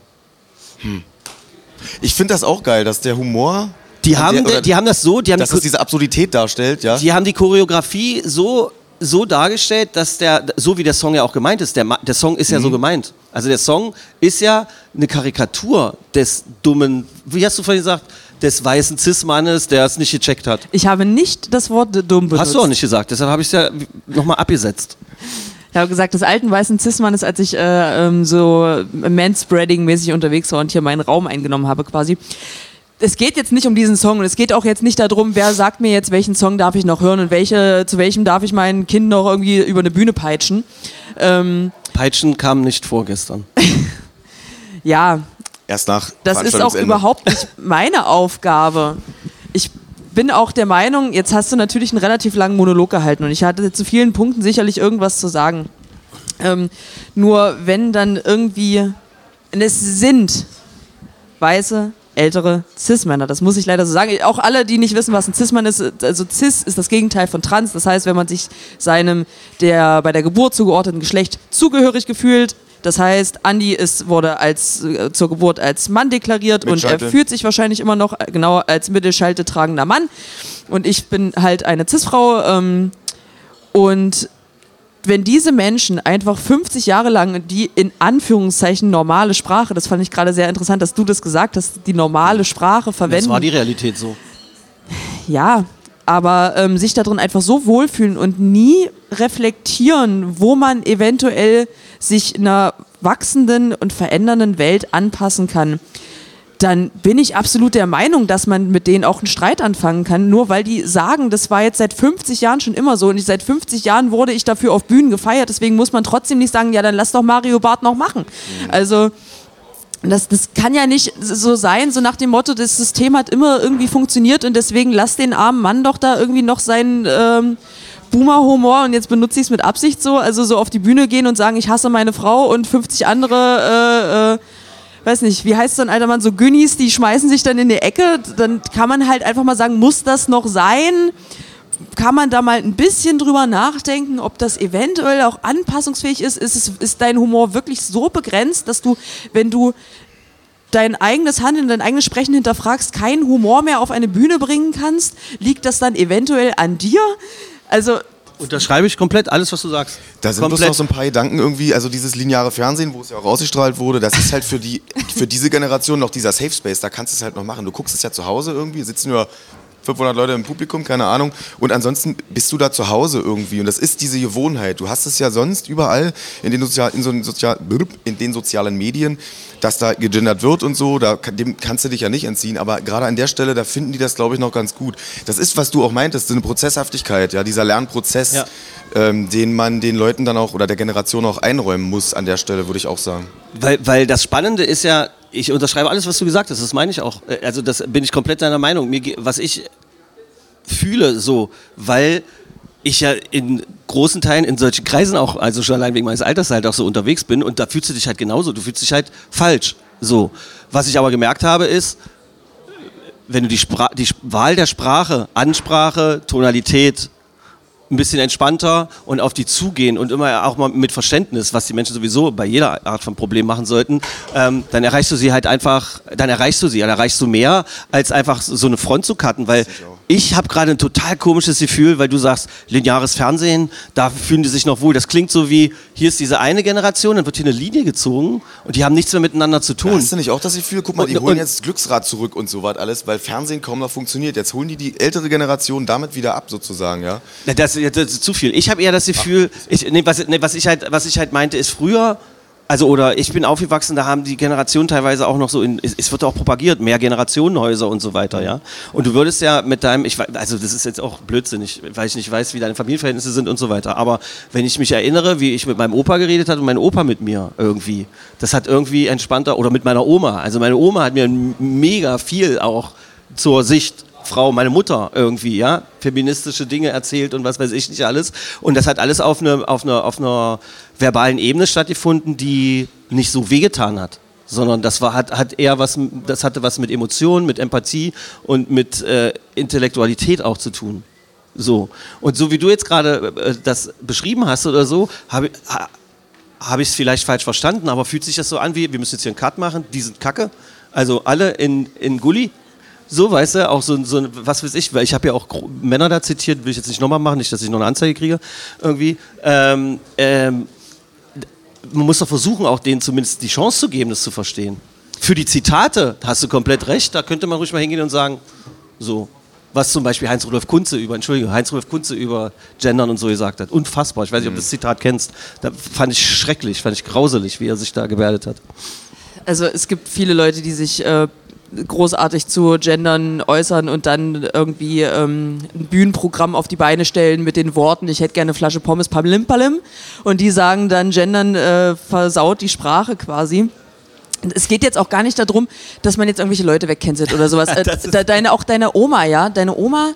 Ich finde das auch geil, dass der Humor, Die haben, der, oder, die haben das so, die haben, dass die, es diese Absurdität darstellt, ja. die haben die Choreografie so, so dargestellt, dass der, so wie der Song ja auch gemeint ist, der, Ma- der Song ist ja so gemeint. Also der Song ist ja eine Karikatur des dummen, wie hast du vorhin gesagt, des weißen Cis-Mannes, der es nicht gecheckt hat. Ich habe nicht das Wort dumm benutzt. Hast du auch nicht gesagt, deshalb habe ich es ja nochmal abgesetzt. Ich habe gesagt, des alten weißen Cis-Mannes, als ich äh, ähm, so Manspreading-mäßig unterwegs war und hier meinen Raum eingenommen habe quasi. es geht jetzt nicht um diesen Song und es geht auch jetzt nicht darum, wer sagt mir jetzt, welchen Song darf ich noch hören und welche, zu welchem darf ich mein Kind noch irgendwie über eine Bühne peitschen. Ähm, Peitschen kam nicht vor gestern. ja, Erst nach das ist auch Veranstaltungsende. überhaupt nicht meine Aufgabe. Ich bin auch der Meinung, jetzt hast du natürlich einen relativ langen Monolog gehalten und ich hatte zu vielen Punkten sicherlich irgendwas zu sagen. Ähm, nur wenn dann irgendwie, und es sind weiße, ältere Cis-Männer, das muss ich leider so sagen. Auch alle, die nicht wissen, was ein Cis-Mann ist, also Cis ist das Gegenteil von Trans, das heißt, wenn man sich seinem der bei der Geburt zugeordneten Geschlecht zugehörig gefühlt, das heißt, Andi ist, wurde als, äh, zur Geburt als Mann deklariert und er fühlt sich wahrscheinlich immer noch äh, genau als Mittelschalte tragender Mann. Und ich bin halt eine Cis-Frau. Ähm, und wenn diese Menschen einfach fünfzig Jahre lang die in Anführungszeichen normale Sprache, das fand ich gerade sehr interessant, dass du das gesagt hast, die normale Sprache verwenden. Das war die Realität so. Ja, aber ähm, sich darin einfach so wohlfühlen und nie reflektieren, wo man eventuell sich einer wachsenden und verändernden Welt anpassen kann, dann bin ich absolut der Meinung, dass man mit denen auch einen Streit anfangen kann, nur weil die sagen, das war jetzt seit fünfzig Jahren schon immer so und seit fünfzig Jahren wurde ich dafür auf Bühnen gefeiert, deswegen muss man trotzdem nicht sagen, ja, dann lass doch Mario Barth noch machen. Mhm. Also Das, das kann ja nicht so sein, so nach dem Motto, das System hat immer irgendwie funktioniert und deswegen lass den armen Mann doch da irgendwie noch seinen ähm, Boomer-Humor, und jetzt benutze ich es mit Absicht so, also so auf die Bühne gehen und sagen, ich hasse meine Frau, und fünfzig andere, äh, äh, weiß nicht, wie heißt es dann, alter Mann, so Günnis, die schmeißen sich dann in die Ecke, dann kann man halt einfach mal sagen, muss das noch sein? Kann man da mal ein bisschen drüber nachdenken, ob das eventuell auch anpassungsfähig ist? Ist, es, ist dein Humor wirklich so begrenzt, dass du, wenn du dein eigenes Handeln, dein eigenes Sprechen hinterfragst, keinen Humor mehr auf eine Bühne bringen kannst? Liegt das dann eventuell an dir? Also unterschreibe ich komplett alles, was du sagst. Da sind komplett. bloß noch so ein paar Gedanken irgendwie, also dieses lineare Fernsehen, wo es ja auch ausgestrahlt wurde, das ist halt für die, für diese Generation noch dieser Safe Space, da kannst du es halt noch machen. Du guckst es ja zu Hause irgendwie, sitzen nur fünfhundert Leute im Publikum, keine Ahnung, und ansonsten bist du da zu Hause irgendwie, und das ist diese Gewohnheit. Du hast es ja sonst überall in den, Sozial, in so den, Sozial, in den sozialen Medien, dass da gegendert wird und so, da, dem kannst du dich ja nicht entziehen, aber gerade an der Stelle, da finden die das, glaube ich, noch ganz gut. Das ist, was du auch meintest, so eine Prozesshaftigkeit, ja, dieser Lernprozess, ja. ähm, den man den Leuten dann auch, oder der Generation auch einräumen muss an der Stelle, würde ich auch sagen. Weil, weil das Spannende ist ja, ich unterschreibe alles, was du gesagt hast, das meine ich auch. Also das bin ich komplett deiner Meinung. Mir, was ich fühle so, weil ich ja in großen Teilen in solchen Kreisen auch, also schon allein wegen meines Alters halt auch so unterwegs bin, und da fühlst du dich halt genauso, du fühlst dich halt falsch. So. Was ich aber gemerkt habe ist, wenn du die, Spra- die Wahl der Sprache, Ansprache, Tonalität, ein bisschen entspannter und auf die zugehen und immer auch mal mit Verständnis, was die Menschen sowieso bei jeder Art von Problem machen sollten, ähm, dann erreichst du sie halt einfach, dann erreichst du sie, dann erreichst du mehr, als einfach so eine Front zu cutten, weil ich habe gerade ein total komisches Gefühl, weil du sagst, lineares Fernsehen, da fühlen die sich noch wohl. Das klingt so wie, hier ist diese eine Generation, dann wird hier eine Linie gezogen und die haben nichts mehr miteinander zu tun. Hast du nicht auch das Gefühl, guck mal, die und, holen und, jetzt das Glücksrad zurück und so was alles, weil Fernsehen kaum noch funktioniert. Jetzt holen die die ältere Generation damit wieder ab, sozusagen, ja? Das, das ist zu viel. Ich habe eher das Gefühl, ich, nee, was, nee, was, ich halt, was ich halt meinte, ist früher, also oder ich bin aufgewachsen, da haben die Generationen teilweise auch noch so, in, es, es wird auch propagiert, mehr Generationenhäuser und so weiter, ja. Und du würdest ja mit deinem, ich, also das ist jetzt auch blödsinnig, weil ich nicht weiß, wie deine Familienverhältnisse sind und so weiter, aber wenn ich mich erinnere, wie ich mit meinem Opa geredet habe und mein Opa mit mir irgendwie, das hat irgendwie entspannter, oder mit meiner Oma, also meine Oma hat mir mega viel auch zur Sicht Frau, meine Mutter irgendwie, ja, feministische Dinge erzählt und was weiß ich nicht alles. Und das hat alles auf einer auf eine, auf eine verbalen Ebene stattgefunden, die nicht so wehgetan hat, sondern das war, hat, hat eher was, das hatte was mit Emotionen, mit Empathie und mit äh, Intellektualität auch zu tun. So. Und so wie du jetzt gerade äh, das beschrieben hast oder so, habe ha, hab ich es vielleicht falsch verstanden, aber fühlt sich das so an wie, wir müssen jetzt hier einen Cut machen, die sind kacke, also alle in, in Gully. So, weißt du, auch so, so was weiß ich, weil ich habe ja auch Männer da zitiert, will ich jetzt nicht nochmal machen, nicht, dass ich noch eine Anzeige kriege, irgendwie. Ähm, ähm, man muss doch versuchen, auch denen zumindest die Chance zu geben, das zu verstehen. Für die Zitate hast du komplett recht, da könnte man ruhig mal hingehen und sagen, so, was zum Beispiel Heinz-Rudolf Kunze über, Entschuldigung, Heinz-Rudolf Kunze über Gendern und so gesagt hat. Unfassbar, ich weiß nicht, ob du das Zitat kennst. Da fand ich schrecklich, fand ich grauselig, wie er sich da gebärdet hat. Also es gibt viele Leute, die sich äh, großartig zu gendern äußern und dann irgendwie ähm, ein Bühnenprogramm auf die Beine stellen mit den Worten, ich hätte gerne eine Flasche Pommes Palim Palim, und die sagen dann, gendern äh, versaut die Sprache quasi. Es geht jetzt auch gar nicht darum, dass man jetzt irgendwelche Leute wegcancelt oder sowas. Äh, deine, auch deine Oma, ja, deine Oma,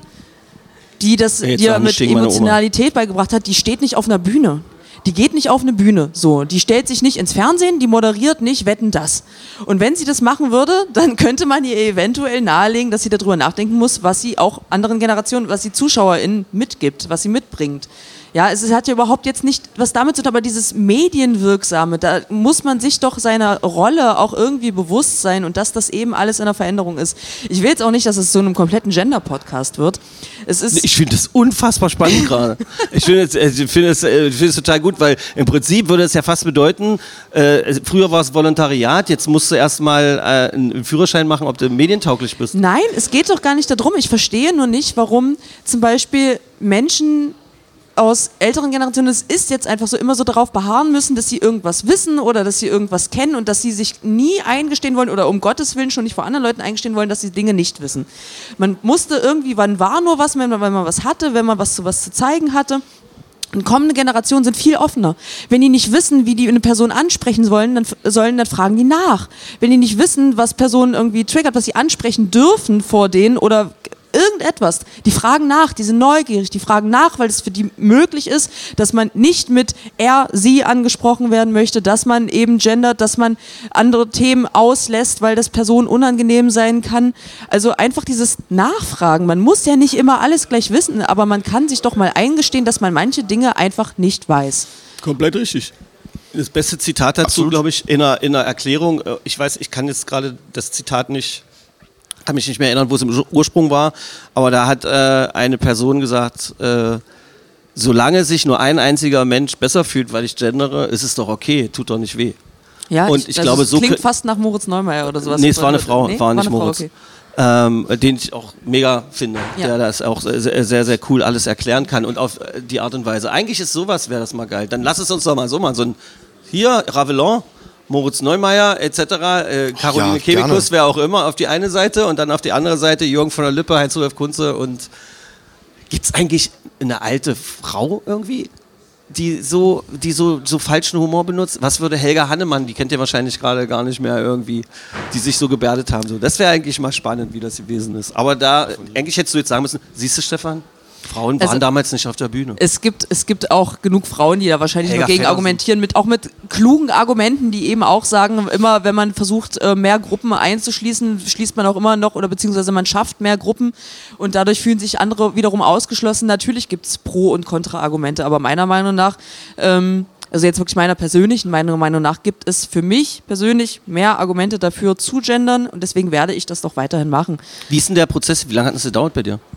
die das Jetzt dir sag nicht mit gegen meine Emotionalität beigebracht hat, die steht nicht auf einer Bühne. Die geht nicht auf eine Bühne, so. Die stellt sich nicht ins Fernsehen, die moderiert nicht Wetten, das. Und wenn sie das machen würde, dann könnte man ihr eventuell nahelegen, dass sie darüber nachdenken muss, was sie auch anderen Generationen, was sie ZuschauerInnen mitgibt, was sie mitbringt. Ja, es hat ja überhaupt jetzt nicht was damit zu tun, aber dieses Medienwirksame, da muss man sich doch seiner Rolle auch irgendwie bewusst sein und dass das eben alles in der Veränderung ist. Ich will jetzt auch nicht, dass es so einem kompletten Gender-Podcast wird. Es ist Ich finde das unfassbar spannend gerade. Ich finde es ich find es, ich find es total gut, weil im Prinzip würde es ja fast bedeuten, äh, früher war es Volontariat, jetzt musst du erstmal äh, einen Führerschein machen, ob du medientauglich bist. Nein, es geht doch gar nicht darum. Ich verstehe nur nicht, warum zum Beispiel Menschen aus älteren Generationen, es ist jetzt einfach so, immer so darauf beharren müssen, dass sie irgendwas wissen oder dass sie irgendwas kennen und dass sie sich nie eingestehen wollen oder um Gottes Willen schon nicht vor anderen Leuten eingestehen wollen, dass sie Dinge nicht wissen. Man musste irgendwie, wann war nur was, wenn man, wenn man was hatte, wenn man was zu was zu zeigen hatte. Und kommende Generationen sind viel offener. Wenn die nicht wissen, wie die eine Person ansprechen wollen, dann sollen, dann fragen die nach. Wenn die nicht wissen, was Personen irgendwie triggert, was sie ansprechen dürfen vor denen oder irgendetwas, die fragen nach, die sind neugierig, die fragen nach, weil es für die möglich ist, dass man nicht mit er, sie angesprochen werden möchte, dass man eben gendert, dass man andere Themen auslässt, weil das Personen unangenehm sein kann. Also einfach dieses Nachfragen. Man muss ja nicht immer alles gleich wissen, aber man kann sich doch mal eingestehen, dass man manche Dinge einfach nicht weiß. Komplett richtig. Das beste Zitat dazu, glaube ich, in einer, in einer Erklärung, ich weiß, ich kann jetzt gerade das Zitat nicht kann mich nicht mehr erinnern, wo es im Ursprung war, aber da hat äh, eine Person gesagt, äh, solange sich nur ein einziger Mensch besser fühlt, weil ich gendere, ist es doch okay, tut doch nicht weh. Ja, und ich, ich also glaube, es so klingt fast nach Moritz Neumeier oder sowas. Nee, es war eine Frau, nee? war nicht eine Frau, Moritz. okay. Ähm, den ich auch mega finde, Ja. der das auch sehr, sehr, sehr cool alles erklären kann und auf die Art und Weise. Eigentlich ist sowas, wäre das mal geil. Dann lass es uns doch mal so machen, so ein, hier, Ravelon, Moritz Neumeier et cetera, äh, Caroline Ja, Kebekus, wer auch immer, auf die eine Seite und dann auf die andere Seite Jürgen von der Lippe, Heinz-Rudolf Kunze. Und gibt es eigentlich eine alte Frau irgendwie, die so, die so, so falschen Humor benutzt? Was würde Helga Hannemann, die kennt ihr wahrscheinlich gerade gar nicht mehr irgendwie, die sich so gebärdet haben. So, das wäre eigentlich mal spannend, wie das gewesen ist. Aber da, eigentlich hättest du jetzt sagen müssen, siehst du, Stefan? Frauen waren Also, damals nicht auf der Bühne. Es gibt, es gibt auch genug Frauen, die da wahrscheinlich Helga nur gegen Feddersen. argumentieren, mit, auch mit klugen Argumenten, die eben auch sagen, immer wenn man versucht, äh, mehr Gruppen einzuschließen, schließt man auch immer noch, oder beziehungsweise man schafft mehr Gruppen und dadurch fühlen sich andere wiederum ausgeschlossen. Natürlich gibt es Pro- und Kontra-Argumente, aber meiner Meinung nach, ähm, also jetzt wirklich meiner persönlichen Meinung, Meinung nach, gibt es für mich persönlich mehr Argumente dafür zu gendern und deswegen werde ich das doch weiterhin machen. Wie ist denn der Prozess, wie lange hat es gedauert bei dir?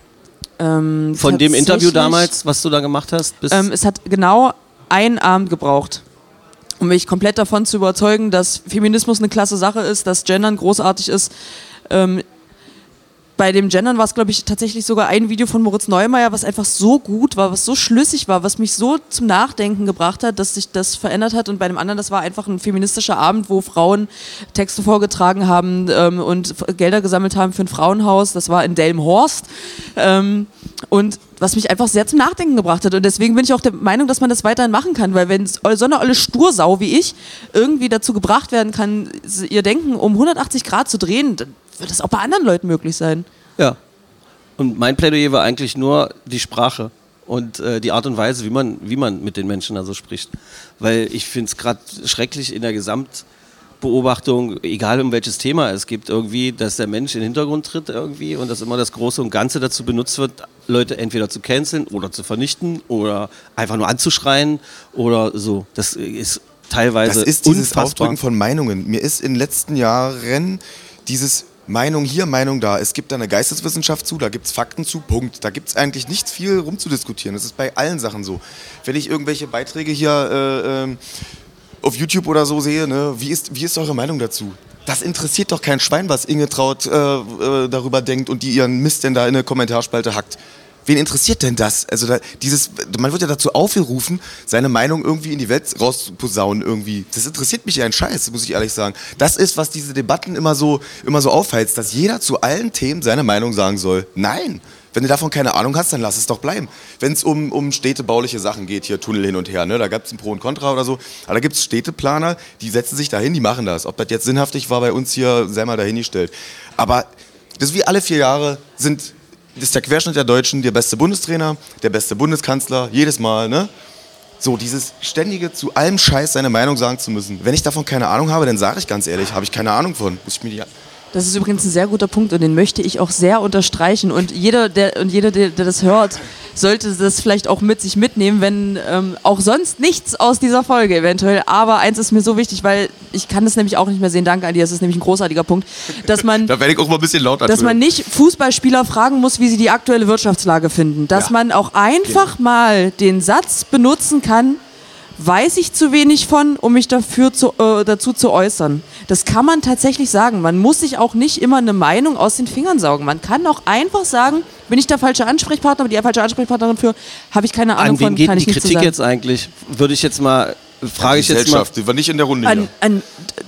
Ähm, Von dem Interview tatsächlich- damals, was du da gemacht hast? Bis Ähm, es hat genau einen Abend gebraucht, um mich komplett davon zu überzeugen, dass Feminismus eine klasse Sache ist, dass Gendern großartig ist. Ähm, bei dem Gendern war es, glaube ich, tatsächlich sogar ein Video von Moritz Neumeier, was einfach so gut war, was so schlüssig war, was mich so zum Nachdenken gebracht hat, dass sich das verändert hat. Und bei dem anderen, das war einfach ein feministischer Abend, wo Frauen Texte vorgetragen haben ähm, und F- Gelder gesammelt haben für ein Frauenhaus. Das war in Delmenhorst. Ähm, und was mich einfach sehr zum Nachdenken gebracht hat. Und deswegen bin ich auch der Meinung, dass man das weiterhin machen kann, weil wenn so eine olle Stursau wie ich irgendwie dazu gebracht werden kann, ihr Denken um hundertachtzig Grad zu drehen, dann wird das auch bei anderen Leuten möglich sein. Ja. Und mein Plädoyer war eigentlich nur die Sprache und äh, die Art und Weise, wie man, wie man mit den Menschen also spricht. Weil ich finde es gerade schrecklich in der Gesamtbeobachtung, egal um welches Thema es gibt, irgendwie, dass der Mensch in den Hintergrund tritt irgendwie und dass immer das Große und Ganze dazu benutzt wird, Leute entweder zu canceln oder zu vernichten oder einfach nur anzuschreien oder so. Das ist teilweise Das ist dieses unfassbar. Ausdrücken von Meinungen. Mir ist in den letzten Jahren dieses Meinung hier, Meinung da. Es gibt da eine Geisteswissenschaft zu, da gibt es Fakten zu, Punkt. Da gibt es eigentlich nichts viel rumzudiskutieren. Das ist bei allen Sachen so. Wenn ich irgendwelche Beiträge hier äh, äh, auf YouTube oder so sehe, ne, wie ist, wie ist eure Meinung dazu? Das interessiert doch kein Schwein, was Inge Traut äh, äh, darüber denkt und die ihren Mist denn da in eine Kommentarspalte hackt. wen interessiert denn das? Also da, dieses, man wird ja dazu aufgerufen, seine Meinung irgendwie in die Welt rauszuposaunen irgendwie. Das interessiert mich ja ein Scheiß, muss ich ehrlich sagen. Das ist, was diese Debatten immer so, immer so aufheizt, dass jeder zu allen Themen seine Meinung sagen soll. Nein! Wenn du davon keine Ahnung hast, dann lass es doch bleiben. Wenn es um, um städtebauliche Sachen geht, hier Tunnel hin und her, ne, da gibt es ein Pro und Contra oder so, aber da gibt es Städteplaner, die setzen sich dahin, die machen das. Ob das jetzt sinnhaftig war bei uns hier, sei mal dahingestellt. Aber das ist wie alle vier Jahre sind, das ist der Querschnitt der Deutschen, der beste Bundestrainer, der beste Bundeskanzler, jedes Mal, ne? So, dieses ständige zu allem Scheiß seine Meinung sagen zu müssen. Wenn ich davon keine Ahnung habe, dann sage ich ganz ehrlich, habe ich keine Ahnung von. Muss ich mir die Das ist übrigens ein sehr guter Punkt und den möchte ich auch sehr unterstreichen. Und jeder, der, und jeder, der, der das hört, sollte das vielleicht auch mit sich mitnehmen, wenn ähm, auch sonst nichts aus dieser Folge eventuell. Aber eins ist mir so wichtig, weil ich kann das nämlich auch nicht mehr sehen. Danke, Andi, das ist nämlich ein großartiger Punkt. Dass man, da werde ich auch mal ein bisschen lauter. Dass man nicht Fußballspieler fragen muss, wie sie die aktuelle Wirtschaftslage finden. Dass Ja. man auch einfach Genau. mal den Satz benutzen kann, weiß ich zu wenig von, um mich dafür zu, äh, dazu zu äußern. Das kann man tatsächlich sagen. Man muss sich auch nicht immer eine Meinung aus den Fingern saugen. Man kann auch einfach sagen, bin ich der falsche Ansprechpartner, aber die falsche Ansprechpartnerin für, habe ich keine Ahnung An wen von, geht kann denn ich die nicht zu Kritik sagen. jetzt eigentlich? Würde ich jetzt mal, frage ich jetzt mal. Gesellschaft, die war nicht in der Runde An, hier. an,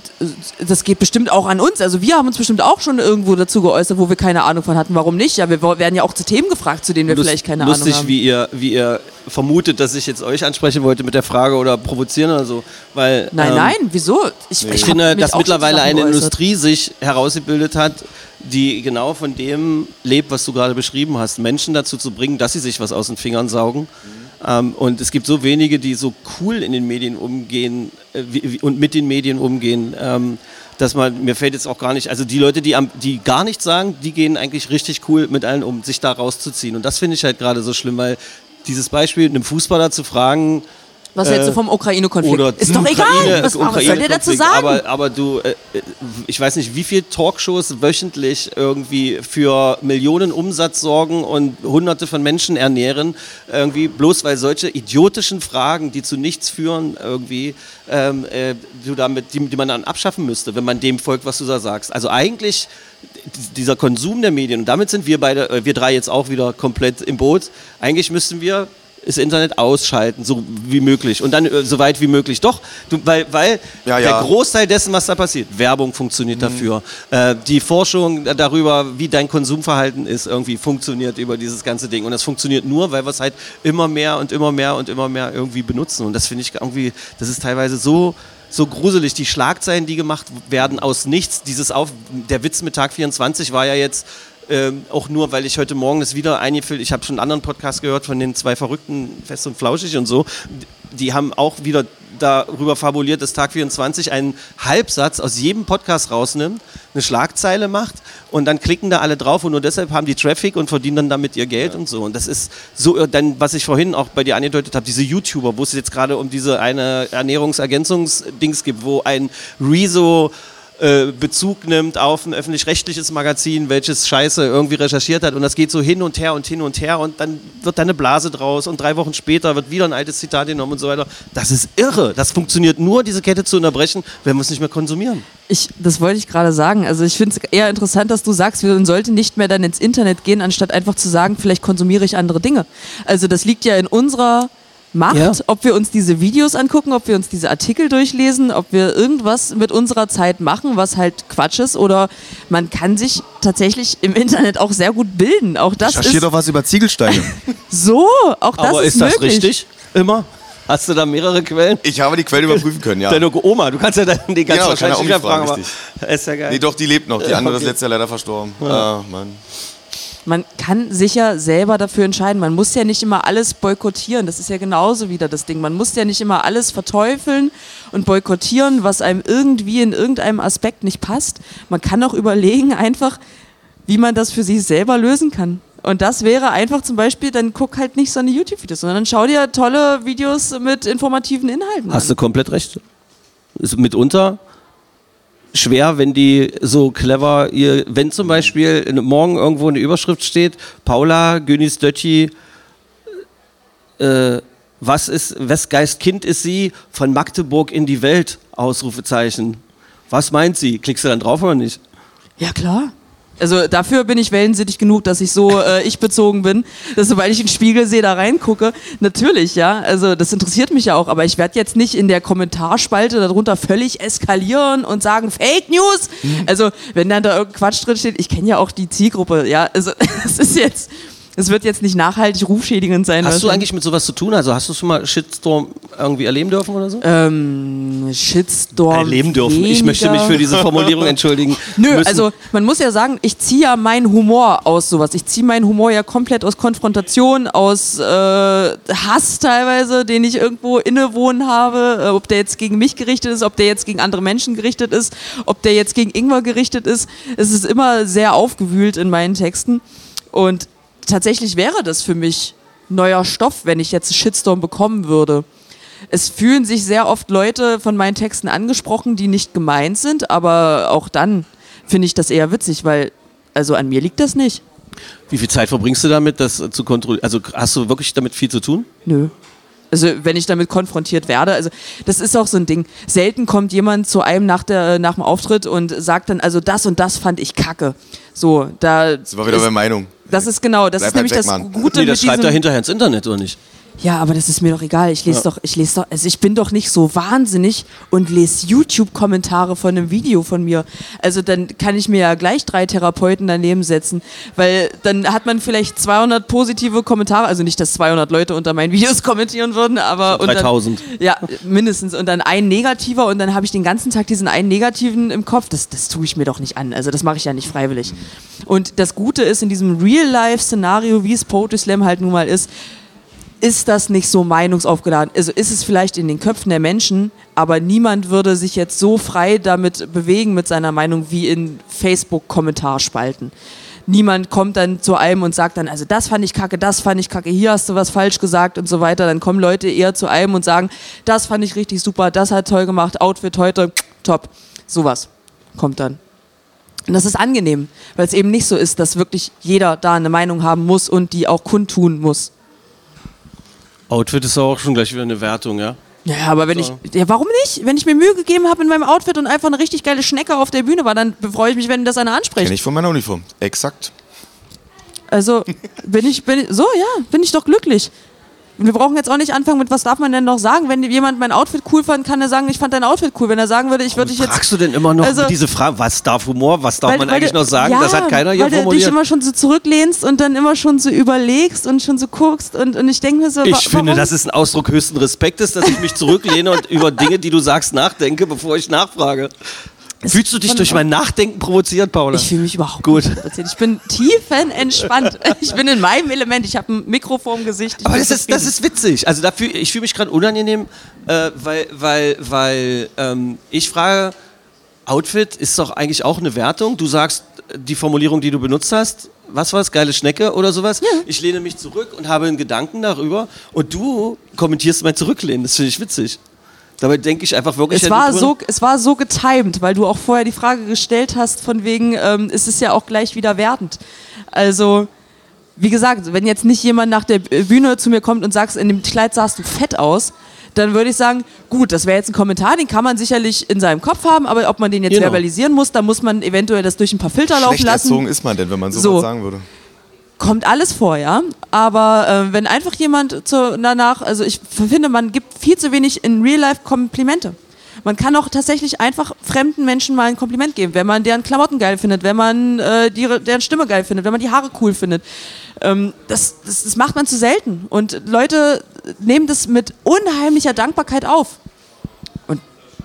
das geht bestimmt auch an uns. Also wir haben uns bestimmt auch schon irgendwo dazu geäußert, wo wir keine Ahnung von hatten. Warum nicht? Ja, wir werden ja auch zu Themen gefragt, zu denen wir Lust- vielleicht keine lustig, Ahnung haben. wie ihr, wie ihr vermutet, dass ich jetzt euch ansprechen wollte mit der Frage oder provozieren oder so. Weil, Nein, ähm, nein, wieso? Ich, Ich hab finde, mich dass auch mittlerweile zu Sachen eine geäußert. Industrie sich herausgebildet hat, die genau von dem lebt, was du gerade beschrieben hast. Menschen dazu zu bringen, dass sie sich was aus den Fingern saugen. Ähm, und es gibt so wenige, die so cool in den Medien umgehen äh, wie, wie, und mit den Medien umgehen, ähm, dass man, mir fällt jetzt auch gar nicht, also die Leute, die, am, die gar nichts sagen, die gehen eigentlich richtig cool mit allen um, sich da rauszuziehen. Und das finde ich halt gerade so schlimm, weil dieses Beispiel, einem Fußballer zu fragen, Was hältst du vom Ukraine-Konflikt? oder Ist doch egal. Ukraine- Was, was soll der dazu Ukraine-Konflikt. sagen? Aber, aber du, äh, ich weiß nicht, wie viele Talkshows wöchentlich irgendwie für Millionen Umsatz sorgen und Hunderte von Menschen ernähren, irgendwie bloß weil solche idiotischen Fragen, die zu nichts führen, irgendwie, ähm, äh, du damit, die, die man dann abschaffen müsste, wenn man dem folgt, was du da sagst. Also eigentlich dieser Konsum der Medien, und damit sind wir beide, äh, wir drei jetzt auch wieder komplett im Boot. Eigentlich müssten wir das Internet ausschalten, so wie möglich und dann äh, so weit wie möglich. Doch, du, weil, weil Ja, der ja. Großteil dessen, was da passiert, Werbung funktioniert dafür, äh, die Forschung darüber, wie dein Konsumverhalten ist, irgendwie funktioniert über dieses ganze Ding und das funktioniert nur, weil wir es halt immer mehr und immer mehr und immer mehr irgendwie benutzen und das finde ich irgendwie, das ist teilweise so so gruselig, die Schlagzeilen, die gemacht werden aus nichts, dieses auf, der Witz mit Tag vierundzwanzig war ja jetzt Ähm, auch nur, weil ich heute Morgen das wieder eingefüllt, ich habe schon einen anderen Podcast gehört von den zwei Verrückten, Fest und Flauschig und so, die haben auch wieder darüber fabuliert, dass Tag vierundzwanzig einen Halbsatz aus jedem Podcast rausnimmt, eine Schlagzeile macht und dann klicken da alle drauf und nur deshalb haben die Traffic und verdienen dann damit ihr Geld ja. und so. Und das ist so, dann, was ich vorhin auch bei dir angedeutet habe, diese YouTuber, wo es jetzt gerade um diese eine Ernährungsergänzungsdings gibt, wo ein Rezo Bezug nimmt auf ein öffentlich-rechtliches Magazin, welches Scheiße irgendwie recherchiert hat und das geht so hin und her und hin und her und dann wird da eine Blase draus und drei Wochen später wird wieder ein altes Zitat genommen und so weiter. Das ist irre. Das funktioniert nur, diese Kette zu unterbrechen, wenn wir es nicht mehr konsumieren. Ich, das wollte ich gerade sagen. Also ich finde es eher interessant, dass du sagst, man sollte nicht mehr dann ins Internet gehen, anstatt einfach zu sagen, vielleicht konsumiere ich andere Dinge. Also das liegt ja in unserer Macht, Ja. ob wir uns diese Videos angucken, ob wir uns diese Artikel durchlesen, ob wir irgendwas mit unserer Zeit machen, was halt Quatsch ist, oder man kann sich tatsächlich im Internet auch sehr gut bilden. Auch das Recherchiert ist doch was über Ziegelsteine. so, auch das Aber ist ist das möglich. richtig? Immer? Hast du da mehrere Quellen? Ich habe die Quellen überprüfen können, ja. Deine Oma, du kannst ja dann die ganz Genau, wahrscheinlich kann er auch wieder nicht fragen, fragen, richtig. aber ist ja geil. Nee, doch, die lebt noch. Die Ja, andere okay. ist letztes Jahr leider verstorben. Ah, Mann. Man kann sich ja selber dafür entscheiden. Man muss ja nicht immer alles boykottieren. Das ist ja genauso wieder das Ding. Man muss ja nicht immer alles verteufeln und boykottieren, was einem irgendwie in irgendeinem Aspekt nicht passt. Man kann auch überlegen einfach, wie man das für sich selber lösen kann. Und das wäre einfach zum Beispiel, dann guck halt nicht so eine YouTube-Videos, sondern dann schau dir tolle Videos mit informativen Inhalten Hast an. du komplett recht. Ist mitunter schwer, wenn die so clever, ihr, wenn zum Beispiel morgen irgendwo eine Überschrift steht, Paula Gönis Dötschi, äh, was ist, wes Geist Kind ist sie, von Magdeburg in die Welt, Ausrufezeichen. Was meint sie? Klickst du dann drauf oder nicht? Ja, klar. Also dafür bin ich wellensittig genug, dass ich so äh, ich-bezogen bin, dass sobald ich in den Spiegel sehe, da reingucke. Natürlich, ja, also das interessiert mich ja auch, aber ich werde jetzt nicht in der Kommentarspalte darunter völlig eskalieren und sagen Fake News. Mhm. Also wenn dann da irgendein Quatsch drin steht, ich kenne ja auch die Zielgruppe, ja, also es ist jetzt... Es wird jetzt nicht nachhaltig rufschädigend sein. Hast du eigentlich mit sowas zu tun? Also hast du schon mal Shitstorm irgendwie erleben dürfen oder so? Ähm, Shitstorm Erleben dürfen. weniger. Ich möchte mich für diese Formulierung entschuldigen. Nö, müssen. also man muss ja sagen, ich ziehe ja meinen Humor aus sowas. Ich ziehe meinen Humor ja komplett aus Konfrontation, aus äh, Hass teilweise, den ich irgendwo innewohnen habe. Äh, ob der jetzt gegen mich gerichtet ist, ob der jetzt gegen andere Menschen gerichtet ist, ob der jetzt gegen Ingwer gerichtet ist. Es ist immer sehr aufgewühlt in meinen Texten. Und tatsächlich wäre das für mich neuer Stoff, wenn ich jetzt einen Shitstorm bekommen würde. Es fühlen sich sehr oft Leute von meinen Texten angesprochen, die nicht gemeint sind, aber auch dann finde ich das eher witzig, weil also an mir liegt das nicht. Wie viel Zeit verbringst du damit, das zu kontrollieren? Also hast du wirklich damit viel zu tun? Nö. Also wenn ich damit konfrontiert werde, also das ist auch so ein Ding. Selten kommt jemand zu einem nach, der, nach dem Auftritt und sagt dann, also das und das fand ich kacke. So, da Das war wieder ist, meine Meinung. Das ist genau, das Bleib ist nämlich halt weg, das Mann. Gute Nee, das mit schreibt er diesem... hinterher ins Internet, oder nicht? Ja, aber das ist mir doch egal. Ich lese Ja. doch, ich lese doch, also ich bin doch nicht so wahnsinnig und lese YouTube-Kommentare von einem Video von mir. Also dann kann ich mir ja gleich drei Therapeuten daneben setzen, weil dann hat man vielleicht zweihundert positive Kommentare, also nicht, dass zweihundert Leute unter meinen Videos kommentieren würden, aber und dann, dreitausend. ja, mindestens und dann ein negativer und dann habe ich den ganzen Tag diesen einen negativen im Kopf. Das, das tue ich mir doch nicht an. Also das mache ich ja nicht freiwillig. Und das Gute ist in diesem Real-Life-Szenario, wie es Poetry Slam halt nun mal ist, ist das nicht so meinungsaufgeladen. Also ist es vielleicht in den Köpfen der Menschen, aber niemand würde sich jetzt so frei damit bewegen mit seiner Meinung wie in Facebook-Kommentarspalten. Niemand kommt dann zu einem und sagt dann, also das fand ich kacke, das fand ich kacke, hier hast du was falsch gesagt und so weiter. Dann kommen Leute eher zu einem und sagen, das fand ich richtig super, das hat toll gemacht, Outfit heute, top. Sowas kommt dann. Und das ist angenehm, weil es eben nicht so ist, dass wirklich jeder da eine Meinung haben muss und die auch kundtun muss. Outfit ist auch schon gleich wieder eine Wertung, ja? Ja, aber wenn So. ich, ja, warum nicht? Wenn ich mir Mühe gegeben habe in meinem Outfit und einfach eine richtig geile Schnecke auf der Bühne war, dann freue ich mich, wenn das einer anspricht. Kenn ich von meiner Uniform. Exakt. Also bin ich, bin ich, so ja, bin ich doch glücklich. Wir brauchen jetzt auch nicht anfangen mit, was darf man denn noch sagen? Wenn jemand mein Outfit cool fand, kann er sagen, ich fand dein Outfit cool. Wenn er sagen würde, ich würde dich jetzt... Fragst du denn immer noch Also- diese Frage, was darf Humor, was darf Weil- man weil eigentlich du- noch sagen? Ja, das hat keiner hier weil du dich formuliert. immer schon so zurücklehnst und dann immer schon so überlegst und schon so guckst und, und ich denke mir so, wa- Ich finde, warum? das ist ein Ausdruck höchsten Respektes, dass ich mich zurücklehne und über Dinge, die du sagst, nachdenke, bevor ich nachfrage. Fühlst du dich von- durch mein Nachdenken provoziert, Paula? Ich fühle mich überhaupt Gut. nicht provoziert. Ich bin tiefenentspannt. Ich bin in meinem Element. Ich habe ein Mikro vorm Gesicht. Ich Aber bin das ist, das zufrieden. ist witzig. Also dafür, ich fühle mich gerade unangenehm, äh, weil, weil, weil ähm, ich frage, Outfit ist doch eigentlich auch eine Wertung. Du sagst die Formulierung, die du benutzt hast, was war es, geile Schnecke oder sowas? Ja. Ich lehne mich zurück und habe einen Gedanken darüber und du kommentierst mein Zurücklehnen. Das finde ich witzig. Dabei denke ich einfach wirklich... Es war, so, es war so getimed, weil du auch vorher die Frage gestellt hast, von wegen, ähm, es ist ja auch gleich wieder wertend. Also, wie gesagt, wenn jetzt nicht jemand nach der Bühne zu mir kommt und sagt, in dem Kleid sahst du fett aus, dann würde ich sagen, gut, das wäre jetzt ein Kommentar, den kann man sicherlich in seinem Kopf haben, aber ob man den jetzt Genau. verbalisieren muss, da muss man eventuell das durch ein paar Filter laufen Schlecht lassen. erzogen ist man denn, wenn man sowas So. sagen würde? Kommt alles vor, ja. Aber äh, wenn einfach jemand zu, danach, also ich finde, man gibt viel zu wenig in Real Life Komplimente. Man kann auch tatsächlich einfach fremden Menschen mal ein Kompliment geben, wenn man deren Klamotten geil findet, wenn man äh, die, deren Stimme geil findet, wenn man die Haare cool findet. Ähm, das, das, das macht man zu selten. Und Leute nehmen das mit unheimlicher Dankbarkeit auf. Und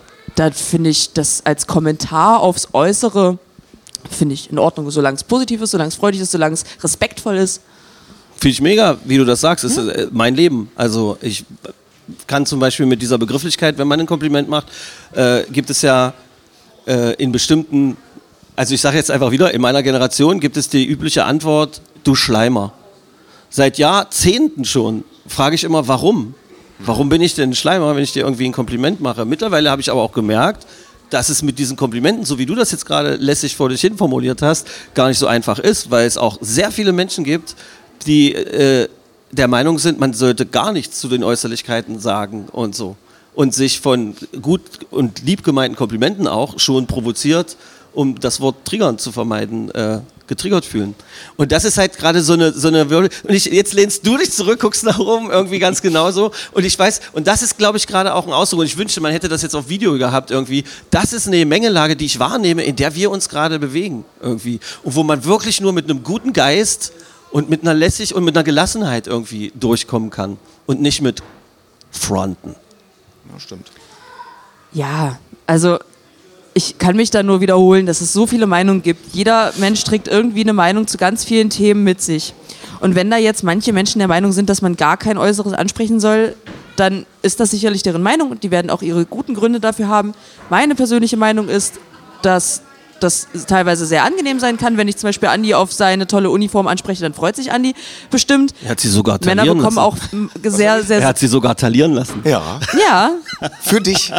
da finde ich das als Kommentar aufs Äußere, finde ich in Ordnung, solange es positiv ist, solange es freudig ist, solange es respektvoll ist. Finde ich mega, wie du das sagst. Das ist äh, mein Leben. Also ich kann zum Beispiel mit dieser Begrifflichkeit, wenn man ein Kompliment macht, äh, gibt es ja äh, in bestimmten, also ich sage jetzt einfach wieder, in meiner Generation gibt es die übliche Antwort, du Schleimer. Seit Jahrzehnten schon frage ich immer, warum? Warum bin ich denn ein Schleimer, wenn ich dir irgendwie ein Kompliment mache? Mittlerweile habe ich aber auch gemerkt, dass es mit diesen Komplimenten, so wie du das jetzt gerade lässig vor dich hin formuliert hast, gar nicht so einfach ist, weil es auch sehr viele Menschen gibt, die äh, der Meinung sind, man sollte gar nichts zu den Äußerlichkeiten sagen und so. Und sich von gut und lieb gemeinten Komplimenten auch schon provoziert, um das Wort triggern zu vermeiden, äh, getriggert fühlen. Und das ist halt gerade so eine, so eine Würde. Und ich, jetzt lehnst du dich zurück, guckst nach oben, irgendwie ganz genauso. Und ich weiß, und das ist, glaube ich, gerade auch ein Ausdruck. Und ich wünschte, man hätte das jetzt auf Video gehabt irgendwie. Das ist eine Mengelage, die ich wahrnehme, in der wir uns gerade bewegen irgendwie. Und wo man wirklich nur mit einem guten Geist und mit einer Lässig und mit einer Gelassenheit irgendwie durchkommen kann. Und nicht mit Fronten. Ja, stimmt. Ja, also ich kann mich da nur wiederholen, dass es so viele Meinungen gibt. Jeder Mensch trägt irgendwie eine Meinung zu ganz vielen Themen mit sich. Und wenn da jetzt manche Menschen der Meinung sind, dass man gar kein Äußeres ansprechen soll, dann ist das sicherlich deren Meinung und die werden auch ihre guten Gründe dafür haben. Meine persönliche Meinung ist, dass das teilweise sehr angenehm sein kann. Wenn ich zum Beispiel Andi auf seine tolle Uniform anspreche, dann freut sich Andi bestimmt. Er hat sie sogar Männer talieren bekommen lassen. auch sehr, sehr... Er hat sie sogar talieren lassen. Ja. Ja, Für dich.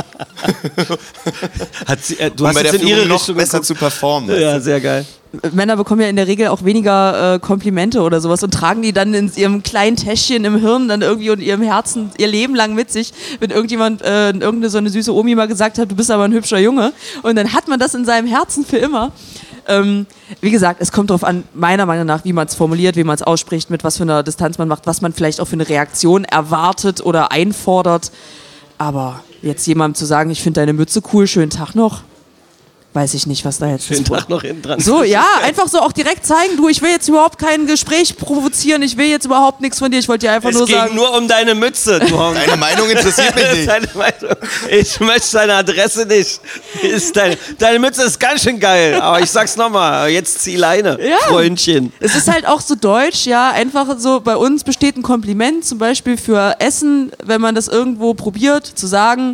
Hat sie, äh, du Um hast bei der jetzt in ihre Führung noch Richtung besser geguckt. zu performen. Ja, sehr geil. Männer bekommen ja in der Regel auch weniger äh, Komplimente oder sowas und tragen die dann in ihrem kleinen Täschchen im Hirn dann irgendwie und ihrem Herzen ihr Leben lang mit sich, wenn irgendjemand, äh, irgendeine so eine süße Omi mal gesagt hat, du bist aber ein hübscher Junge, und dann hat man das in seinem Herzen für immer. Ähm, wie gesagt, es kommt darauf an, meiner Meinung nach, wie man es formuliert, wie man es ausspricht, mit was für einer Distanz man macht, was man vielleicht auch für eine Reaktion erwartet oder einfordert. Aber jetzt jemandem zu sagen, ich finde deine Mütze cool, schönen Tag noch, weiß ich nicht, was da jetzt Schönen ist. Tag noch hinten dran. So, ja, einfach so auch direkt zeigen, du, ich will jetzt überhaupt kein Gespräch provozieren, ich will jetzt überhaupt nichts von dir, ich wollte dir einfach Es nur ging sagen... nur um deine Mütze. Du Deine Meinung interessiert mich nicht. Deine Meinung. Ich möchte deine Adresse nicht. Ist deine, deine Mütze ist ganz schön geil, aber ich sag's nochmal, jetzt zieh Leine, Ja. Freundchen. Es ist halt auch so deutsch, ja, einfach so, bei uns besteht ein Kompliment, zum Beispiel für Essen, wenn man das irgendwo probiert, zu sagen,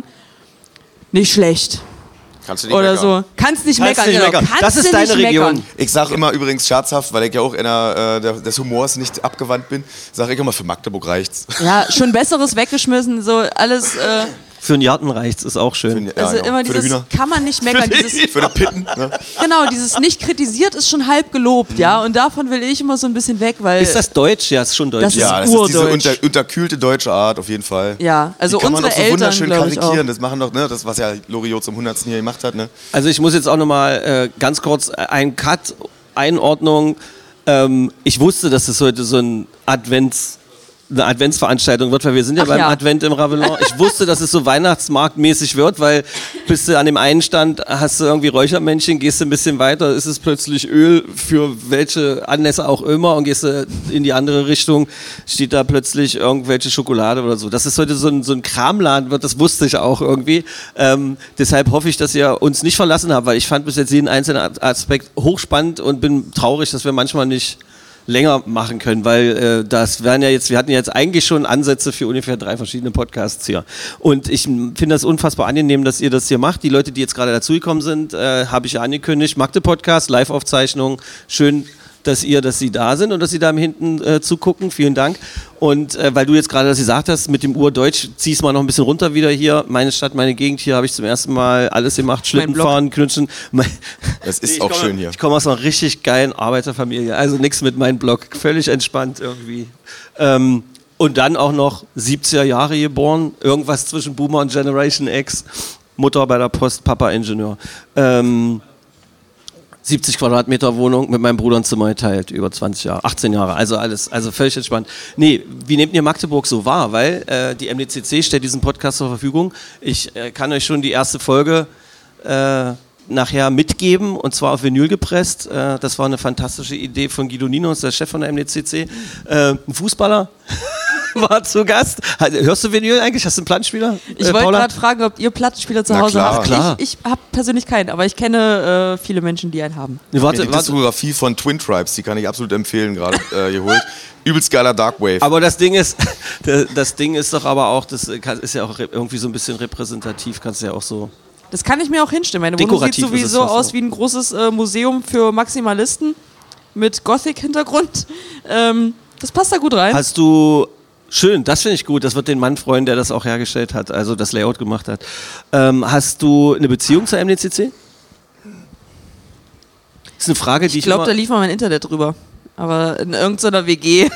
nicht schlecht. Kannst du nicht Oder meckern. so. Kannst nicht Kannst meckern. nicht genau. meckern. Kannst Das ist du deine nicht Region. meckern. Ich sage immer übrigens scherzhaft, weil ich ja auch einer äh, der, des Humors nicht abgewandt bin, sage ich immer, für Magdeburg reicht's. Ja, schon Besseres weggeschmissen, so alles. Äh, Für einen Jarten reicht's, ist auch schön. Ja, also genau. immer Für die dieses, Hühner. kann man nicht meckern. Dieses, Für die Pitten. Ne? genau, dieses nicht kritisiert ist schon halb gelobt, ja. Und davon will ich immer so ein bisschen weg, weil. Ist das Deutsch? Ja, ist schon Deutsch. Das ist Ja, das ist diese urdeutsch. unter, unterkühlte deutsche Art auf jeden Fall. Ja, also Die kann man unsere auch so Eltern, wunderschön glaube ich, auch. karikieren. Das machen doch, ne, das was ja Loriot zum hundertsten Jahr gemacht hat, ne? Also ich muss jetzt auch nochmal äh, ganz kurz einen Cut, Einordnung. Ähm, ich wusste, dass es heute so ein Advents, eine Adventsveranstaltung wird, weil wir sind ja Ach beim ja. Advent im Ravelin. Ich wusste, dass es so weihnachtsmarktmäßig wird, weil bist du an dem einen Stand, hast du irgendwie Räuchermännchen, gehst du ein bisschen weiter, ist es plötzlich Öl für welche Anlässe auch immer, und gehst du in die andere Richtung, steht da plötzlich irgendwelche Schokolade oder so. Dass es heute so ein, so ein Kramladen wird, das wusste ich auch irgendwie. Ähm, deshalb hoffe ich, dass ihr uns nicht verlassen habt, weil ich fand bis jetzt jeden einzelnen Aspekt hochspannend und bin traurig, dass wir manchmal nicht länger machen können, weil äh, das wären ja jetzt, wir hatten ja jetzt eigentlich schon Ansätze für ungefähr drei verschiedene Podcasts hier. Und ich finde das unfassbar angenehm, dass ihr das hier macht. Die Leute, die jetzt gerade dazugekommen sind, äh, habe ich ja angekündigt. Magde-Podcast, Live-Aufzeichnung. Schön, dass ihr, dass sie da sind und dass sie da hinten äh, zugucken. Vielen Dank. Und äh, weil du jetzt gerade das gesagt hast, mit dem Urdeutsch, zieh's mal noch ein bisschen runter wieder hier. Meine Stadt, meine Gegend, hier habe ich zum ersten Mal alles gemacht. Schlitten Blog. fahren, knutschen. Mein, Das ist ich auch komme, schön hier. Ich komme aus einer richtig geilen Arbeiterfamilie. Also nichts mit meinem Blog. Völlig entspannt irgendwie. Ähm, und dann auch noch siebziger Jahre geboren. Irgendwas zwischen Boomer und Generation X. Mutter bei der Post, Papa Ingenieur. Ähm, siebzig Quadratmeter Wohnung mit meinem Bruder ein Zimmer geteilt, über zwanzig Jahre, achtzehn Jahre, also alles, also völlig entspannt. Nee, wie nehmt ihr Magdeburg so wahr? Weil äh, die M D C C stellt diesen Podcast zur Verfügung. Ich äh, kann euch schon die erste Folge äh, nachher mitgeben, und zwar auf Vinyl gepresst. Äh, das war eine fantastische Idee von Guido Ninos, der Chef von der M D C C. Äh, ein Fußballer war zu Gast. Hörst du Vinyl eigentlich? Hast du einen Plattenspieler? Ich äh, wollte Paula? gerade fragen, ob ihr Plattenspieler zu Na Hause klar. habt. Klar. Ich, ich habe persönlich keinen, aber ich kenne äh, viele Menschen, die einen haben. Nee, Mir warte, die warte. Diskografie von Twin Tribes, die kann ich absolut empfehlen, gerade äh, geholt. Übelst geiler Darkwave. Aber das Ding ist, das Ding ist doch aber auch, das ist ja auch irgendwie so ein bisschen repräsentativ, kannst du ja auch so. Das kann ich mir auch hinstellen. Meine Wohnung sieht Dekorativ ist es sowieso fast aus auch. wie ein großes äh, Museum für Maximalisten mit Gothic-Hintergrund. Ähm, das passt da gut rein. Hast du, schön, das finde ich gut, das wird den Mann freuen, der das auch hergestellt hat, also das Layout gemacht hat. Ähm, hast du eine Beziehung zur M D C C? Das ist eine Frage, die ich, ich glaube, da immer, lief mal mein Internet drüber. Aber in irgendeiner W G.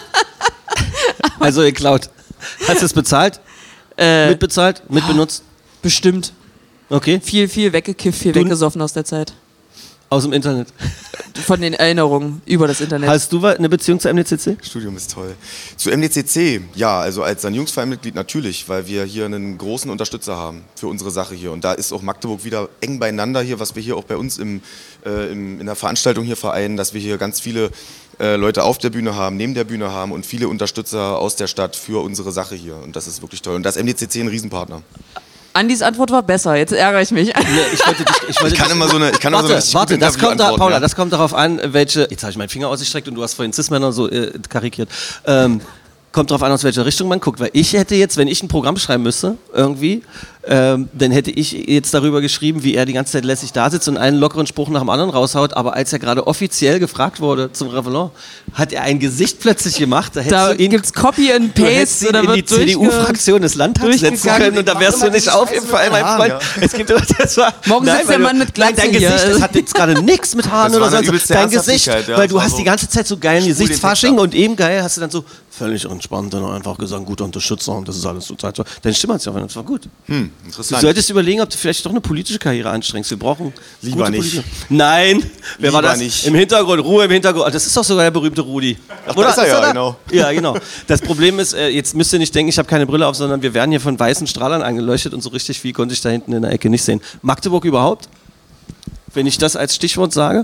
also geklaut. Hast du es bezahlt? äh, Mitbezahlt? Mitbenutzt? bestimmt. Okay, Viel, viel weggekifft, viel Du- weggesoffen aus der Zeit. aus dem Internet. von den Erinnerungen über das Internet. Hast du eine Beziehung zur M D C C? Studium ist toll. Zu M D C C, ja, also als Sanierungsvereinmitglied natürlich, weil wir hier einen großen Unterstützer haben für unsere Sache hier. Und da ist auch Magdeburg wieder eng beieinander hier, was wir hier auch bei uns im, äh, im, in der Veranstaltung hier vereinen, dass wir hier ganz viele äh, Leute auf der Bühne haben, neben der Bühne haben und viele Unterstützer aus der Stadt für unsere Sache hier. Und das ist wirklich toll. Und das M D C C ein Riesenpartner. Andis Antwort war besser, jetzt ärgere ich mich. Nee, ich, wollte dich, ich, wollte Ich kann dich, immer so eine, ich kann immer Warte, so eine warte, das kommt, da, Interview-Antworten, Paula, ja. das kommt darauf an, welche. Jetzt habe ich meinen Finger ausgestreckt und du hast vorhin Cis-Männer so äh, karikiert. Ähm, kommt darauf an, aus welcher Richtung man guckt. Weil ich hätte jetzt, wenn ich ein Programm schreiben müsste, irgendwie, ähm, dann hätte ich jetzt darüber geschrieben, wie er die ganze Zeit lässig da sitzt und einen lockeren Spruch nach dem anderen raushaut. Aber als er gerade offiziell gefragt wurde zum Revelant, hat er ein Gesicht plötzlich gemacht. Da, Da du ihn, gibt's Copy and du hättest Paste ihn oder in die wird C D U-Fraktion des Landtags setzen durchgegangen. können und da wärst du nicht aufgefallen, mein Freund. Es gibt, das war, Morgen sitzt der weil Mann du- mit Glatze Nein, dein hier. Gesicht, das hat jetzt gerade nichts mit Haaren Das war oder eine sonst. übelste Dein Gesicht, Ernsthaftigkeit, ja. weil du Das war hast so die ganze Zeit so geilen schwul den Gesichtsfasching Text ab. und eben geil hast du dann so völlig entspannt und einfach gesagt, guter Unterstützer und das ist alles total toll. Deine Stimme hat sich auch verändert, das war gut. Hm, Du interessant. solltest überlegen, ob du vielleicht doch eine politische Karriere anstrengst. Wir brauchen Lieber gute nicht. Politiker. Nein, wer war Lieber das? nicht. Im Hintergrund, Ruhe im Hintergrund. Das ist doch sogar der berühmte Rudi. Ach, da ist er ja, da? genau. Ja, genau. Das Problem ist, äh, jetzt müsst ihr nicht denken, ich habe keine Brille auf, sondern wir werden hier von weißen Strahlern angeleuchtet und so richtig viel konnte ich da hinten in der Ecke nicht sehen. Magdeburg überhaupt? Wenn ich das als Stichwort sage?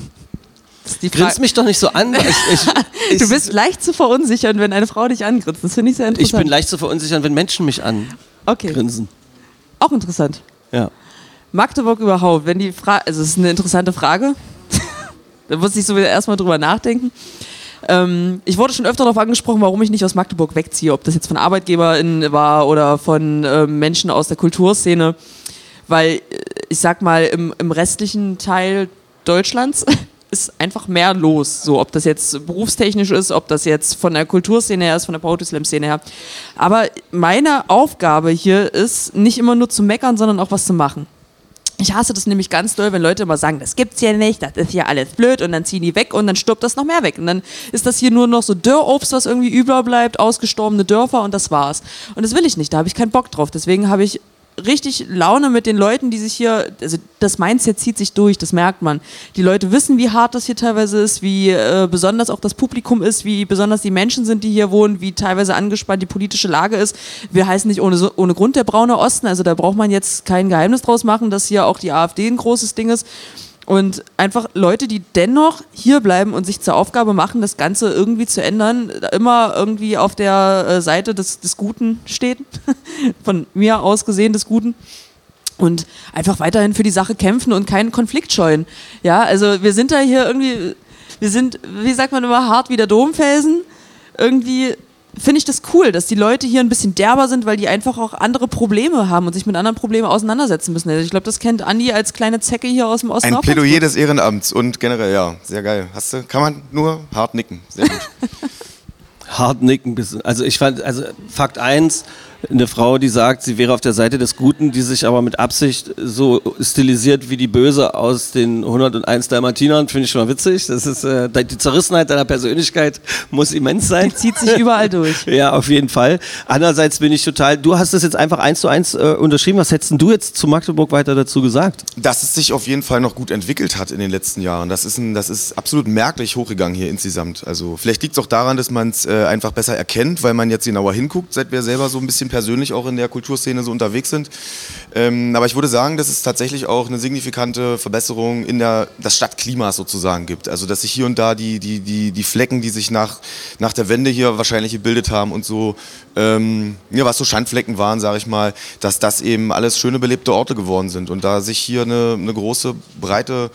Das ist die Grinst Frage. mich doch nicht so an. Ich, ich, ich, Du bist leicht zu verunsichern, wenn eine Frau dich angrinst. Das finde ich sehr ich interessant. bin leicht zu verunsichern, wenn Menschen mich Okay, angrinsen. auch interessant. Ja. Magdeburg überhaupt, wenn die Frage, also es ist eine interessante Frage. Da muss ich so wieder erstmal drüber nachdenken. Ähm, ich wurde schon öfter darauf angesprochen, warum ich nicht aus Magdeburg wegziehe, ob das jetzt von ArbeitgeberInnen war oder von ähm, Menschen aus der Kulturszene. Weil, äh, ich sag mal, im, im restlichen Teil Deutschlands ist einfach mehr los. So, ob das jetzt berufstechnisch ist, ob das jetzt von der Kulturszene her ist, von der Poetry Slam Szene her. Aber meine Aufgabe hier ist, nicht immer nur zu meckern, sondern auch was zu machen. Ich hasse das nämlich ganz doll, wenn Leute immer sagen, das gibt's hier nicht, das ist hier alles blöd und dann ziehen die weg und dann stirbt das noch mehr weg. Und dann ist das hier nur noch so Dörrobst, was irgendwie überbleibt, ausgestorbene Dörfer und das war's. Und das will ich nicht, da habe ich keinen Bock drauf. Deswegen habe ich richtig Laune mit den Leuten, die sich hier, also das Mindset zieht sich durch, das merkt man. Die Leute wissen, wie hart das hier teilweise ist, wie äh, besonders auch das Publikum ist, wie besonders die Menschen sind, die hier wohnen, wie teilweise angespannt die politische Lage ist. Wir heißen nicht ohne, so- ohne Grund der braune Osten, also da braucht man jetzt kein Geheimnis draus machen, dass hier auch die AfD ein großes Ding ist. Und einfach Leute, die dennoch hier bleiben und sich zur Aufgabe machen, das Ganze irgendwie zu ändern, immer irgendwie auf der äh, Seite des, des Guten stehen, von mir aus gesehen des Guten. Und einfach weiterhin für die Sache kämpfen und keinen Konflikt scheuen. Ja, also wir sind da hier irgendwie, wir sind, wie sagt man immer, hart wie der Domfelsen. Irgendwie finde ich das cool, dass die Leute hier ein bisschen derber sind, weil die einfach auch andere Probleme haben und sich mit anderen Problemen auseinandersetzen müssen. Also ich glaube, das kennt Andi als kleine Zecke hier aus dem Osten Ein auch ganz Plädoyer gut. des Ehrenamts und generell, ja, sehr geil. Hast du, kann man nur hart nicken. Sehr gut. Hart nicken. Bis, also ich fand, also Fakt eins, eine Frau, die sagt, sie wäre auf der Seite des Guten, die sich aber mit Absicht so stilisiert wie die Böse aus den hunderteins Dalmatinern, finde ich schon mal witzig. Das ist, äh, die Zerrissenheit deiner Persönlichkeit muss immens sein. Die zieht sich überall durch. Ja, auf jeden Fall. Andererseits bin ich total, du hast das jetzt einfach eins zu eins äh, unterschrieben. Was hättest denn du jetzt zu Magdeburg weiter dazu gesagt? Dass es sich auf jeden Fall noch gut entwickelt hat in den letzten Jahren. Das ist, ein, das ist absolut merklich hochgegangen hier insgesamt. Also vielleicht liegt es auch daran, dass man es äh, einfach besser erkennt, weil man jetzt genauer hinguckt, seit wir selber so ein bisschen persönlich auch in der Kulturszene so unterwegs sind. Ähm, aber ich würde sagen, dass es tatsächlich auch eine signifikante Verbesserung in der, das Stadtklimas sozusagen gibt. Also dass sich hier und da die, die, die, die Flecken, die sich nach, nach der Wende hier wahrscheinlich gebildet haben und so, ähm, ja, was so Schandflecken waren, sage ich mal, dass das eben alles schöne belebte Orte geworden sind und da sich hier eine, eine große, breite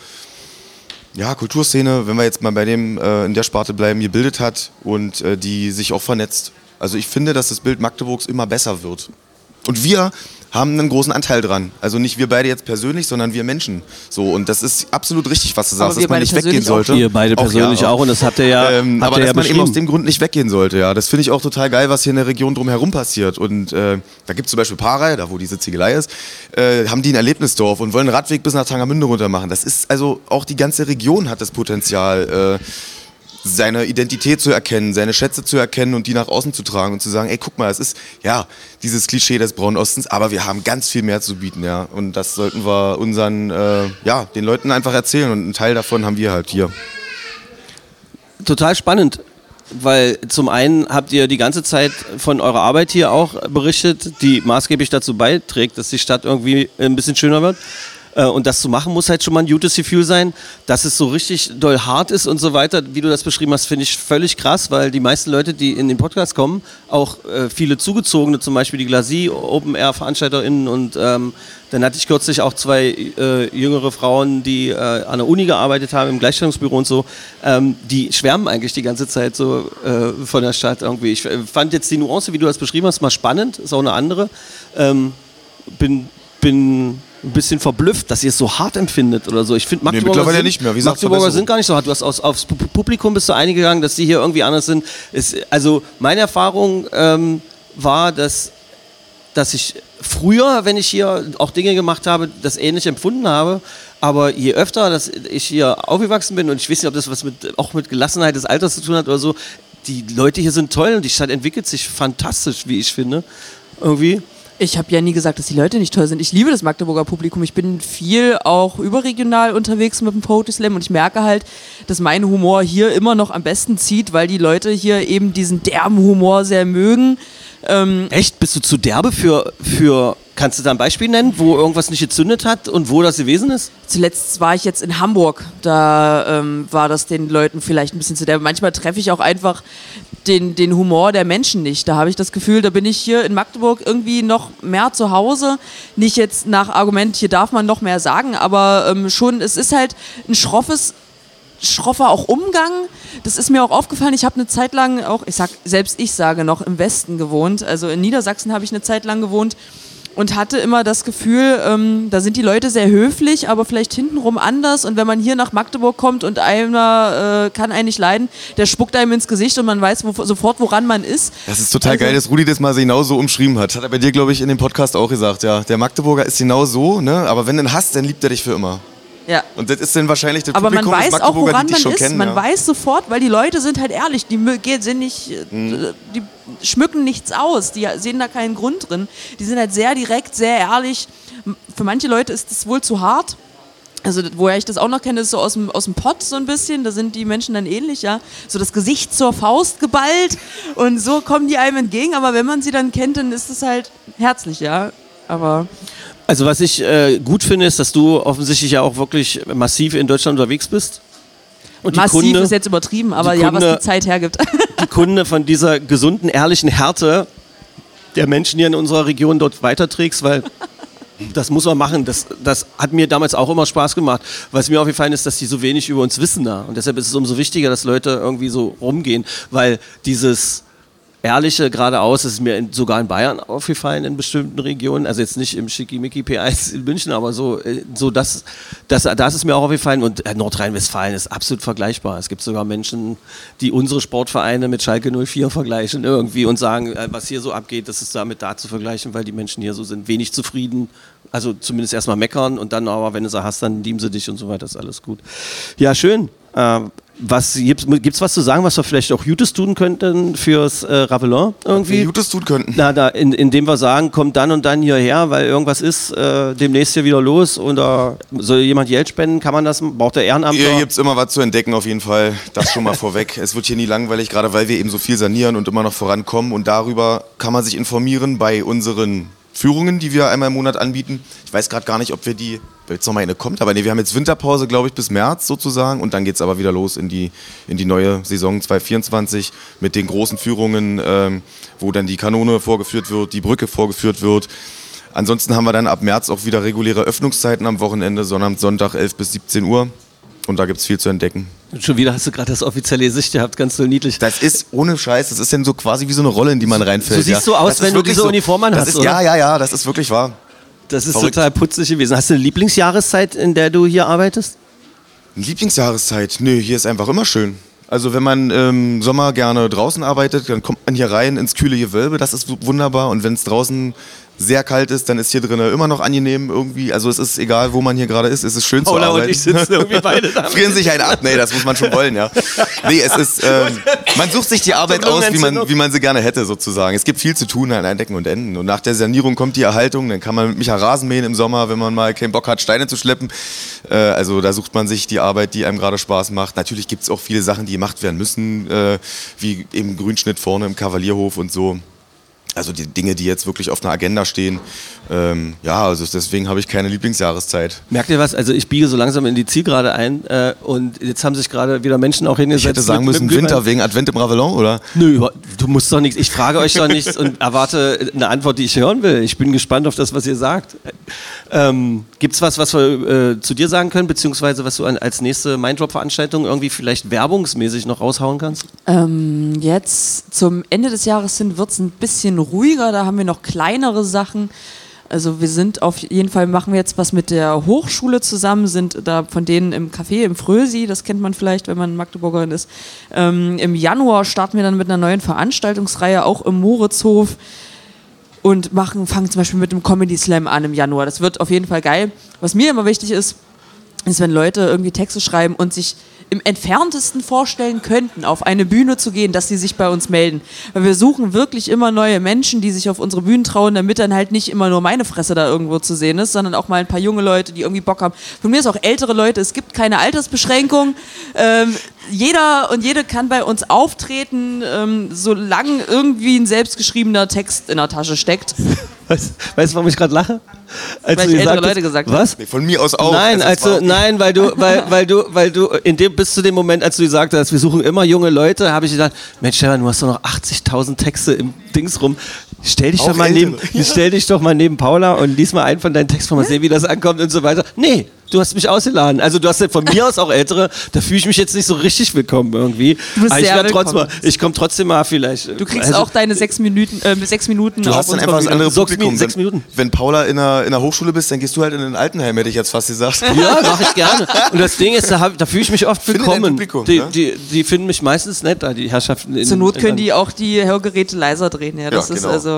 ja, Kulturszene, wenn wir jetzt mal bei dem äh, in der Sparte bleiben, gebildet hat und äh, die sich auch vernetzt. Also ich finde, dass das Bild Magdeburgs immer besser wird. Und wir haben einen großen Anteil dran. Also nicht wir beide jetzt persönlich, sondern wir Menschen. So, und das ist absolut richtig, was du Aber sagst, wir dass man beide nicht weggehen persönlich auch. sollte. Ihr beide persönlich ja, auch und das habt ihr ja, ähm, habt aber ihr dass ja man eben aus beschrieben. dem Grund nicht weggehen sollte, ja. Das finde ich auch total geil, was hier in der Region drumherum passiert. Und äh, da gibt es zum Beispiel Parey, da wo diese Ziegelei ist, äh, haben die ein Erlebnisdorf und wollen einen Radweg bis nach Tangermünde runter machen. Das ist also, auch die ganze Region hat das Potenzial, äh, seine Identität zu erkennen, seine Schätze zu erkennen und die nach außen zu tragen und zu sagen, ey, guck mal, es ist ja dieses Klischee des Braunen Ostens, aber wir haben ganz viel mehr zu bieten, ja. Und das sollten wir unseren, äh, ja, den Leuten einfach erzählen und einen Teil davon haben wir halt hier. Total spannend, weil zum einen habt ihr die ganze Zeit von eurer Arbeit hier auch berichtet, die maßgeblich dazu beiträgt, dass die Stadt irgendwie ein bisschen schöner wird. Und das zu machen, muss halt schon mal ein gutes Gefühl sein, dass es so richtig doll hart ist und so weiter. Wie du das beschrieben hast, finde ich völlig krass, weil die meisten Leute, die in den Podcast kommen, auch äh, viele Zugezogene, zum Beispiel die Glasie, Open-Air-VeranstalterInnen und ähm, dann hatte ich kürzlich auch zwei äh, jüngere Frauen, die äh, an der Uni gearbeitet haben, im Gleichstellungsbüro und so, ähm, die schwärmen eigentlich die ganze Zeit so äh, von der Stadt irgendwie. Ich äh, fand jetzt die Nuance, wie du das beschrieben hast, mal spannend, ist auch eine andere. Ähm, bin, bin ein bisschen verblüfft, dass ihr es so hart empfindet oder so. Ich finde Magdeburger, nee, mittlerweile sind, nicht mehr. Wie gesagt, Magdeburger sind gar nicht so hart. Du hast aus, aufs Publikum bist du eingegangen, dass die hier irgendwie anders sind. Ist, also meine Erfahrung ähm, war, dass, dass ich früher, wenn ich hier auch Dinge gemacht habe, das ähnlich empfunden habe. Aber je öfter dass ich hier aufgewachsen bin und ich weiß nicht, ob das was mit, auch mit Gelassenheit des Alters zu tun hat oder so, die Leute hier sind toll und die Stadt entwickelt sich fantastisch, wie ich finde. Irgendwie. Ich habe ja nie gesagt, dass die Leute nicht toll sind. Ich liebe das Magdeburger Publikum. Ich bin viel auch überregional unterwegs mit dem Poetry Slam und ich merke halt, dass mein Humor hier immer noch am besten zieht, weil die Leute hier eben diesen derben Humor sehr mögen. Ähm Echt? Bist du zu derbe für, für, kannst du da ein Beispiel nennen, wo irgendwas nicht gezündet hat und wo das gewesen ist? Zuletzt war ich jetzt in Hamburg. Da ähm, war das den Leuten vielleicht ein bisschen zu derbe. Manchmal treffe ich auch einfach Den, den Humor der Menschen nicht. Da habe ich das Gefühl, da bin ich hier in Magdeburg irgendwie noch mehr zu Hause. Nicht jetzt nach Argument, hier darf man noch mehr sagen, aber ähm, schon, es ist halt ein schroffes, schroffer auch Umgang. Das ist mir auch aufgefallen. Ich habe eine Zeit lang auch, ich sag, selbst ich sage noch, im Westen gewohnt. Also in Niedersachsen habe ich eine Zeit lang gewohnt. Und hatte immer das Gefühl, ähm, da sind die Leute sehr höflich, aber vielleicht hintenrum anders. Und wenn man hier nach Magdeburg kommt und einer äh, kann einen nicht leiden, der spuckt einem ins Gesicht und man weiß wo, sofort, woran man ist. Das ist total also, geil, dass Rudi das mal genauso umschrieben hat. Hat er bei dir, glaube ich, in dem Podcast auch gesagt. Ja, der Magdeburger ist genau so, ne? Aber wenn du ihn hast, dann liebt er dich für immer. Ja. Und das ist dann wahrscheinlich das aber Publikum man des weiß auch, Magdeburger, woran die man dich schon ist. kennen. Man ja. weiß sofort, weil die Leute sind halt ehrlich. Die sind nicht, Mhm. die schmücken nichts aus. Die sehen da keinen Grund drin. Die sind halt sehr direkt, sehr ehrlich. Für manche Leute ist das wohl zu hart. Also woher ich das auch noch kenne, ist so aus dem, aus dem Pott so ein bisschen. Da sind die Menschen dann ähnlich, ja. So das Gesicht zur Faust geballt und so kommen die einem entgegen. Aber wenn man sie dann kennt, dann ist es halt herzlich, ja. Aber Also was ich äh, gut finde, ist, dass du offensichtlich ja auch wirklich massiv in Deutschland unterwegs bist. Und die massiv Kunde, ist jetzt übertrieben, aber die ja, Kunde- was die Zeit hergibt. die Kunde von dieser gesunden, ehrlichen Härte der Menschen hier in unserer Region dort weiterträgst, weil das muss man machen. Das, das hat mir damals auch immer Spaß gemacht. Was mir aufgefallen ist, dass die so wenig über uns wissen da. Und deshalb ist es umso wichtiger, dass Leute irgendwie so rumgehen, weil dieses Ehrliche geradeaus ist mir in, sogar in Bayern aufgefallen, in bestimmten Regionen. Also jetzt nicht im Schickimicki P eins in München, aber so, äh, so das, das, das ist mir auch aufgefallen. Und äh, Nordrhein-Westfalen ist absolut vergleichbar. Es gibt sogar Menschen, die unsere Sportvereine mit Schalke null vier vergleichen irgendwie und sagen, äh, was hier so abgeht, das ist damit da zu vergleichen, weil die Menschen hier so sind, wenig zufrieden. Also zumindest erstmal meckern und dann aber, wenn du sie hast, dann lieben sie dich und so weiter, ist alles gut. Ja, schön. Äh, Was gibt's, gibt's was zu sagen, was wir vielleicht auch Gutes tun könnten fürs äh, Ravelin irgendwie? Wir Gutes tun könnten. Na, da, in, indem wir sagen, kommt dann und dann hierher, weil irgendwas ist äh, demnächst hier wieder los oder soll jemand Geld spenden, kann man das, braucht der Ehrenamtler? Hier gibt es immer was zu entdecken auf jeden Fall, das schon mal vorweg. Es wird hier nie langweilig, gerade weil wir eben so viel sanieren und immer noch vorankommen und darüber kann man sich informieren bei unseren Führungen, die wir einmal im Monat anbieten. Ich weiß gerade gar nicht, ob wir die, jetzt noch mal eine kommt, aber nee, wir haben jetzt Winterpause, glaube ich, bis März sozusagen und dann geht es aber wieder los in die, in die neue Saison zwanzig vierundzwanzig mit den großen Führungen, ähm, wo dann die Kanone vorgeführt wird, die Brücke vorgeführt wird. Ansonsten haben wir dann ab März auch wieder reguläre Öffnungszeiten am Wochenende, Sonnabend, Sonntag elf bis siebzehn Uhr und da gibt es viel zu entdecken. Schon wieder hast du gerade das offizielle Gesicht gehabt, ganz so niedlich. Das ist ohne Scheiß, das ist dann so quasi wie so eine Rolle, in die man reinfällt. So siehst ja. du aus, Das ist wenn du wirklich diese Uniform das anhast, ist, oder? Ja, ja, ja, das ist wirklich wahr. Das ist Verrückt. total putzig gewesen. Hast du eine Lieblingsjahreszeit, in der du hier arbeitest? Lieblingsjahreszeit? Nö, hier ist einfach immer schön. Also wenn man im Sommer gerne draußen arbeitet, dann kommt man hier rein ins kühle Gewölbe, das ist wunderbar. Und wenn es draußen sehr kalt ist, dann ist hier drin immer noch angenehm irgendwie. Also es ist egal, wo man hier gerade ist, es ist schön Paula zu arbeiten. und ich sitzen irgendwie beide da. Frieren sich einen ab, nee, das muss man schon wollen, ja. Nee, es ist, ähm, man sucht sich die Arbeit aus, wie man, wie man sie gerne hätte sozusagen. Es gibt viel zu tun an Ecken und Enden. Und nach der Sanierung kommt die Erhaltung, dann kann man mit Micha Rasen mähen im Sommer, wenn man mal keinen Bock hat, Steine zu schleppen. Äh, also da sucht man sich die Arbeit, die einem gerade Spaß macht. Natürlich gibt es auch viele Sachen, die gemacht werden müssen, äh, wie eben Grünschnitt vorne im Kavalierhof und so. Also die Dinge, die jetzt wirklich auf einer Agenda stehen. Ähm, ja, also deswegen habe ich keine Lieblingsjahreszeit. Merkt ihr was? Also ich biege so langsam in die Zielgerade ein äh, und jetzt haben sich gerade wieder Menschen auch hingesetzt. Ich hätte sagen mit, müssen mit Winter wegen Advent im Ravelon, oder? Nö, du musst doch nichts. Ich frage euch doch nichts und erwarte eine Antwort, die ich hören will. Ich bin gespannt auf das, was ihr sagt. Ähm, Gibt es was, was wir äh, zu dir sagen können, beziehungsweise was du an, als nächste Minddrop-Veranstaltung irgendwie vielleicht werbungsmäßig noch raushauen kannst? Ähm, jetzt zum Ende des Jahres hin wird es ein bisschen ruhiger, da haben wir noch kleinere Sachen. Also wir sind auf jeden Fall, machen wir jetzt was mit der Hochschule zusammen, sind da von denen im Café im Frösi, das kennt man vielleicht, wenn man Magdeburgerin ist. Ähm, im Januar starten wir dann mit einer neuen Veranstaltungsreihe, auch im Moritzhof. Und machen, fangen zum Beispiel mit dem Comedy Slam an im Januar. Das wird auf jeden Fall geil. Was mir immer wichtig ist, ist, wenn Leute irgendwie Texte schreiben und sich im Entferntesten vorstellen könnten, auf eine Bühne zu gehen, dass sie sich bei uns melden. Weil wir suchen wirklich immer neue Menschen, die sich auf unsere Bühnen trauen, damit dann halt nicht immer nur meine Fresse da irgendwo zu sehen ist, sondern auch mal ein paar junge Leute, die irgendwie Bock haben. Von mir ist auch ältere Leute, es gibt keine Altersbeschränkung. Ähm, jeder und jede kann bei uns auftreten, ähm, solange irgendwie ein selbstgeschriebener Text in der Tasche steckt. Weißt, weißt du, warum ich gerade lache? Als Weil du ich ältere sagtest- Leute gesagt Was? habe. Nee, von mir aus auch. Nein, Es ist also wahr. nein, weil du, weil, weil du, weil du in dem bis zu dem Moment, als du gesagt hast, wir suchen immer junge Leute, habe ich gedacht, Mensch, Stefan, du hast doch noch achtzigtausend Texte im Dings rum. Stell dich Auch doch mal neben, ältere. stell dich doch mal neben Paula und lies mal einen von deinen Texten, mal sehen, wie das ankommt und so weiter. Nee, du hast mich ausgeladen. Also du hast ja von mir aus auch ältere. Da fühle ich mich jetzt nicht so richtig willkommen irgendwie. Du bist Aber ich sehr werd trotzdem mal, willkommen. ich komme trotzdem mal vielleicht. Du kriegst also, auch deine sechs Minuten, äh, sechs Minuten Du auf hast dann unserer einfach das Bühne. andere Sechs Publikum. Minuten, sechs Minuten. Wenn, wenn Paula in der, in der Hochschule bist, dann gehst du halt in ein Altenheim, hätte ich jetzt fast gesagt. Ja, mache ich gerne. Und das Ding ist, da, hab- da fühle ich mich oft Findet ein willkommen. Publikum, die, ne? die, die finden mich meistens nett, da die Herrschaften. In, Zur Not in- können die auch die Hörgeräte leiser drehen. Ja, das Ja, ist genau. also.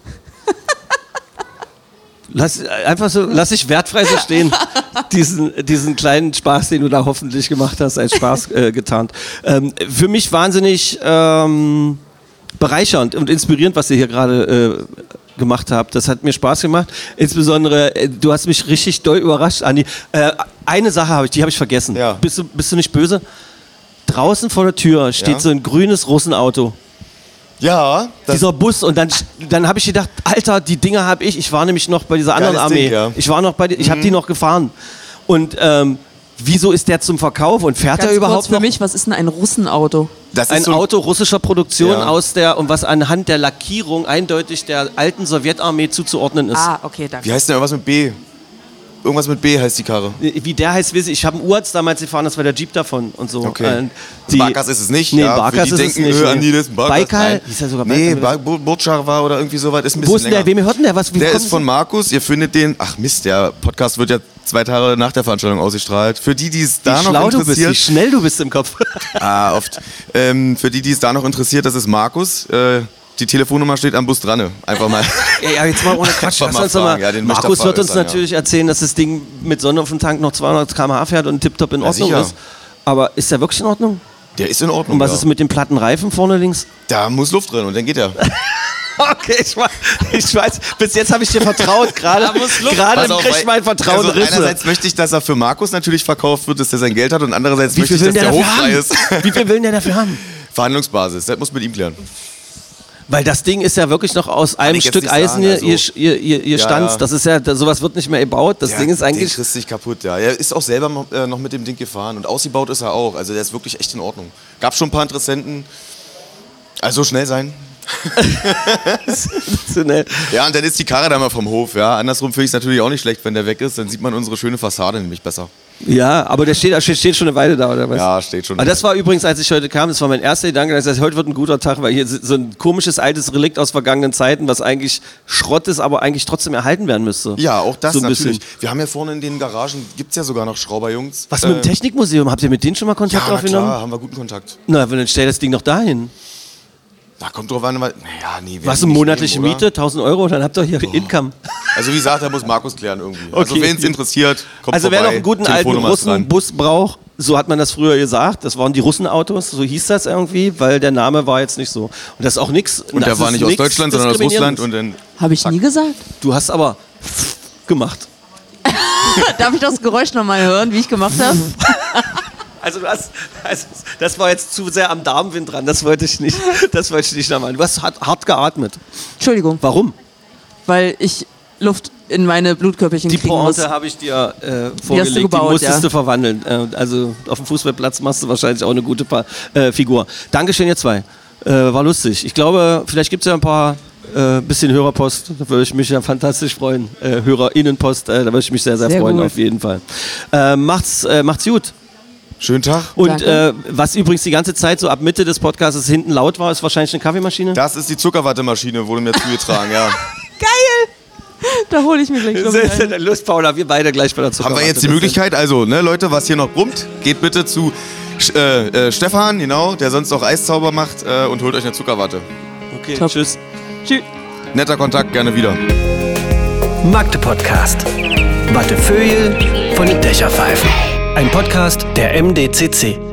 Lass, einfach so, lass ich wertfrei so stehen, diesen, diesen kleinen Spaß, den du da hoffentlich gemacht hast, als Spaß äh, getarnt. Ähm, für mich wahnsinnig ähm, bereichernd und inspirierend, was ihr hier gerade äh, gemacht habt. Das hat mir Spaß gemacht. Insbesondere, äh, du hast mich richtig doll überrascht, Andi. Äh, eine Sache habe ich, die habe ich vergessen. Ja. Bist du, bist du nicht böse? Draußen vor der Tür steht Ja. so ein grünes Russenauto. Ja, das, Dieser Bus und dann, dann habe ich gedacht, Alter, die Dinger habe ich. Ich war nämlich noch bei dieser anderen Geiles Armee. Ding, ja. Ich war noch bei, die- ich habe die noch gefahren. Und ähm, wieso ist der zum Verkauf und fährt Ganz er überhaupt kurz für noch? mich, was ist denn ein Russenauto? das Ein ist so Auto russischer Produktion Ja. aus der und was anhand der Lackierung eindeutig der alten Sowjetarmee zuzuordnen ist. Ah, okay, danke. Wie heißt denn irgendwas mit B? Irgendwas mit B heißt die Karre. Wie der heißt, weiß ich. Ich habe einen Urz damals gefahren, das war der Jeep davon und so. Okay. Äh, die- Barkas ist es nicht. Nee, ja, Barkas für die ist es denken, nicht. äh, nee. an die das ist ein Barkas. Baikal? Nein. Hieß der sogar Nee, Baikal? ba Burtschar war oder irgendwie sowas. Ist ein bisschen Wo ist denn länger. der? Wem hört denn der? Was, wie Der kommen ist von Sie- Markus. Ihr findet den. Ach Mist, der Podcast wird ja zwei Tage nach der Veranstaltung ausgestrahlt. Für die, die es da Wie noch schlau du bist, wie interessiert. schnell du bist im Kopf. Ah, oft. Ähm, für die, die es da noch interessiert, das ist Markus. Äh, die Telefonnummer steht am Bus dran. Einfach mal. Ja, ja, jetzt mal ohne Quatsch. Einfach Lass mal uns doch mal, fragen. Ja, den möchte Markus er wird uns veräußern, natürlich erzählen, dass das Ding mit Sonne auf dem Tank noch zweihundert Kilometer pro Stunde fährt und tipptopp in Ja, Ordnung sicher. ist. Aber ist der wirklich in Ordnung? Der ist in Ordnung. Und was ja. ist mit dem platten Reifen vorne links? Da muss Luft drin und dann geht er. Okay, ich weiß, ich weiß bis jetzt habe ich dir vertraut. Gerade gerade Pass auf, kriegt weil- mein Vertrauen also Risse. einerseits möchte ich, dass er für Markus natürlich verkauft wird, dass er sein Geld hat und andererseits Wie möchte viel ich, will dass der der dafür hochfrei haben? ist. Wie viel will der dafür haben? Verhandlungsbasis, das muss mit ihm klären. Weil das Ding ist ja wirklich noch aus einem ich jetzt Stück nicht Eisen sagen, hier, also- hier, hier, hier Ja, stand. ja. Das ist ja, das- sowas wird nicht mehr gebaut. Das Ja, Ding ist Den eigentlich. kriegst dich kaputt, ja. Er ist auch selber noch, äh, noch mit dem Ding gefahren und ausgebaut ist er auch. Also der ist wirklich echt in Ordnung. Gab schon ein paar Interessenten. Also schnell sein. Sensationell. Ja, und dann ist die Karre da mal vom Hof. Ja. Andersrum finde ich es natürlich auch nicht schlecht, wenn der weg ist. Dann sieht man unsere schöne Fassade nämlich besser. Ja, aber der steht, der steht schon eine Weile da, oder was? Ja, steht schon. Aber das war übrigens, als ich heute kam, das war mein erster Gedanke, dass ich dachte, heute wird ein guter Tag, weil hier so ein komisches altes Relikt aus vergangenen Zeiten, was eigentlich Schrott ist, aber eigentlich trotzdem erhalten werden müsste. Ja, auch das So ein natürlich. bisschen. Wir haben ja vorne in den Garagen, gibt es ja sogar noch Schrauberjungs. Was mit dem Äh, Technikmuseum? Habt ihr mit denen schon mal Kontakt Ja, na aufgenommen? klar, haben wir guten Kontakt. Na, dann stell das Ding noch dahin. Da kommt drauf an, weil, naja, nee. Was, eine monatliche nehmen, Miete? tausend Euro? Dann habt ihr hier Income. Also wie gesagt, da muss Markus klären irgendwie. Okay. Also wen es interessiert, kommt Also vorbei. wer noch einen guten alten Telefonnummer ist dran. Russenbus braucht, so hat man das früher gesagt, das waren die Russenautos, so hieß das irgendwie, weil der Name war jetzt nicht so. Und das ist auch nichts. Und der war nicht aus Deutschland, sondern aus Russland und dann... Habe ich nie gesagt. Du hast aber gemacht. Darf ich das Geräusch nochmal hören, wie ich gemacht habe? Also du hast, also das war jetzt zu sehr am Darmwind dran, das wollte ich nicht, das wollte ich nicht nochmal. Du hast hart, hart geatmet. Entschuldigung, Warum? weil ich Luft in meine Blutkörperchen Die kriegen muss. Pointe habe ich dir äh, du vorgelegt, die, gebaut, musstest ja. du verwandeln. Äh, also auf dem Fußballplatz machst du wahrscheinlich auch eine gute pa äh, Figur. Dankeschön, ihr zwei. Äh, war lustig. Ich glaube, vielleicht gibt es ja ein paar äh, bisschen Hörerpost. Da würde ich mich ja fantastisch freuen. Äh, HörerInnenpost, äh, da würde ich mich sehr, sehr, Sehr freuen, gut. auf jeden Fall. Äh, macht's, äh, macht's gut. Schönen Tag. Und äh, Danke. was übrigens die ganze Zeit so ab Mitte des Podcasts hinten laut war, ist wahrscheinlich eine Kaffeemaschine. Das ist die Zuckerwattemaschine, wurde mir zugetragen, ja. Geil! Da hole ich mir gleich noch Sehr, ein. sehr Lust, Paula, wir beide gleich bei der Zuckerwatte. Haben wir jetzt die Möglichkeit, also ne, Leute, was hier noch brummt, geht bitte zu äh, äh, Stefan, genau, der sonst auch Eiszauber macht äh, und holt euch eine Zuckerwatte. Okay, Top. tschüss. Tschüss. Netter Kontakt, gerne wieder. Magde Podcast. Wattefeuille von den Dächerpfeifen. Ein Podcast der M D C C.